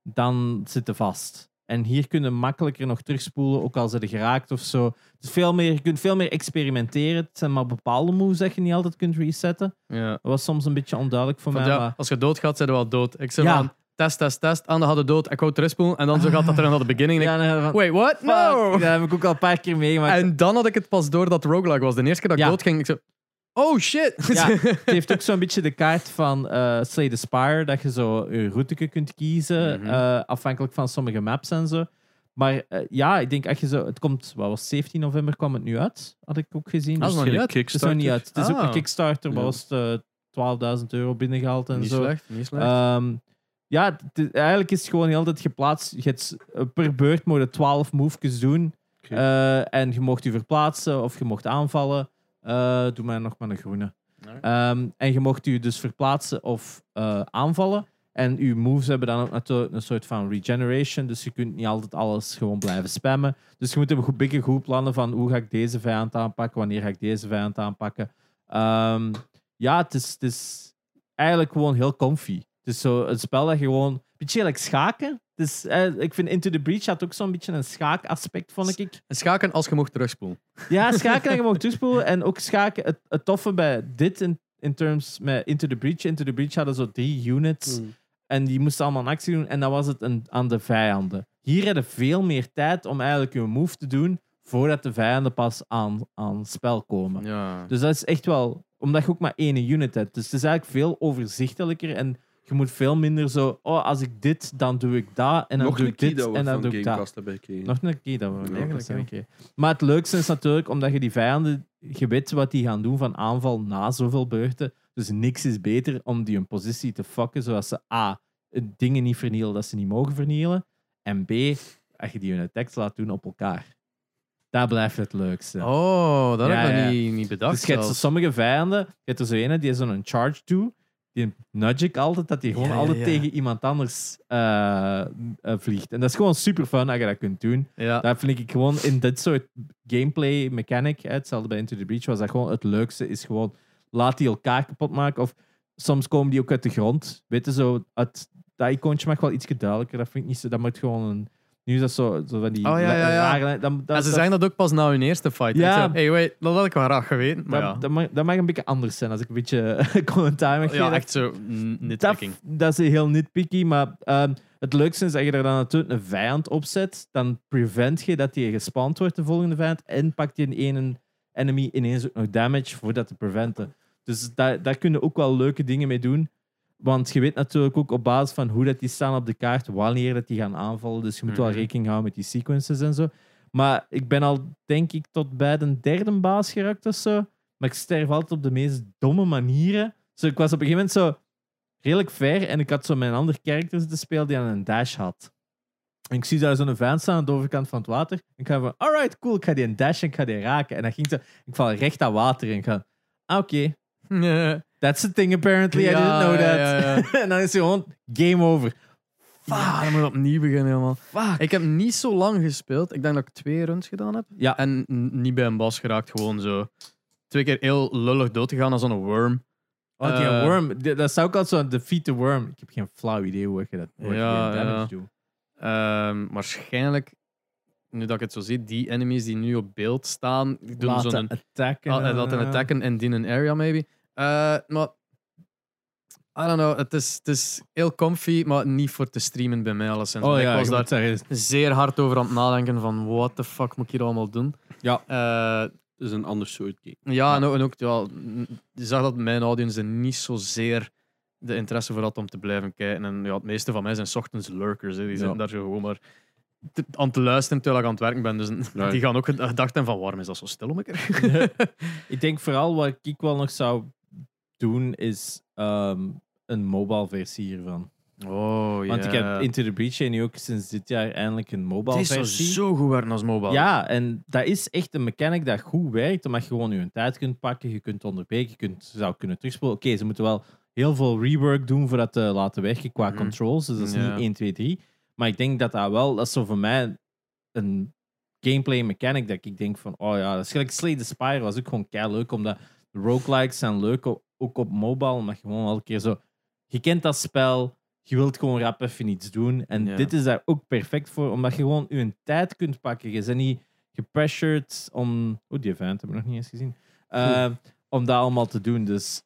dan zit je vast. En hier kun je makkelijker nog terugspoelen, ook al ze er geraakt of zo. Het is veel meer, je kunt veel meer experimenteren. Het zijn maar bepaalde moves dat je niet altijd kunt resetten. Ja. Dat was soms een beetje onduidelijk voor Van, mij. Ja, maar... Als je doodgaat, zijn je wel dood. Ik zei ja. van, test, test, test. En dan had je dood. Ik wou terugspoelen. En dan zo gaat dat er naar de beginning. En ik, ja, van, wait, what? No! Dat heb ik ook al een paar keer meegemaakt. En dan had ik het pas door dat het roguelike was. De eerste keer dat ik ja. dood ging, ik zo... Oh shit! Ja, het heeft ook zo'n beetje de kaart van uh, Slay the Spire, dat je zo je route kunt kiezen, mm-hmm. uh, afhankelijk van sommige maps en zo. Maar uh, ja, ik denk, als je zo... Het komt... Wat was zeventien november kwam het nu uit? Had ik ook gezien. Dat is nog niet uit. Het is nog niet uit. Het is ah. ook een Kickstarter, ja. waar was het uh, twaalfduizend euro binnengehaald en niet zo. Slecht, niet slecht. Um, ja, t- eigenlijk is het gewoon heel tijd geplaatst. Je hebt per beurt moet je twaalf moves doen. Okay. Uh, en je mocht je verplaatsen of je mocht aanvallen. Uh, doe maar nog maar een groene. Nee. Um, en je mocht je dus verplaatsen of uh, aanvallen. En je moves hebben dan ook natuurlijk een soort van regeneration. Dus je kunt niet altijd alles gewoon blijven spammen. Dus je moet een beetje goed plannen van hoe ga ik deze vijand aanpakken, wanneer ga ik deze vijand aanpakken. Um, ja, het is, het is eigenlijk gewoon heel comfy. Het is zo een spel dat je gewoon... Een beetje like schaken. Dus, eh, ik vind Into the Breach had ook zo'n beetje een schaakaspect, vond ik. En schaken als je mocht terugspoelen. Ja, schaken en je mocht terugspoelen. En ook schaken. Het, het toffe bij dit in, in terms met Into the Breach. Into the Breach hadden zo drie units. Mm. En die moesten allemaal een actie doen. En dan was het een, aan de vijanden. Hier hadden veel meer tijd om eigenlijk een move te doen voordat de vijanden pas aan, aan het spel komen. Ja. Dus dat is echt wel... Omdat je ook maar één unit hebt. Dus het is eigenlijk veel overzichtelijker en... Je moet veel minder zo, oh, als ik dit, dan doe ik dat. En dan Nog doe ik dit, en dan doe ik dat. Nog een keer dat we eigenlijk een keer. Maar het leukste is natuurlijk, omdat je die vijanden, je weet wat die gaan doen van aanval na zoveel beurten. Dus niks is beter om die hun positie te fucken, zodat ze A, dingen niet vernielen dat ze niet mogen vernielen. En B, als je die hun attacks laat doen op elkaar. Daar blijft het leukste. Oh, dat ja, heb ik ja. niet, niet bedacht. Dus je hebt zo sommige vijanden, je hebt er zo ene die zo'n charge doet. Die nudge ik altijd, dat die gewoon ja, ja, altijd ja. tegen iemand anders uh, uh, vliegt. En dat is gewoon super fun als je dat kunt doen. Ja. Dat vind ik gewoon in dit soort gameplay mechanic, hè, hetzelfde bij Into the Breach, was dat gewoon het leukste, is gewoon laat die elkaar kapot maken. Of soms komen die ook uit de grond. Weet je, zo, uit, dat icoontje mag wel iets duidelijker. Dat vind ik niet zo, dat moet gewoon een... Nu is dat zo, zo van die... Oh, ja, ja, ja. Rare, dat, dat, en ze dat, zeggen dat ook pas na hun eerste fight. Ja. Hé, hey, wait, dat had ik wel graag geweten. Maar dat, ja. dat, mag, dat mag een beetje anders zijn als ik een beetje commentaar mag geven. Ja, echt zo nitpicking. Dat, dat is heel nitpicky, maar um, het leukste is dat je er dan natuurlijk een vijand op zet. Dan prevent je dat die gespawnd wordt, de volgende vijand. En pakt je een ene enemy ineens ook nog damage voor dat te preventen. Dus daar, daar kun je ook wel leuke dingen mee doen. Want je weet natuurlijk ook op basis van hoe dat die staan op de kaart, wanneer dat die gaan aanvallen. Dus je moet wel Mhm. rekening houden met die sequences en zo. Maar ik ben al, denk ik, tot bij de derde baas geraakt of zo. Maar ik sterf altijd op de meest domme manieren. Zo, ik was op een gegeven moment zo redelijk ver en ik had zo mijn andere characters te spelen die aan een dash had. En ik zie daar zo'n vent staan aan de overkant van het water. En ik ga van, alright, cool, ik ga die een dash en ik ga die raken. En dan ging zo, ik val recht aan water en ik ga, ah, oké. Nee. That's the thing apparently, I Ja, didn't know that. ja, ja. En dan is het gewoon game over. Ja, dan moet je opnieuw beginnen helemaal. Fuck. Ik heb niet zo lang gespeeld. Ik denk dat ik twee runs gedaan heb. Ja. En n- niet bij een bas geraakt. Gewoon zo twee keer heel lullig doodgegaan als zo'n worm. Oh, die Eh, worm. Die- Dat zou ook al zo'n defeat the worm. Ik heb geen flauw idee hoe je dat hoe Ja, je die damage ja. doet. Ehm, waarschijnlijk, nu dat ik het zo zie, die enemies die nu op beeld staan, die doen Laten zo'n attacken. ah, eh, laten eh, attacken en in een area maybe. Eh, maar I don't know, het is, het is heel comfy, maar niet voor te streamen bij mij alleszins. Oh Want ja, ik was je daar moet zeggen, zeer hard over aan het nadenken van what the fuck moet ik hier allemaal doen. Ja. Eh, Het is een ander soort game. ja, en ook, en ook ja, je zag dat mijn audience er niet zozeer de interesse voor had om te blijven kijken. En ja, het meeste van mij zijn 's ochtends lurkers. Hè. Die zitten daar zo gewoon maar te- aan te luisteren terwijl ik aan het werken ben. Dus Ja. die gaan ook gedacht hebben van waarom is dat zo stil om een keer? ik denk vooral wat ik wel nog zou doen, is ehm, een mobile versie hiervan. Oh, ja. Want ik heb Into the Breach en nu ook sinds dit jaar eindelijk een mobile Het is versie. zo, zo goed werken als mobile. Ja, en dat is echt een mechanic dat goed werkt, omdat je gewoon je tijd kunt pakken, je kunt onderbreken, je kunt, zou kunnen terugspoelen. Oké, ze moeten wel heel veel rework doen voor dat te laten werken qua Mhm. controls, dus dat is Ja. niet één, twee, drie. Maar ik denk dat dat wel, dat is zo voor mij een gameplay mechanic dat ik denk van, oh ja, dat is gelijk Slay the Spire was ook gewoon kei leuk, omdat de roguelikes zijn leuk, o- ook op mobile, omdat je gewoon elke keer zo, je kent dat spel, je wilt gewoon rap even iets doen. En Ja. dit is daar ook perfect voor, omdat je gewoon je tijd kunt pakken. Je bent niet gepressured om... Oh, die event hebben we nog niet eens gezien. Uh, om dat allemaal te doen. Dus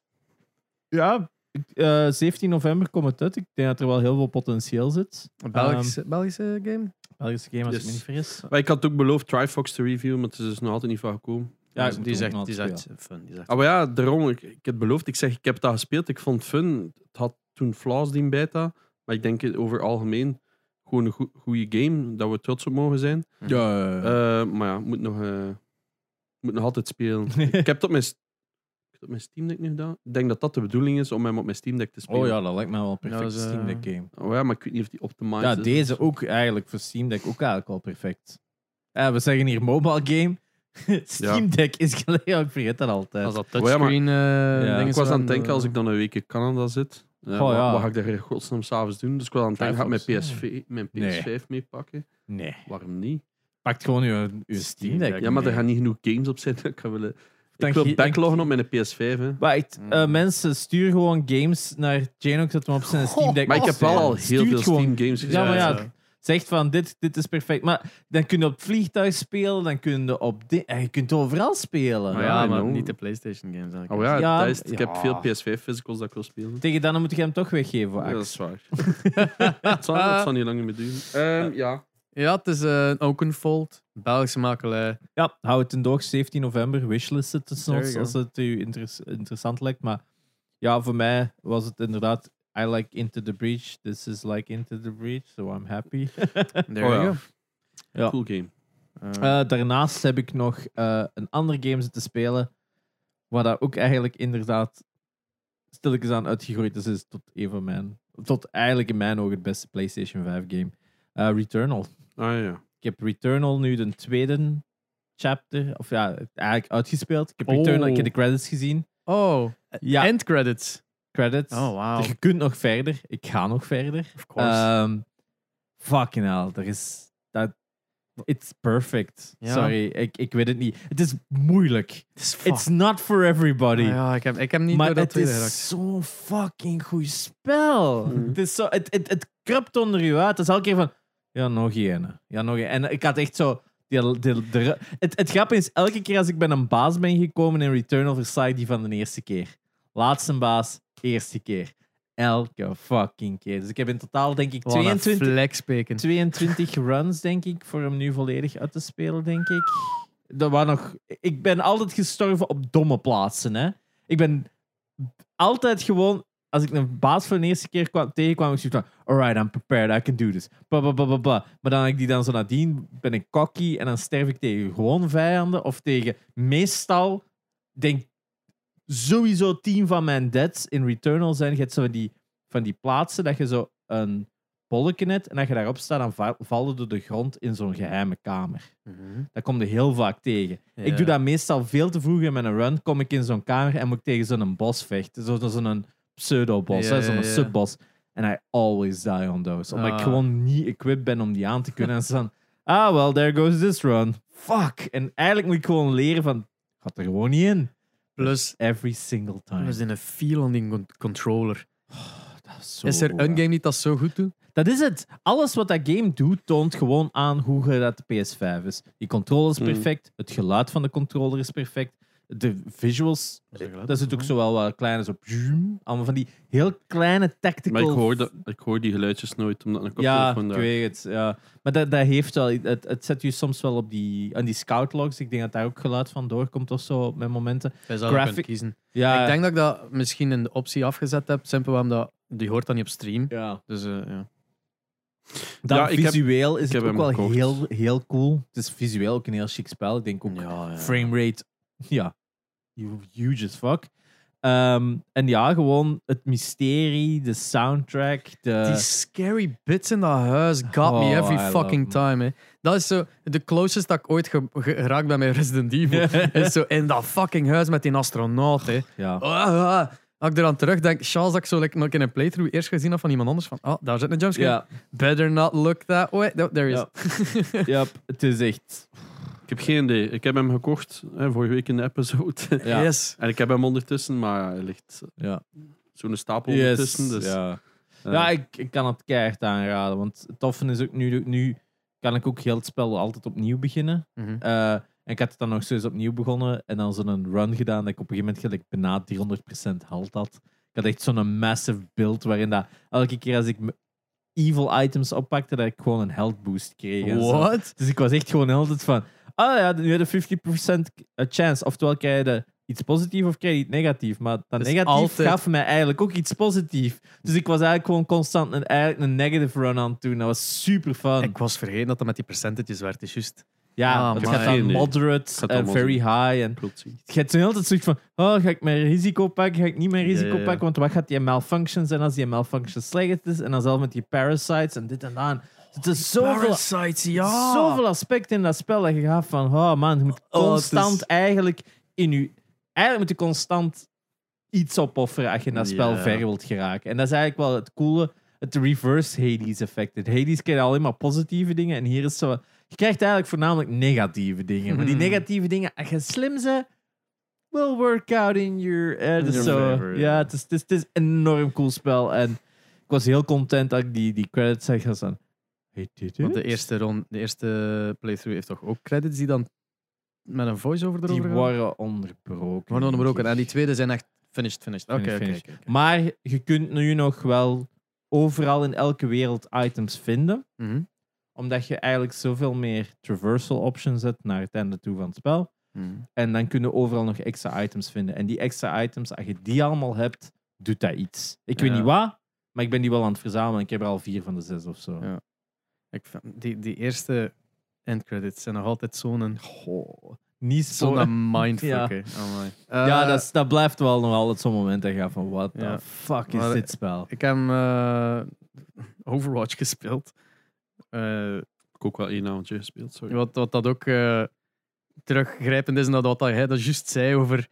ja, uh, zeventien november komt het uit. Ik denk dat er wel heel veel potentieel zit. Een Belgische, Belgische game? Belgische game, als Yes. ik me niet vergis. Maar ik had ook beloofd Trifox te reviewen, maar het is dus nog altijd niet van gekomen. Ja, Ja, ze die is moeten echt, die is ook echt nog fun. Die is echt Ah, maar ja, daarom, ik, ik heb beloofd. Ik zeg, ik heb dat gespeeld. Ik vond het fun. Het had toen flaws die beta. Maar ik denk over algemeen gewoon een goe- goede game, dat we trots op mogen zijn. Ja, Eh, maar ja, moet nog, eh, moet nog altijd spelen. ik heb het op mijn, ik heb het op mijn Steam Deck nu gedaan. Ik denk dat dat de bedoeling is om hem op mijn Steam Deck te spelen. oh ja, dat lijkt me wel een perfect dat is, eh, Steam Deck game. Oh ja, maar ik weet niet of die optimized Ja, is. deze ook eigenlijk voor Steam Deck ook eigenlijk wel perfect. Ja, we zeggen hier mobile game. Steam Deck is gelijk, ja, ik vergeet dat altijd. Als dat Oh ja, maar- touchscreen eh Ja. dingen Ik was aan zijn, het denken, eh, als ik dan een week in Canada zit, eh, Oh, wat, ja. wat ga ik daar in godsnaam s'avonds doen? Dus ik was aan het denken, ga ik mijn Trifox, P S V, mijn P S vijf Nee. meepakken? Nee. Waarom niet? Pakt gewoon je, je Steam Deck. Ja, maar er mee. gaan niet genoeg games op zijn. Ik, ga willen... Dan ik wil ge- dan- backloggen op mijn P S vijf. Hè. Wacht, eh, Mm. mensen, stuur gewoon games naar Janox dat hem op zijn Steam Deck Maar ik heb wel al opstellen. heel Stuurt veel gewoon- Steam games Ja, maar gespeeld. ja, zegt van dit, dit is perfect. Maar dan kun je op het vliegtuig spelen, dan kun je op di- en je kunt overal spelen. Maar Ja, ja, I maar know. niet de PlayStation games. eigenlijk. Oh ja, Ja, dat is, het. ik ja. heb veel P S vijf physicals dat ik wil spelen. Tegen dan moet je hem toch weggeven voor Ja, dat Axe. is waar. Het zal, het zal niet lang meer doen. Ehm, ja. Ja, het is eh, een Oakenfold, Belgische makelij. Ja, hou het in door, zeventien november, wishlist het tussen There ons you als het u inter- interessant lijkt. Maar ja, voor mij was het inderdaad, I like Into the Breach, this is like Into the Breach, so I'm happy. There Oh, you ja. go. Ja. Cool game. Eh, Eh, daarnaast heb ik nog eh, een andere game zitten spelen, waar dat ook eigenlijk inderdaad stilletjes aan uitgegroeid is, is tot een van mijn, tot eigenlijk in mijn ogen het beste PlayStation vijf game. Eh, Returnal. Ah ja. Ik heb Returnal nu de tweede chapter, of ja, eigenlijk uitgespeeld. Ik heb Oh. Returnal, ik heb de credits gezien. oh, Ja, end credits. credits. Oh, wow. Je kunt nog verder. Ik ga nog verder. Of course. Ehm, fucking hell, er is dat. It's perfect. Ja. Sorry, ik, ik weet het niet. Het is moeilijk. Het is It's not for everybody. Ah, ja, ik heb, ik heb niet maar door dat het tweede is geraakt. zo'n fucking goed spel. Mhm. Het, is zo, het, het, het krupt onder je uit. Het is elke keer van, ja, nog een. Ja, nog een. En ik had echt zo... Die, die, die- het, het grappige is, elke keer als ik bij een baas ben gekomen in Returnal, versta ik die van de eerste keer. Laatste baas, eerste keer. Elke fucking keer. Dus ik heb in totaal, denk ik, Wat een tweeëntwintig, flexpeken. tweeëntwintig runs, denk ik, voor hem nu volledig uit te spelen, denk ik. Dat was nog... Ik ben altijd gestorven op domme plaatsen, hè. Ik ben altijd gewoon als ik een baas voor de eerste keer kwam, tegenkwam, ik zoiets van, alright, I'm prepared, I can do this. Ba, ba, ba, ba, ba. Maar dan heb ik die dan zo nadien, ben ik cocky en dan sterf ik tegen gewoon vijanden of tegen meestal, denk sowieso tien van mijn deaths in Returnal zijn. Je hebt zo van die, van die plaatsen dat je zo een bolletje hebt en dat je daarop staat, dan va- vallen door de grond in zo'n geheime kamer. Mm-hmm. Dat kom je heel vaak tegen. Ja. Ik doe dat meestal veel te vroeg in mijn run. Kom ik in zo'n kamer en moet ik tegen zo'n boss vechten. Zo- Zo'n pseudo-boss, Ja, hè, zo'n ja, ja. sub-boss. En I always die on those. Omdat ik Ah. gewoon niet equipped ben om die aan te kunnen. En ze dan, ah, well, there goes this run. Fuck. En eigenlijk moet ik gewoon leren van, gaat er gewoon niet in. Plus, Every single time. plus in een feel aan die con- controller. Dat is, zo, Is er een eh, game die dat zo goed doet? Dat is het. Alles wat dat game doet, toont gewoon aan hoe je dat de P S vijf is. Die controller is Mm. perfect. Het geluid van de controller is perfect. De visuals, daar zit ook zo wel wat kleine zo... Allemaal van die heel kleine tactical... Maar ik hoor, dat, ik hoor die geluidjes nooit, omdat een Ja, koptelefoon ik daar... weet het. Ja. Maar dat, dat heeft wel... Het, het zet je soms wel op die, aan die scoutlogs. Ik denk dat daar ook geluid van doorkomt of zo met momenten. Wij zouden Graphic- kunnen kiezen. Ja, Ik denk dat ik dat misschien in de optie afgezet heb. Simpel omdat die hoort dan niet op stream. ja. Dus eh, ja. Dan Ja, ik heb- visueel is ik het heb ook hem wel gekocht. heel, heel cool. Het is visueel ook een heel chic spel. Ik denk ook Ja, ja. framerate, ja, huge as fuck. Ehm, en ja, gewoon het mysterie, de soundtrack, de... Die scary bits in dat huis got Oh, me every I fucking love 'em. time. Hè. Dat is zo de closest dat ik ooit ge- ge- geraakt ben met Resident Evil. is zo in dat fucking huis met die astronaut. Hè. ja. Ah, ah. Als ik eraan terugdenk, Charles, dat ik zo like, nog in een playthrough eerst gezien had van iemand anders. Van, oh, daar zit een jumpscare. Ja, Better not look that way. No, there is. Ja. ja, het is echt... Ik heb geen idee. Ik heb hem gekocht, hè, vorige week in de episode. Ja. Yes. En ik heb hem ondertussen, maar ja, er ligt Ja. zo'n stapel Yes, ondertussen. Dus, ja. eh, Ja, ik, ik kan het keihard aanraden. Want het toffe is ook nu, nu kan ik ook heel het spel altijd opnieuw beginnen. Mhm. Eh, en ik had het dan nog steeds opnieuw begonnen en dan zo'n run gedaan dat ik op een gegeven moment gelijk bijna driehonderd procent health had. Ik had echt zo'n massive build waarin dat elke keer als ik m- evil items oppakte, dat ik gewoon een health boost kreeg. en zo. What? Dus ik was echt gewoon altijd van, ah ja, nu heb je vijftig procent chance. Oftewel krijg je de iets positief of krijg je iets negatief. Maar dat Dus negatief altijd- gaf mij eigenlijk ook iets positief. Dus ik was eigenlijk gewoon constant een, eigenlijk een negative run aan het doen. Dat was super fun. Ik was vergeten dat dat met die percentages werd. Is juist. ja, Ah, het maar- gaat dan Geen idee. moderate Gaat en allemaal very zien. high. En ik wil het zien. je hebt zo heel tijd zoiets van, oh, ga ik mijn risico pakken? Ga ik niet mijn Ja, risico ja, ja. pakken? Want wat gaat die malfunction zijn als die malfunction slecht is? En dan zelf met die parasites en dit en dat. En het is zoveel, Parasites, ja. zoveel aspecten in dat spel dat je gaat van, oh man, je moet Oh, het constant is- eigenlijk in je... Eigenlijk moet je constant iets opofferen als je in dat spel Ja. ver wilt geraken. En dat is eigenlijk wel het coole, het reverse Hades effect. In Hades krijg je alleen maar positieve dingen en hier is zo... Je krijgt eigenlijk voornamelijk negatieve dingen. Maar die Hmm. negatieve dingen, als je slim ze, will work out in your... eh, dus your zo, favor, ja, ja. het is, het, is, het is een enorm cool spel. En ik was heel content dat ik die, die credits zag. Ik was van, hey, dit Want de is- eerste, rond, de eerste playthrough heeft toch ook credits die dan met een voice-over Die erover gaan? waren onderbroken. Worden onderbroken. denk ik. En die tweede zijn echt finished, finished. Oké, Finished, oké, finished. oké. oké. Maar je kunt nu nog wel overal in elke wereld items vinden. Mhm, Omdat je eigenlijk zoveel meer traversal options hebt naar het einde toe van het spel. mhm. En dan kun je overal nog extra items vinden. En die extra items, als je die allemaal hebt, doet dat iets. Ik weet Ja. niet wat, maar ik ben die wel aan het verzamelen. Ik heb er al vier van de zes of zo. Ja. Ik vind, die, die eerste endcredits zijn nog altijd zo'n Goh, niet zo. zo'n mindfuck. Ja. hè. Amai. ja, Eh, dat, is- dat blijft wel nog altijd zo'n moment dat je gaat van, what Ja. the fuck is Maar- dit spel? Ik heb eh, Overwatch gespeeld. Eh, Ik heb ook wel één avondje gespeeld, sorry. wat, wat dat ook eh, teruggrijpend is naar wat hij dat juist zei over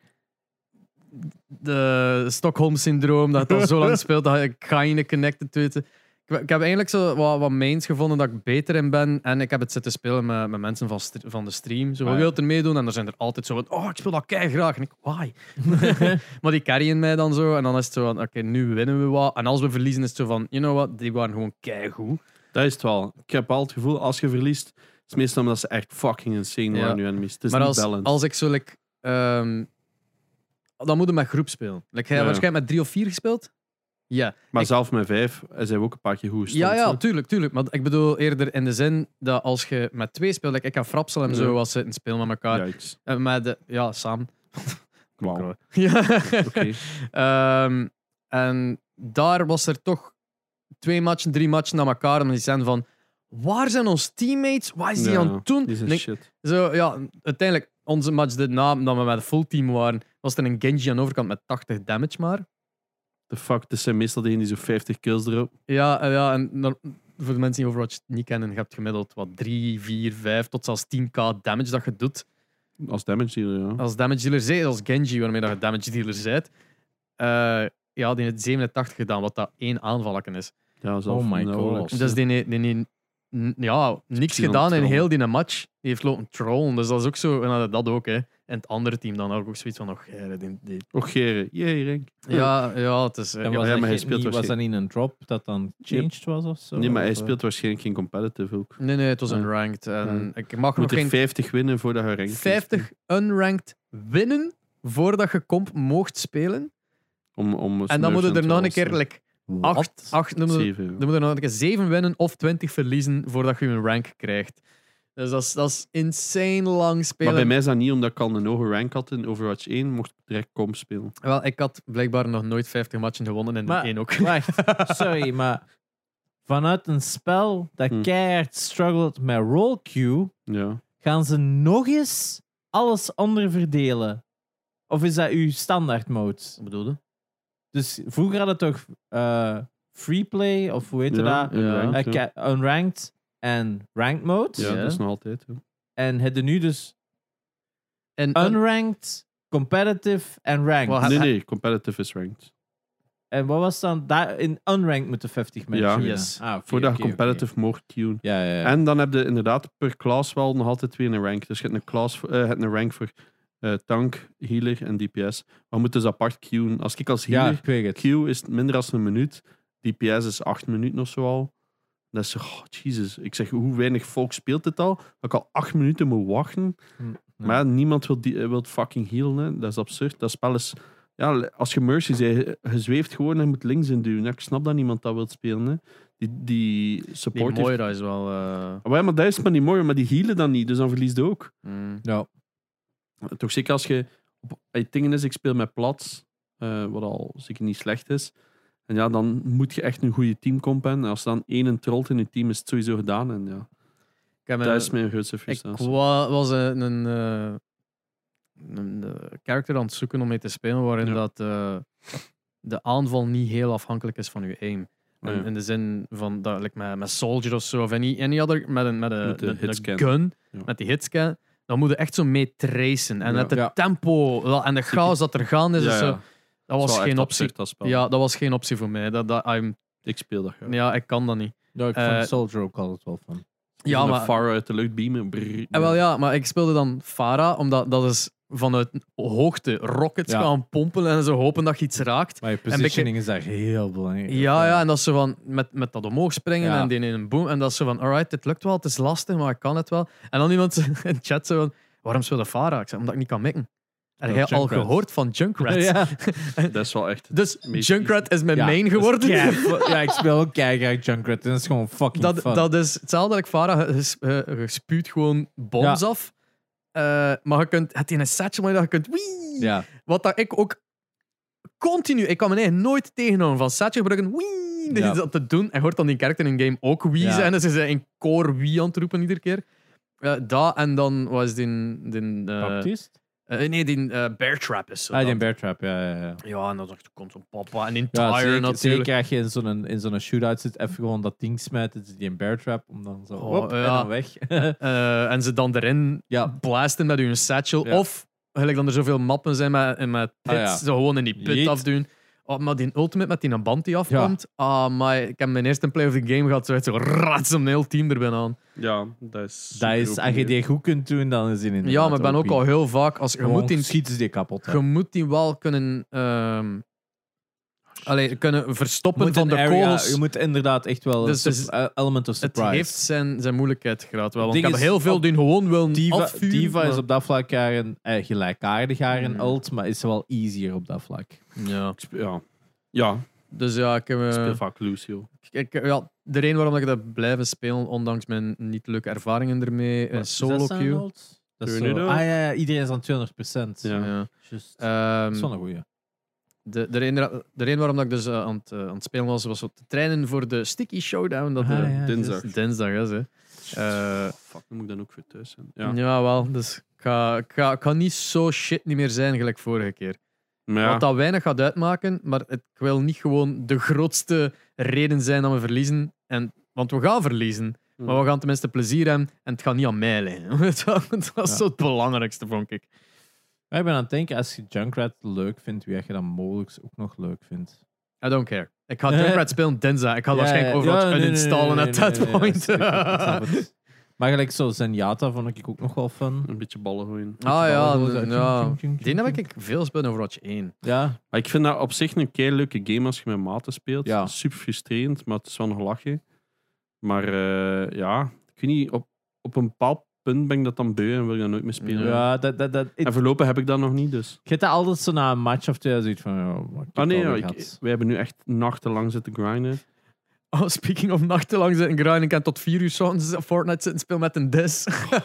de Stockholm-syndroom, dat het al zo lang speelt dat ik keine connected to it. Ik, ik heb eigenlijk zo wat, wat mains gevonden dat ik beter in ben. En ik heb het zitten spelen met, met mensen van, st- van de stream. Zo, Ah, wie ja. wilt er meedoen? En er zijn er altijd zo van, oh, ik speel dat kei graag. En ik, why? Maar die carryen mij dan zo. En dan is het zo van, oké, nu winnen we wat. En als we verliezen is het zo van, you know what, die waren gewoon keigoed. Dat is het wel. Ik heb al het gevoel, als je verliest, is het meestal omdat ze echt fucking insane Ja. waren nu enemies. Het is Maar niet als, balanced. als ik zo, like, ehm, dan moet je met groep spelen. Like, jij hebt Ja. waarschijnlijk met drie of vier gespeeld? Ja. Maar ik- zelf met vijf zijn we ook een paar keer goed Ja, gestond, ja, hè. tuurlijk, tuurlijk. Maar ik bedoel eerder in de zin dat als je met twee speelt, like ik en Frapsel en zo Ja. was zitten spelen met elkaar. Yikes. En met de, ja, samen. Wauw. Ja. Oké. Ehm, en daar was er toch twee matchen, drie matchen na elkaar. En die zijn van, waar zijn onze teammates? Wat is die Ja, aan het doen? Die zijn Nee, shit. zo, ja, uiteindelijk, onze match daarna, dat we met het full team waren, was er een Genji aan de overkant met tachtig damage maar. The fuck, dat zijn meestal degenen die zo vijftig kills erop. Ja, en ja en dan, voor de mensen die Overwatch niet kennen, je hebt gemiddeld wat drie, vier, vijf tot zelfs tien k damage dat je doet. Als damage dealer, ja. Als damage dealer zij, als Genji, waarmee dat je damage dealer bent. Uh, ja, die heeft zevenentachtig gedaan, wat dat één aanvalken is. Ja, zelf Oh my een god. Overwatch. Dus die, die, die, n- ja, niks Precies aan gedaan het in trollen. heel die match. Die heeft lopen trollen, dus dat is ook zo. En dat- dat ook, hè. En het andere team dan ook zoiets van, oh, geire, die, die. Och, Geren. Jee, Renk. Ja, ja, het is... eh, En ja, was, ja, dat maar hij geen- speelt niet, was dat waarschijnlijk- niet een drop dat dan changed was of zo? Nee, maar hij Of, eh, speelt waarschijnlijk geen competitive ook. nee, nee, het was Ja. unranked. En Ja. ik mag Je nog moet er geen vijftig winnen voordat je ranked vijftig unranked winnen voordat je comp mocht spelen. Om, om En dan moeten er nog een keer like, like, acht, acht, dan moet- zeven. dan moet er nog een keer zeven winnen of twintig verliezen voordat je een rank krijgt. Dus dat is, dat is insane lang spelen. Maar bij mij is dat niet, omdat ik al een hoge rank had in Overwatch één, mocht ik direct comp spelen. Wel, ik had blijkbaar nog nooit vijftig matchen gewonnen en Maar- één ook. Wacht, sorry, maar vanuit een spel dat Hm. keihard struggelt met roll queue, Ja. gaan ze nog eens alles onderverdelen? Of is dat uw standaard mode? Wat bedoelde? Dus vroeger hadden we toch eh free play, of hoe heet Ja, dat? unranked, Eh, ja. ca- unranked en ranked modes. Ja, Ja. dat is nog altijd. Ja. En hebben nu dus En, unranked, competitive en ranked. Wat- Nee, nee, competitive is ranked. En wat was dan? Daar, in unranked moeten vijftig mensen Ja. winnen. Yes. Ah, oké, Voordat je oké, oké. competitive mocht queuen. Ja, ja, ja. En dan heb je inderdaad per klas wel nog altijd weer een rank. Dus je hebt een, klas, voor- eh, je hebt een rank voor eh, tank, healer en D P S. Maar je moet dus apart queuen. Als ik als ja, healer ik weet het. queue, is het minder dan een minuut. D P S is acht minuten of zo al. Dat is zo, oh, Jesus. Ik zeg, hoe weinig volk speelt dit al? Dat ik al acht minuten moet wachten. Hm, ja. Maar ja, niemand wil, die, wil fucking healen. Hè. Dat is absurd. Dat spel is... Ja, als je Mercy zei, je, je zweeft gewoon en je moet links in duwen. Ja, ik snap dat niemand dat wil spelen. Hè. Die, die die support heeft... Moira is wel... eh, Maar, ja, maar dat is maar niet mooi, maar die healen dan niet. Dus dan verlies je ook. mm. Ja. Toch zeker als je... Op, het ding is, ik speel met Plats. eh, wat al zeker niet slecht is. En ja, dan moet je echt een goede teamcomp hebben. En als dan één een trolt in je team, is het sowieso gedaan. En ja, Ik heb dat een- is mijn grootste Ik frustratie. wa- was een, een, eh, een eh, character aan het zoeken om mee te spelen waarin Ja. dat, eh, de aanval niet heel afhankelijk is van je aim. Ja. In, in de zin van dat, like met, met Soldier of zo, of any, any other, met een, met een, Met de een- een hitscan. gun, Ja. met die hitscan, dan moet je echt zo mee tracen. En Ja. met het Ja. tempo wel, en de chaos dat er gaande is, Ja, en zo, ja. dat Dat is was wel geen echt optie. absurd, dat spel. Ja, dat was geen optie voor mij. Dat, dat, I'm, Ik speel dat graag. ja, ik kan dat niet. Ja, ik Eh, vond Soldier ook altijd wel van. Ja, Zo'n maar, far uit de lucht beamen. brrr. en wel, ja, maar ik speelde dan Farah, omdat dat is vanuit hoogte rockets Ja. gaan pompen en zo hopen dat je iets raakt. Maar je beetje- positioning is daar heel belangrijk. Ja, ja, en dat is zo van met, met dat omhoog springen Ja. en die in een boom. En dat is zo van, alright, het lukt wel, het is lastig, maar ik kan het wel. En dan iemand in chat zo van, waarom speelde Farah? Ik zei, omdat ik niet kan mikken. Heb Ja, jij al Junkrat. gehoord van Junkrat? Ja. Dat is wel echt... Dus Meest Junkrat is mijn Ja, main dat is geworden. kei- ja, ik speel ook keihard Junkrat. En dat is gewoon fucking Dat, fun. dat is hetzelfde dat ik Farah, je, sp- eh, je spuut gewoon bombs Ja. af. Eh, maar je kunt, het in een satchel, maar dat je kunt... Wii! ja. Wat dat ik ook continu... Ik kan me eigen nooit tegenhouden van satchel gebruiken. Wii! Ja. Dat te doen. En hoort dan die karakter in game ook Wii Ja. zijn. Dus ze zijn in core Wii aan het roepen iedere keer. Eh dat en dan was die... die eh, Baptiste? eh, nee, die eh, Bear Trap is zo. Ah, die dat. Bear Trap, ja, ja, ja. Ja, en dan dacht ik, komt zo'n papa. En in Ja, Tire zeker, natuurlijk. zeker als je in zo'n, in zo'n shootout zit, even gewoon dat ding smijten, dus die een bear trap, om dan zo, Oh, hop, en ja. dan weg. Eh, en ze dan erin Ja. blasten met hun satchel. Ja. Of, gelijk dan er zoveel mappen zijn met, met pits, Ah, ja. zo gewoon in die put Jeet. afdoen. Oh, maar die ultimate met die band die afkomt. Ah, maar ik heb mijn eerste play of the game gehad. Zo, uit zo rats een heel team erbij aan. Ja, dat is... Dat is, super als je OP. die goed kunt doen, dan is die inderdaad Ja, maar ik ben ook O P. al heel vaak... Als, je, Gewoon moet die, schieten ze die kapot. hè. je moet die wel kunnen... ehm allee, kunnen verstoppen Moet van een de area- kogels. Je moet inderdaad echt wel Dus een het is- sup- eh, element of Het surprise. heeft zijn, zijn moeilijkheidsgraad wel. Want Ding ik heb is, heel veel op die gewoon willen Diva, afvuren. Diva is maar- op dat vlak een eh, gelijkaardig haar in Mm. ult, maar is wel easier op dat vlak. Ja. Ik speel- Ja. Ja, Dus ja, ik heb... ik eh, speel vaak Lucio. Ik, ja, de reden waarom ik dat blijven spelen, ondanks mijn niet leuke ervaringen ermee, Wat, is solo dat zijn queue. ults? Dat is Doe je zo, niet ah ook? ja, ja, iedereen is aan tweehonderd procent. Ja. Ja. Just. Ehm, dat is wel een goeie. De, de, reden, de reden waarom dat ik dus uh, aan, het, uh, aan het spelen was, was te trainen voor de Sticky Showdown. Dat, uh, Ah, ja, dinsdag. juist. dinsdag is. Hè. Uh, Fuck, dan moet ik dan ook voor thuis zijn. ja. Ja. wel. Dus ik ga, ik, ga, ik ga niet zo shit niet meer zijn gelijk vorige keer. Maar ja, Wat dat weinig gaat uitmaken, maar het, ik wil niet gewoon de grootste reden zijn dat we verliezen. En, want we gaan verliezen, maar we gaan tenminste plezier hebben en het gaat niet aan mij liggen. dat dat is Ja. zo het belangrijkste, vond ik. Maar ik ben aan het denken, als je Junkrat leuk vindt, wie je dat mogelijk ook nog leuk vindt. I don't care. Ik ga Junkrat spelen dinsdag. Ik ga Ja, waarschijnlijk ja, Overwatch ja, nee, nee, uninstallen nee, at nee, that nee, nee, point. nee, ik- ik snap het. Maar gelijk zo, Zenyatta vond ik ook nog wel fun. een beetje ballen gooien. Ah ja, Ballen gooien, zo, ja. tjing, tjing, Die heb tjing. ik veel gespeeld in Overwatch één. Ja, Maar ik vind dat op zich een kei leuke game als je met maten speelt. Ja. Super frustrerend, maar het is wel nog lachen. Maar eh, ja, ik weet niet, op, op een bepaald punt ben ik dat dan beu en wil ik dat nooit meer spelen. ja dat, dat, dat, En ik, voorlopig heb ik dat nog niet, dus. je hebt dat altijd zo na een match of twee zoiets van, ja, maar ik heb Ah nee, het ja, alweer ik, gehad. wij hebben nu echt nachtenlang zitten grinden. Oh, speaking of nachtenlang zitten grinden, ik kan tot vier uur 's ochtends Fortnite zitten spelen met een dis.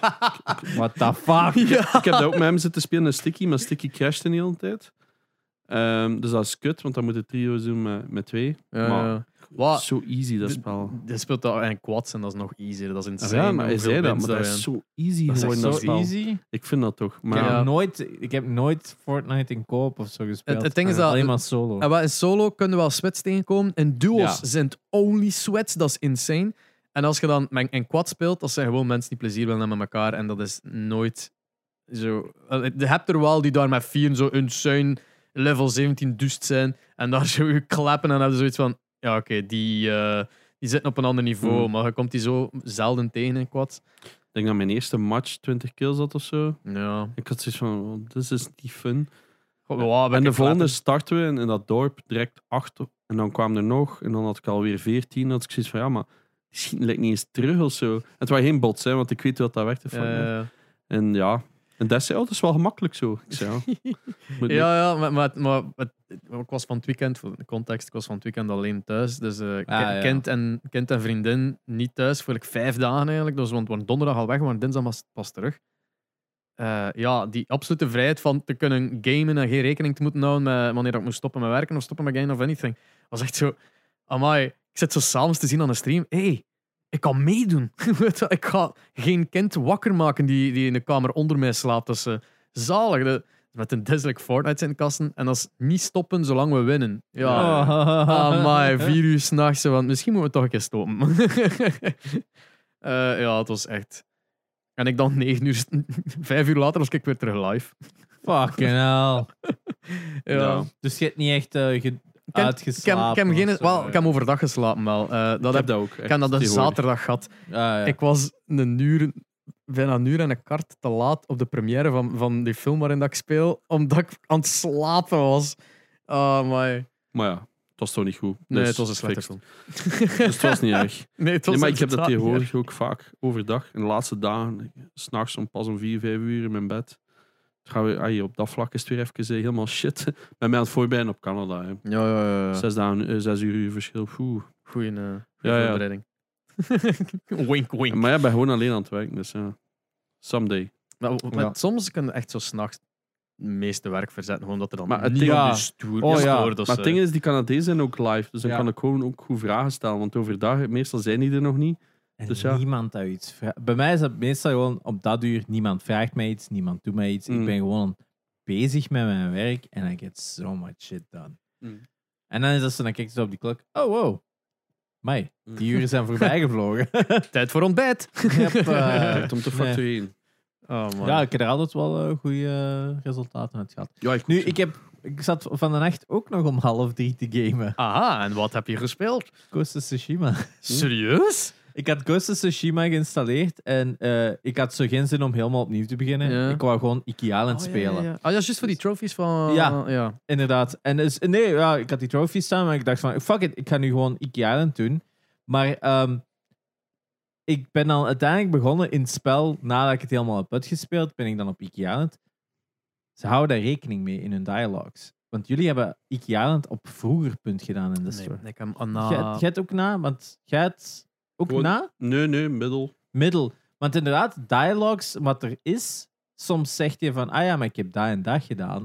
What the fuck? ja. Ik heb dat ook met hem zitten spelen, een Sticky, maar Sticky crashte de hele tijd. Ehm, dus dat is kut, want dan moet je trio's doen met, met twee. Ja, maar ja. Wat? zo easy, dat De- spel. Je speelt dat in quads en dat is nog easier. Dat is insane. Ja, maar hij hoeveel zei dat, wins maar dat je is hebt. zo easy Dat is echt geworden, zo dat spel. easy. Ik vind dat toch. Maar Ik, ja, heb nooit, ik heb nooit Fortnite in co-op of zo gespeeld. Het- het ding is dat- Alleen maar solo. En wat in solo kunnen we wel sweats tegenkomen. In duos Ja. zijn het only sweats. Dat is insane. En als je dan met in quad speelt, dat zijn gewoon mensen die plezier willen hebben met elkaar. En dat is nooit zo. Je hebt er wel die daar met vier zo insane level zeventien dust zijn. En daar zo je klappen en dan hebben ze zoiets van. Ja, oké, die, eh, die zitten op een ander niveau. Mm. Maar je komt die zo zelden tegen in quad. ik denk dat mijn eerste match twintig kills had of zo. Ja. Ik had zoiets van, oh, dit is niet fun. Goh, wow, En welke de volgende klappen. starten we in, in dat dorp direct achter. En dan kwam er nog. En dan had ik alweer veertien. Dan had ik zoiets van, ja, maar die schieten lijkt niet eens terug of zo. Het waren geen bots, hè, want ik weet wat dat werkte. Van, Eh, En ja, en dat is, oh, dat is wel gemakkelijk zo. Ik zei, ja. Moet Ja, ja, maar, maar, maar het- ik was van het weekend, voor de context, ik was van het weekend alleen thuis. Dus eh, ki- ja. kind, en, kind en vriendin niet thuis voor like, vijf dagen eigenlijk. Dus, want we waren donderdag al weg, maar dinsdag was pas terug. Eh, ja, die absolute vrijheid van te kunnen gamen en geen rekening te moeten houden met wanneer ik moest stoppen met werken of stoppen met gamen of anything. Was echt zo, amai, ik zit zo s'avonds te zien aan de stream. Hé, hey, ik kan meedoen. Weet je, ik ga geen kind wakker maken die, die in de kamer onder mij slaapt. Dat is eh, zalig. De, met een dislik Fortnite in kasten. En dat is niet stoppen zolang we winnen. Ja, Oh. amai, vier uur s'nachts. Want misschien moeten we toch een keer stoppen. Eh, ja, het was echt... En ik dan negen uur... Vijf uur later was ik weer terug live. Fucking hell. Ja. Ja. Dus je hebt niet echt uh, ge- Ik heb, ik heb, uitgeslapen. ik heb, geen, of zo, wel, ja. ik heb overdag geslapen wel. Eh, dat Ik heb, heb dat ook. ik heb dat een zaterdag gehad. Ah, ja. Ik was een uur, bijna een uur en een kwart te laat op de première van, van die film waarin dat ik speel, omdat ik aan het slapen was. Oh my. Maar ja, het was toch niet goed. Nee, Dus het was een slechte fixed. film. Dus het was niet erg. Nee, het was Nee, maar ik heb dat inderdaad tegenwoordig ook vaak overdag. In de laatste dagen, s'nachts om pas om vier, vijf uur in mijn bed. Dan gaan we, ai, op dat vlak is het weer even eh, helemaal shit. Met mij aan het voorbereiden op Canada. Hè. niet. Ja, ja, ja. Zes, dagen, eh, zes uur uur verschil. Oeh. Goeie, uh, Ja, ja. voorbereiding. wink, wink. Maar ja, ik ben gewoon alleen aan het werken. Dus ja. Someday. Maar, maar Ja. soms kan je echt zo s'nachts het meeste werk verzetten, gewoon dat er dan Maar het niet ding- op ja. je stoer Oh, ja. stoort of Maar het zo. ding is, die Canadezen zijn ook live. Dus dan Ja. kan ik gewoon ook goed vragen stellen. Want overdag, meestal zijn die er nog niet. En Dus ja. niemand dat iets vraagt. Bij mij is het meestal gewoon op dat uur, niemand vraagt mij iets, niemand doet mij iets. Mm. Ik ben gewoon bezig met mijn werk en I get so much shit done. Mm. En dan is dat zo, dan kijk je zo op die klok. Oh, wow. Mai, Mm. die uren zijn voorbij gevlogen. Tijd voor ontbijt. Yep, eh, Tijd om te nee. factureren. Oh, man. Ja, ik heb er altijd wel uh, goede resultaten uit gehad. Ja, ik Nu, ik, heb, ik zat van de nacht ook nog om half drie te gamen. Aha, en wat heb je gespeeld? Ghost of Tsushima. Serieus? Ik had Ghost of Tsushima geïnstalleerd en uh, ik had zo geen zin om helemaal opnieuw te beginnen. Ja. Ik wou gewoon Iki Island Oh, ja, spelen. ja, ja. Ah, ja, juist voor die trophies van... Ja. ja. Inderdaad. En dus, nee, ja, ik had die trophies staan, maar ik dacht van, fuck it, ik ga nu gewoon Iki Island doen. Maar ehm, ik ben dan uiteindelijk begonnen in het spel, nadat ik het helemaal heb uitgespeeld, ben ik dan op Iki Island. Ze houden daar rekening mee in hun dialogues. Want jullie hebben Iki Island op vroeger punt gedaan in de Nee, store. ik heb hem na... Jij jij hebt ook na, want jij hebt ook Gewoon- na Nee, nee, middel. middel. Want inderdaad, dialogues, wat er is, soms zegt je van, ah ja, maar ik heb dat en dat gedaan.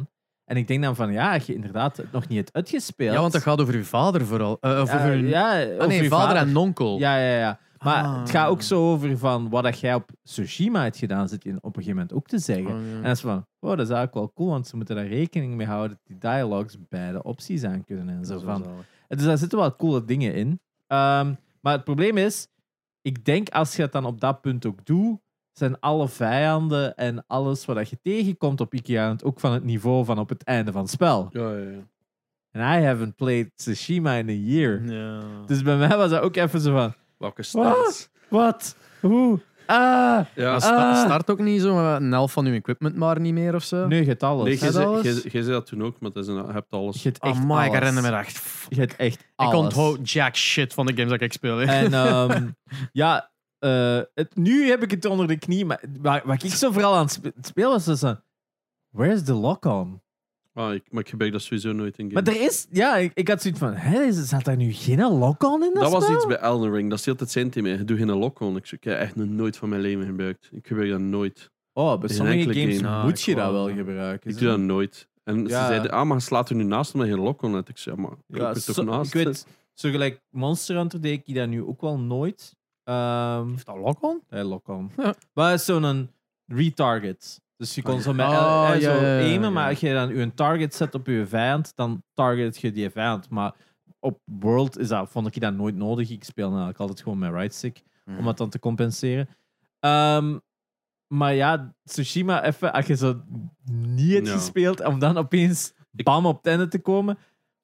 En ik denk dan van, ja, als je inderdaad het nog niet hebt uitgespeeld... Ja, want dat gaat over uw vader vooral. Uh, of Ja, over uw... ja, ah, over nee, je vader en onkel. Ja, ja, ja. Maar Ah. het gaat ook zo over van wat dat jij op Tsushima hebt gedaan, zit je op een gegeven moment ook te zeggen. Oh, ja. En dat is van, oh, dat is eigenlijk wel cool, want ze moeten daar rekening mee houden dat die dialogues beide opties aan kunnen en zo Dat is van. wel zalig. Dus daar zitten wel coole dingen in. Um, maar het probleem is, ik denk als je het dan op dat punt ook doet, zijn alle vijanden en alles wat je tegenkomt op Iki-Island ook van het niveau van op het einde van het spel. Ja, ja, ja. En I haven't played Tsushima in a year. Ja. Dus bij mij was dat ook even zo van, Welke stijls? wat? Hoe? Ah! Ja. Maar sta- Ah. start ook niet zo met een helft van uw equipment maar niet meer of zo? Nee, je hebt alles. Nee, je jij Heb zei alles? jij- jij zei dat toen ook, maar het is een, je hebt alles. hebt echt Oh my, ik alles. herinner me dat echt. F- Je hebt echt Ik alles. onthoud jack shit van de games dat ik speel. hè. En ehm, ja, eh, het, nu heb ik het onder de knie, maar waar, waar ik zo vooral aan het spe- het spelen was, is uh, where's the lock-on? Ah, ik, maar ik gebruik dat sowieso nooit in Maar games. er is, ja, ik, ik had zoiets van, hè, is- zat daar nu geen lock-on in dat, Dat was spel? iets bij Elden Ring. Dat is altijd zijn tegen mij. Je doet geen lock-on. Ik, ik heb echt nog nooit van mijn leven gebruikt. Ik gebruik dat nooit. Oh, bij in sommige enkele games game. Ah, moet ik je dat wel. wel gebruiken. Ik doe dat nooit. En Ja. ze zeiden, ah, maar je slaat er nu naast omdat je geen lock-on hebt. Ik zei, maar ik Ja, er toch zo- naast. ik weet, zo gelijk Monster Hunter deed ik dat nu ook wel nooit. Ehm Heeft dat lock-on? Nee, lock-on. Ja. Maar het is zo'n retarget. Dus je kon zo met Oh, el- eh, ja, zo ja, ja, aimen, ja. maar als je dan je target zet op je vijand, dan target je die vijand. Maar op World is dat, vond ik dat nooit nodig. Ik speel eigenlijk altijd gewoon met right stick, om dat dan te compenseren. Ehm, maar ja, Tsushima, even, als je zo niet hebt Ja. gespeeld, om dan opeens bam op het einde te komen.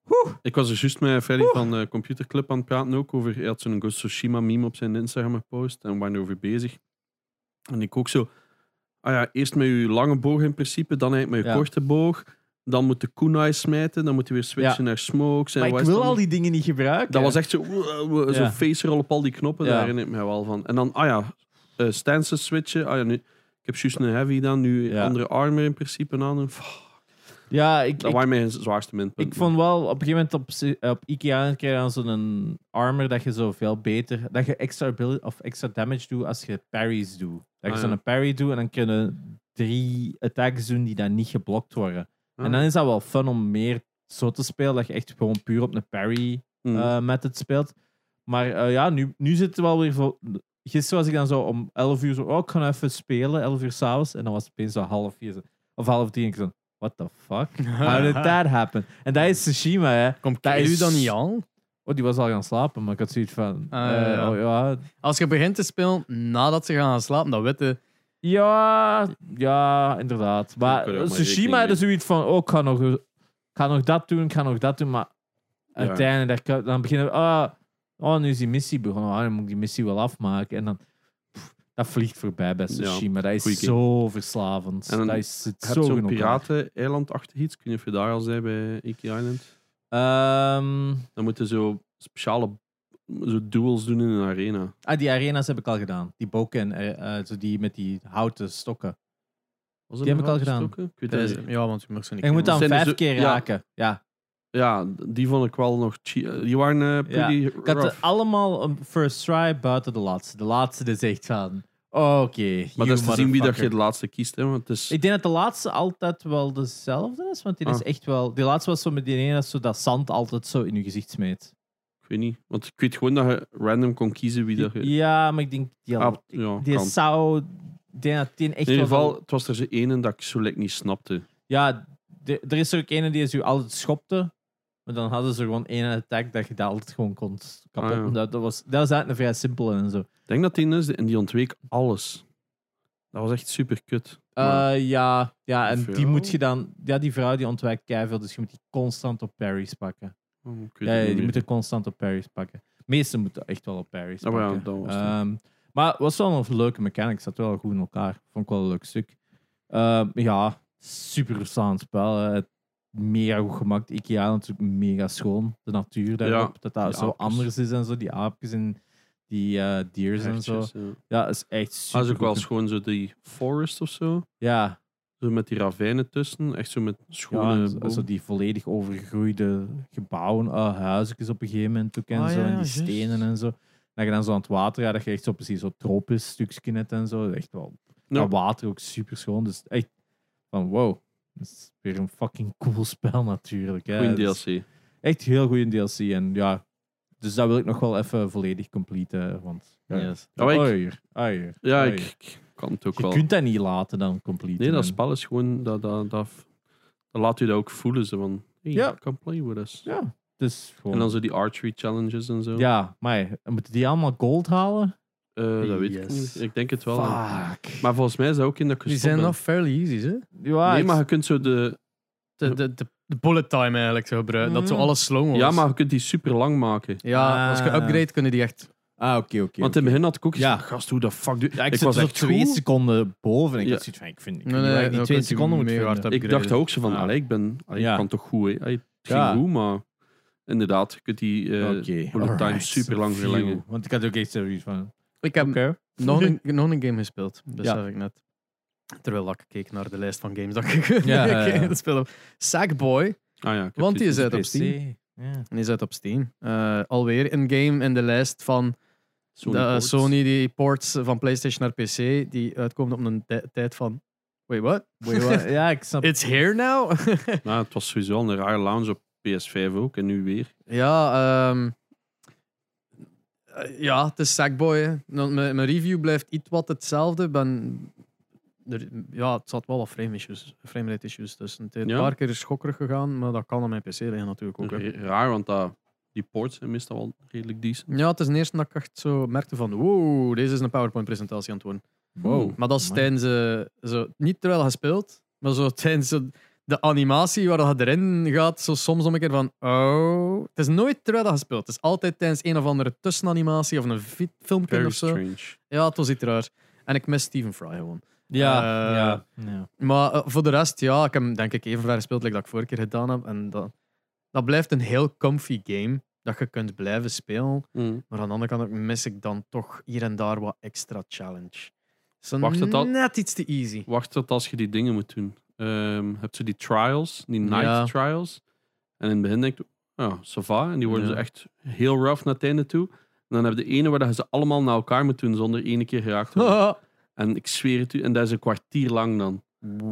Ik was er juist met Freddy van uh, Computer Club aan het praten ook over. Hij had zo'n Ghost of Tsushima meme op zijn Instagram gepost en we waren erover bezig. En ik ook zo, ah ja, eerst met je lange boog in principe, dan eigenlijk met je Ja. korte boog. Dan moet de kunai smijten, dan moet je weer switchen Ja. naar smokes. En Maar ik wat is wil dan- al die dingen niet gebruiken. Dat was echt zo, uh, zo Ja. face roll op al die knoppen, Ja. daar herinner ik me wel van. En dan, ah ja, uh, stances switchen. Ah ja, nu, ik heb juist een heavy dan, nu Ja. andere armor in principe aan. Pff, Ja, ik, dat ik, waren mijn zwaarste minpunten. ik vond wel, op een gegeven moment op, si- op Ikea krijg je dan zo'n armor dat je zo veel beter, dat je extra ability of extra damage doet als je parries doet. Dat je Ah, ja. zo'n parry doet en dan kun je drie attacks doen die dan niet geblokt worden. Ah. En dan is dat wel fun om meer zo te spelen, dat je echt gewoon puur op een parry Hmm. eh method speelt. Maar eh, ja, nu, nu zit het wel weer voor... Gisteren was ik dan zo om elf uur zo, oh, ik ga even spelen, elf uur s'avonds. En dan was het opeens zo half vier, zo, of half tien. En ik zo, what the fuck? How did that happen? En dat is Tsushima, hè. Komt Dat u is- dan niet aan? Oh, die was al gaan slapen, maar ik had zoiets van... Ah, eh, ja. oh, ja, Als je begint te spelen nadat ze gaan slapen, dan weten. ja, ja, inderdaad. Maar kan er ook maar Tsushima rekening had dus zoiets van, oh, ik ga nog, ik ga nog dat doen, ik ga nog dat doen, maar uiteindelijk, daar- dan beginnen we, ah, oh, nu is die missie begonnen, ah, dan moet ik die missie wel afmaken. En dan, pff, dat vliegt voorbij bij Tsushima. dat is goeie game. zo verslavend. En dan dat is het Je hebt zo zo'n genoeg. piraten-eiland-achtig iets. Ik weet niet of je daar al zei bij Iki Island. Ehm, Dan moeten zo speciale zo duels doen in een arena. ah, die arena's heb ik al gedaan. Die boken, eh, eh, zo die met die houten stokken. Was Die heb ik al gedaan. gestoken? Ik weet Dat het is- niet. ja, want je mag ze niet En je moet dan Zijn er vijf zo- keer ja. raken. Ja. Ja, die vond ik wel nog... che- Die waren eh, pretty Ik had rough. er allemaal een first try buiten de laatste. De laatste is echt van... Oké, Maar dat is te zien wie dat je de laatste kiest. Hè, want het is... Ik denk dat de laatste altijd wel dezelfde is. Want die is Ah. echt wel... Die laatste was zo met die ene dat zo dat zand altijd zo in je gezicht smeet. Ik weet niet. Want ik weet gewoon dat je random kon kiezen wie dat je... Ja, maar ik denk... Die, al- Ah, ja, die kan. zou... Ik denk dat die echt In ieder wel- geval, het was er zo ene dat ik zo lekker niet snapte. Ja, de- er is er ook ene die je altijd schopte. Maar dan hadden ze gewoon één attack dat je dat altijd gewoon kon kapot. Ah, ja. dat, dat, was, dat was eigenlijk een vrij simpele en zo. Ik denk dat die is en die ontweek alles. Dat was echt super kut. Uh, ja, ja, en die vrouw? moet je dan... Ja, die vrouw die ontwijkt keiveel, dus je moet die constant op parries pakken. Oh, ik weet Ja, het ja, niet die meer. moeten constant op parries pakken. De meeste moeten echt wel op parries Ah, maar ja, pakken. dat was het. Ehm, maar het was wel een leuke mechanic. Het zat wel goed in elkaar. Vond ik wel een leuk stuk. Ehm, ja, super verstaand spel. Hè. Het mega goed gemaakt. Ikea natuurlijk mega schoon. De natuur daarop. dat dat die zo aapjes. anders is en zo. Die aapjes en die eh deers en zo. Hertjes, ja. Ja, is echt super. Dat is ook wel goed. schoon, zo die forest of zo. Ja, Zo met die ravijnen tussen. Echt zo met schone ja, zo, bomen. zo die volledig overgroeide gebouwen, uh, huisjes op een gegeven moment ook en Ah, zo, ja, en ja, die juist. stenen en zo. Dat je dan zo aan het water, ja, dat je echt zo precies zo tropisch stukje net en zo. Echt wel. Ja. Dat water ook super schoon. Dus echt van wow. Dat is weer een fucking cool spel natuurlijk. Hè. Goeie Dat is D L C. Echt heel goede D L C. En ja, dus dat wil ik nog wel even volledig completen. Want ja, Yes. Ja, maar ik- Oier, oier, Ja, oier. ik, ik kan het ook Je wel. kunt dat niet laten dan completen. Nee, dat En- spel is gewoon... Dat, dat, dat, dat laat je dat ook voelen. Zo van, hey, Ja. you can play with us. Ja, dus gewoon... En dan zo die archery challenges en zo. Ja, maar moeten die allemaal gold halen? Eh, dat weet ik Yes. niet. Ik denk het wel. Fuck. Maar volgens mij is dat ook in dat ik Die gestopt zijn ben. nog fairly easy, hè? Ja, Nee, ik- maar je kunt zo de... De, de, de, de bullet time eigenlijk zo gebruiken. Dat zo Mm. alles slow was. Ja, maar je kunt die super lang maken. Ja, als je Ah. upgrade kunnen die echt... Ah, oké, oké. Want in oké. het begin had ik ook Ja. ja. gast, hoe de fuck doe Ja, ik, ik zit was zo echt twee goed. seconden boven. En ik Ja. had zoiets van, ik vind, ik weet Nee, niet waar nee, ik die dan twee kunt je seconden moet mega vinden. hard Ik upgraden. dacht ook zo van, Ah. allee, ik ben... Allee, Ja. ik kan toch goed, hè. Allee, het Ja. ging goed, maar... Inderdaad, je kunt die eh Oké, bullet time alright. super lang Phew. verlengen. Want ik had ook echt zoiets van... Ik heb Oké. nog, een, nog een game gespeeld. Dat Ja. zeg ik net. Terwijl ik keek naar de lijst van games dat ik Ja, ja, ja. dat speel. Sackboy. Ah ja, ik heb Want die dit is uit op P C. Steam. Ja. En die zit op Steam. Eh, alweer een game in de lijst van Sony de, eh, ports. Sony, die ports van PlayStation naar P C, die uitkomt op een tij- tijd van... Wait, what? Wait, what? Ja, ik snap... It's here now? Nou, het was sowieso al een rare launch op P S vijf ook. En nu weer. ja, ehm, eh, ja, het is Sackboy. hè. Nou, Mijn, mijn review blijft iets wat hetzelfde. Ben, er, ja, het zat wel wat frame issues, frame rate issues tussen. Het is Ja? een paar keer schokkerig gegaan, maar dat kan aan mijn P C liggen natuurlijk ook. hè. R- Raar, want dat, die ports zijn meestal wel redelijk decent. Ja, het is de eerste dat ik echt zo merkte van wow, deze is een PowerPoint-presentatie aan het worden. Wow. Maar dat is Amai. tijdens, eh, zo, niet terwijl je speelt, maar zo tijdens zo de animatie waar je erin gaat, zo soms om een keer van, oh. Het is nooit terwijl je speelt. Het is altijd tijdens een of andere tussenanimatie of een fi- filmpje Very of zo. strange. Ja, het was iets raar. En ik mis Stephen Fry gewoon. Ja, Eh, ja, ja. Maar eh, voor de rest, ja, ik heb hem denk ik even ver gespeeld like dat ik vorige keer gedaan heb. En dat, dat blijft een heel comfy game dat je kunt blijven spelen. Mm. Maar aan de andere kant mis ik dan toch hier en daar wat extra challenge. Zo Wacht, het al- net iets te easy. Wacht tot als je die dingen moet doen. Ehm heb je die trials, die night Ja. trials. En in het begin denk je, ja, ça va. En die worden Ja. zo echt heel rough naar het einde toe. En dan heb je de ene waar je ze allemaal naar elkaar moet doen zonder ene keer geraakt te worden. En ik zweer het u, en dat is een kwartier lang dan.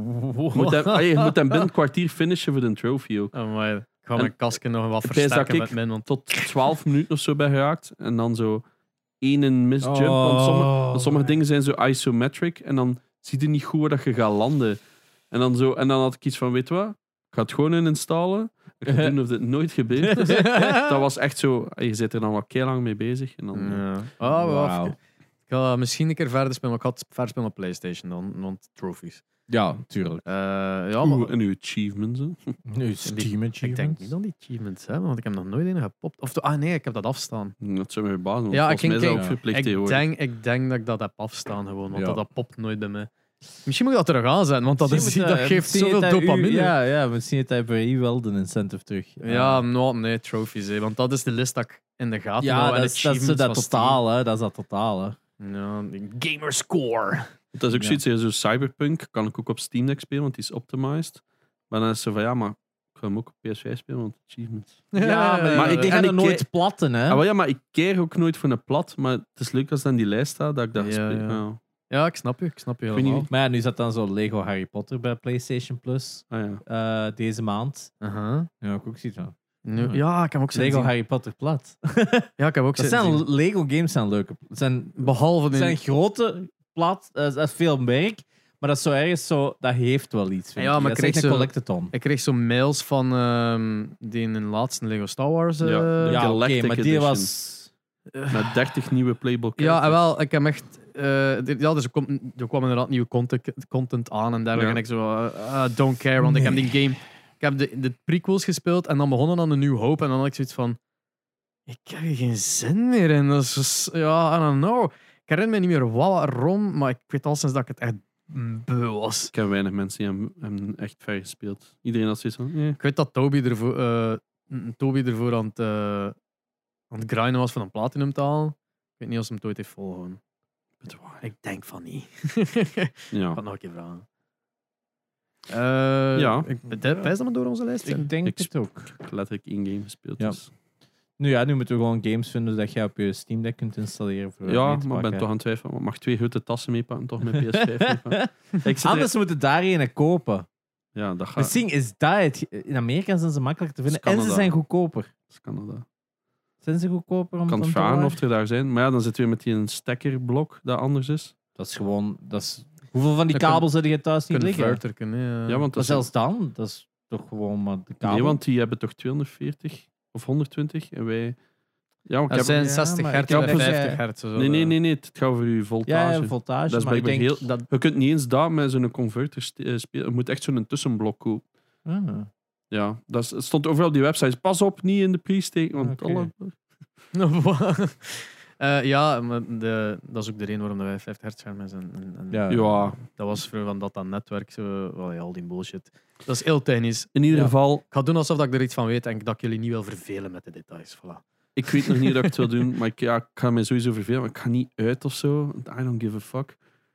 Je moet hem, ah, je moet hem binnen een kwartier finishen voor de trophy ook. Oh, maar ik ga En mijn kastje nog wat het is dat versterken ik met min. Want Tot twaalf minuten of zo bij geraakt. En dan zo één in misjump. Want sommige, want sommige dingen zijn zo isometric. En dan zie je niet goed waar dat je gaat landen. En dan, zo, en dan had ik iets van, weet je wat? Ik ga het gewoon in installen. Ik ga doen of dit nooit gebeurd is. Dat was echt zo... Je zit er dan wat keer lang mee bezig. En dan, ja. Oh, wel Wauw. even- Ik ga misschien een keer verder spelen, maar ik ga het verder spelen op PlayStation dan, want trophies. Ja, tuurlijk. Eh, ja, maar Oeh, en uw achievements. Hè. Nu Steam ik denk niet dat die achievements hebben, want ik heb nog nooit een gepopt. Of, ah nee, ik heb dat afstaan. Dat zou me verbazen. want Ja, volgens ik mij is dat ging- ook ja. verplicht Ik tegenwoordig. denk, ik denk dat ik dat heb afstaan gewoon, want Ja. dat, dat popt nooit bij mij. Misschien moet ik dat terug aanzetten, want dat, is, Misschien dat moet, eh, geeft misschien zoveel heeft hij u- dopamine. Ja, Ja, ja, misschien heeft hij bij u wel de incentive terug. nou, nee, trophies, hè, want dat is de list dat ik in de gaten ja hou. en dat, is, dat is achievements dat van Steam. totaal, hè. Dat is dat totaal, hè. Ja, gamerscore. Dat is ook Ja. zoiets, hè, zo Cyberpunk kan ik ook op Steam Deck spelen, want die is optimized. Maar dan is ze van, ja, maar ik ga hem ook op P S vijf spelen, want achievements. Ja, maar, Maar ik, ik- die gaan en er ik nooit ke- platten, hè. Ah, wel ja, maar ik keer ook nooit voor een plat, maar het is leuk als dan die lijst staat, dat ik dat Ja, speel. ja. Ja. Ja, ik snap je, ik snap je weet niet helemaal. Maar ja, nu zat dan zo Lego Harry Potter bij PlayStation Plus Ah, ja. eh, deze maand. Aha. Ja, ik ook zoiets van. Nu- Ja, ik heb ook Lego zien. Harry Potter plat. Ja, ik heb ook Dat zitten zijn zien. Lego games zijn leuke. Het zijn, Behalve het de... zijn grote plat, eh, dat is veel werk, maar dat is zo ergens zo, dat heeft wel iets. vind Ja, ik. maar dat ik is echt kreeg een zo- collectathon. Ik kreeg zo mails van ehm, die in de laatste Lego Star Wars. eh, Ja, de Ja, oké, Galactic maar die Edition. was... Met dertig nieuwe playable Ja, characters. en wel, ik heb echt. eh, er- ja, dus er, komt, er kwam inderdaad nieuwe content, content aan en dergelijke. Ja. En ik zo, eh, eh, don't care, want ik heb die game. Ik heb de, de prequels gespeeld en dan begonnen aan de New Hope. En dan had ik zoiets van. Ik heb er geen zin meer in. Dat is dus- ja, I don't know. Ik herinner me niet meer wat, waarom, maar ik weet al sinds dat ik het echt beu was. Ik ken weinig mensen die hem, hem echt ver gespeeld. Iedereen had zoiets van, eh. Ik weet dat Toby ervoor, eh, mm, Toby ervoor aan het, eh, aan het grinden was van een platinum te halen. Ik weet niet of ze hem het ooit heeft volgehouden. Ik denk van niet. Ik Ja. ga het nog een keer vragen. Uh, Ja. Ik wijs dat maar door onze lijst. Ik denk Ik het ook. Ik heb letterlijk één game gespeeld. Ja. Dus. Nu ja, nu moeten we gewoon games vinden dat je op je Steam Deck kunt installeren. Voor Ja, mee te maar ik ben pakken. toch aan het twijfelen. Ik mag twee grote tassen meepakken, toch met P S vijf meepakken. Ik zit er- Anders moeten daar een kopen. Ja, dat gaat... Misschien is dat het. In Amerika zijn ze makkelijk te vinden Dat is en ze Canada. zijn goedkoper. Dat is Canada. Zijn ze goedkoper om Ik kan om het te vragen laden? of er daar zijn. Maar ja, dan zitten we met die een stekkerblok dat anders is. Dat is gewoon... Dat is... Hoeveel van die Dat kan- kabels heb je thuis niet liggen? Converter kunnen, ja. Ja, want Maar dat is... zelfs dan, dat is toch gewoon maar de kabel. Nee, want die hebben toch tweehonderdveertig of honderdtwintig en wij... Ja, ik Dat heb... zijn Ja, zestig maar hertz ik en heb- vijftig ja. hertz. Zo Nee, nee, de- nee, nee, het gaat over uw voltage. Ja, ja, voltage. Dat is maar ik denk blijkbaar dat... Je kunt niet eens dat met zo'n converter st- eh, spelen. Je moet echt zo'n tussenblok kopen. Ah. Ja, dat is, het stond overal op die websites. Pas op, niet in de pre steken. Want Oké. alle... Eh, ja, maar de, dat is ook de reden waarom dat wij vijftig hertz schermen zijn. En, en, Ja. Ja, Dat was voor van dat, dat netwerk, zo, wel, ja, al die bullshit. Dat is heel technisch. in ieder Ja. geval, Ik ga doen alsof dat ik er iets van weet en dat ik jullie niet wil vervelen met de details. Voilà. ik weet nog niet wat ik het wil doen. Maar ik, ja, ik ga mij sowieso vervelen. Maar ik ga niet uit of zo. I don't give a fuck.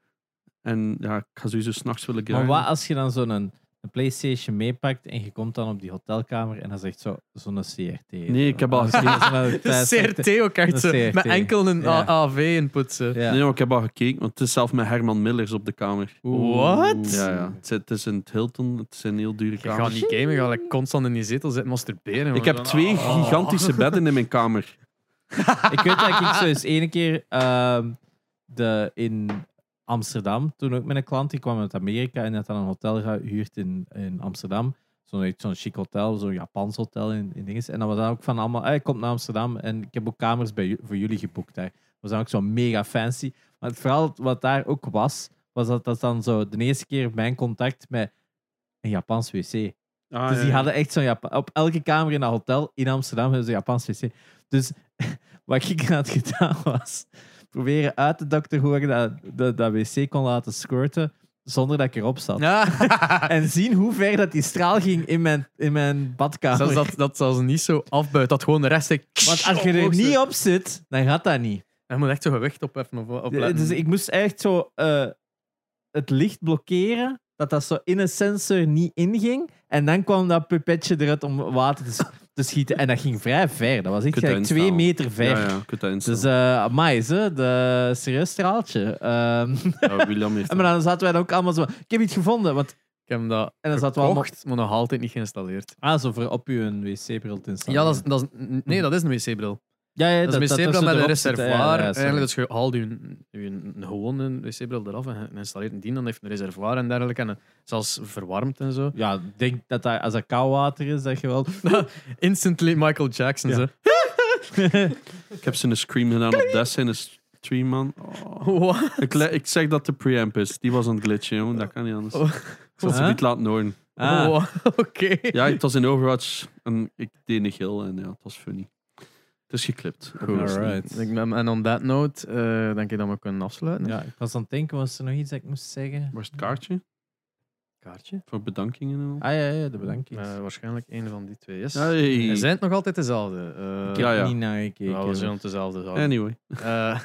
En ja, ik ga sowieso s'nachts willen Maar grinden. wat als je dan zo'n een PlayStation meepakt en je komt dan op die hotelkamer en dan zegt zo zo'n C R T. Nee, ik heb al Zo'n- gekeken. zo'n thuis- C R T ook echt Een zo, C R T. met enkel een Ja. A V input. Zo. Ja. Nee, maar ik heb al gekeken. Want het is zelf met Herman Millers op de kamer. What? Ja, ja. Het is, het is in het Hilton. Het zijn heel dure Je gaat kamers. niet gamen, je gaat like, constant in die zetel zitten masturberen. Ik heb man. twee Oh. gigantische bedden in mijn kamer. Ik weet dat ik zo eens ene keer ehm, de, in Amsterdam, toen ook met een klant, die kwam uit Amerika en had dan een hotel gehuurd in, in Amsterdam. Zo'n zo'n chic hotel, zo'n Japans hotel in, in dinges. En dan was dan ook van allemaal, hij komt naar Amsterdam en ik heb ook kamers bij, ju- voor jullie geboekt daar. Dat was dan ook zo mega fancy. Maar het verhaal wat daar ook was, was dat dat dan zo de eerste keer mijn contact met een Japans wc. Ah, Dus ja, die ja. hadden echt zo'n Japa- op elke kamer in dat hotel in Amsterdam hebben ze een Japans wc. Dus wat ik had gedaan was proberen uit te dokteren hoe ik dat, dat, dat wc kon laten squirten zonder dat ik erop zat. Ja. En zien hoe ver dat die straal ging in mijn, in mijn badkamer. Zelfs dat, dat zelfs niet zo afbuit, dat gewoon de rest... Want als je er niet op zit, dan gaat dat niet. Je moet echt zo gewicht opheffen. Of, op letten. Dus ik moest echt zo eh, het licht blokkeren, dat dat zo in een sensor niet inging. En dan kwam dat pipetje eruit om water te, s- te schieten. En dat ging vrij ver. Dat was echt Kunt dat gelijk twee instellen. meter ver. Ja, ja, je kunt dat instellen. Dus, eh amai, ze, de serieus straaltje. Ehm, Ja, William heeft en maar dan zaten wij dan ook allemaal zo... Ik heb iets gevonden, want... Ik heb dat En dan zaten we allemaal... gekocht, maar nog altijd niet geïnstalleerd. Ah, zo voor op je wc-bril te installeren. Ja, dat is, dat is, nee, dat is een wc-bril. Ja, ja, Dat is een wc-bril zo met een erop zit, reservoir. ja, ja, sorry. Eigenlijk, dus je haalt je, je, een gewone wc-bril eraf en je installeert die, dan heeft een reservoir en dergelijke. En zelfs verwarmd en zo. Ja, ik denk dat, dat als dat koud water is, dat je wel... Instantly Michael Jackson. Ja. Zo. Ik heb ze een scream gedaan op Des in een stream, man. Oh. What? Ik, le- ik zeg dat de preamp is. Die was aan het glitchen, jongen. Dat kan niet anders. Oh. Ik zal ze Huh? niet laten horen. Ah. Oh, Oké. Ja, het was in Overwatch en ik deed een gil en ja, het was funny. Het is geklipt. Alright. Ik ben- En on that note, eh, denk je dat we kunnen afsluiten? Ja, ik was aan het denken, was er nog iets dat ik moest zeggen? Waar is het kaartje? Kaartje? Voor bedankingen en al? Ah ja, ja de bedanking. Eh, waarschijnlijk een van die twee is. Hey. Er zijn het nog altijd dezelfde. Eh, ik heb ja, ja. niet naar gekeken. ja, we zullen het dezelfde houden. Anyway. Eh,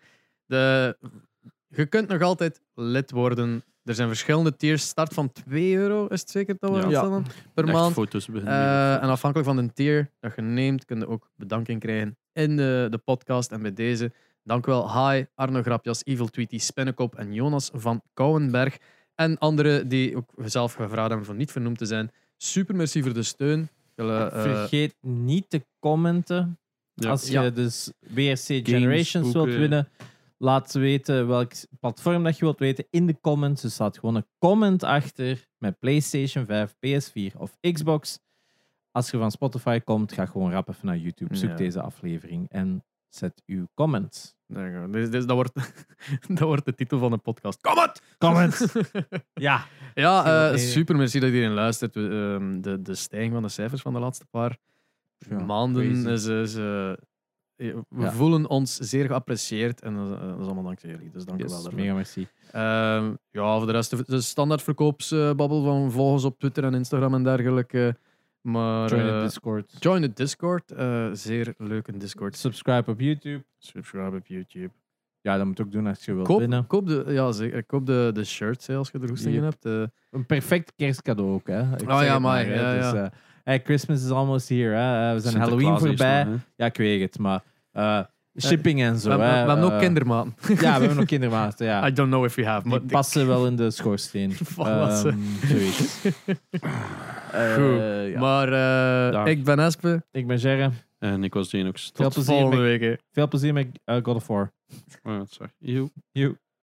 de, je kunt nog altijd lid worden. Er zijn verschillende tiers. Start van twee euro is het zeker dat we Ja. aanstellen per Echt maand. foto's beginnen. Eh, en afhankelijk van de tier dat je neemt, kun je ook bedanking krijgen in de, de podcast. En bij deze, dank wel. Hi, Arno Grapjas, Evil Tweety, Spinnekop en Jonas van Kouwenberg. En anderen die ook zelf gevraagd hebben voor niet vernoemd te zijn. Super merci voor de steun. Jullie, eh, Vergeet niet te commenten. Ja. Als je Ja. dus W R C Generations wilt boeken. winnen, laat weten welk platform dat je wilt weten in de comments. Dus staat gewoon een comment achter met PlayStation vijf, P S vier of Xbox. Als je van Spotify komt, ga gewoon rap even naar YouTube. Zoek Ja. deze aflevering en zet uw comment. Daar gaan we. Dus, dus dat, wordt, dat wordt de titel van de podcast. Comment! Comment! Ja. Ja, eh, Nee. super merci dat iedereen luistert. We, ehm, de, de stijging van de cijfers van de laatste paar Ja, maanden crazy. is... is eh, we Ja. voelen ons zeer geapprecieerd en dat, is- dat is allemaal dankzij jullie. Dus dank u wel Yes, daarvoor. mega merci. Ehm, ja, voor de rest de, de standaard verkoopsbabbel van volgers op Twitter en Instagram en dergelijke. Maar Join eh, de Discord. join de Discord. eh, zeer leuk een Discord. Subscribe op YouTube. Subscribe op YouTube. Ja, dat moet je ook doen als je wilt Koop, winnen. koop de, ja, zeker. Koop de, de shirts hè, als je er goesting in Ja. hebt. eh. Een perfect kerstcadeau ook, hè. Ik Oh zeg ja, het maar, hè. ja, Dus, ja. eh, hey, Christmas is almost here, hè. Eh, we zijn Sinterklaas Halloween is voorbij. nog, hè. Ja, ik weet het, maar... eh, shipping en zo. We, we, we hè. hebben ook Eh, kindermaten. Ja, we hebben ook kindermaten. Ja. I don't know if we have. Die Maar passen wel in de schoorsteen. Voilà, ze. Ehm, zoiets. Eh, Goed. ja. Maar uh, Dag. ik ben Espe. Ik ben Jerre. En ik was Genox. Veel Tot plezier volgende met- week. hè. Veel plezier met uh, God of War. Oh, sorry. Joe. You.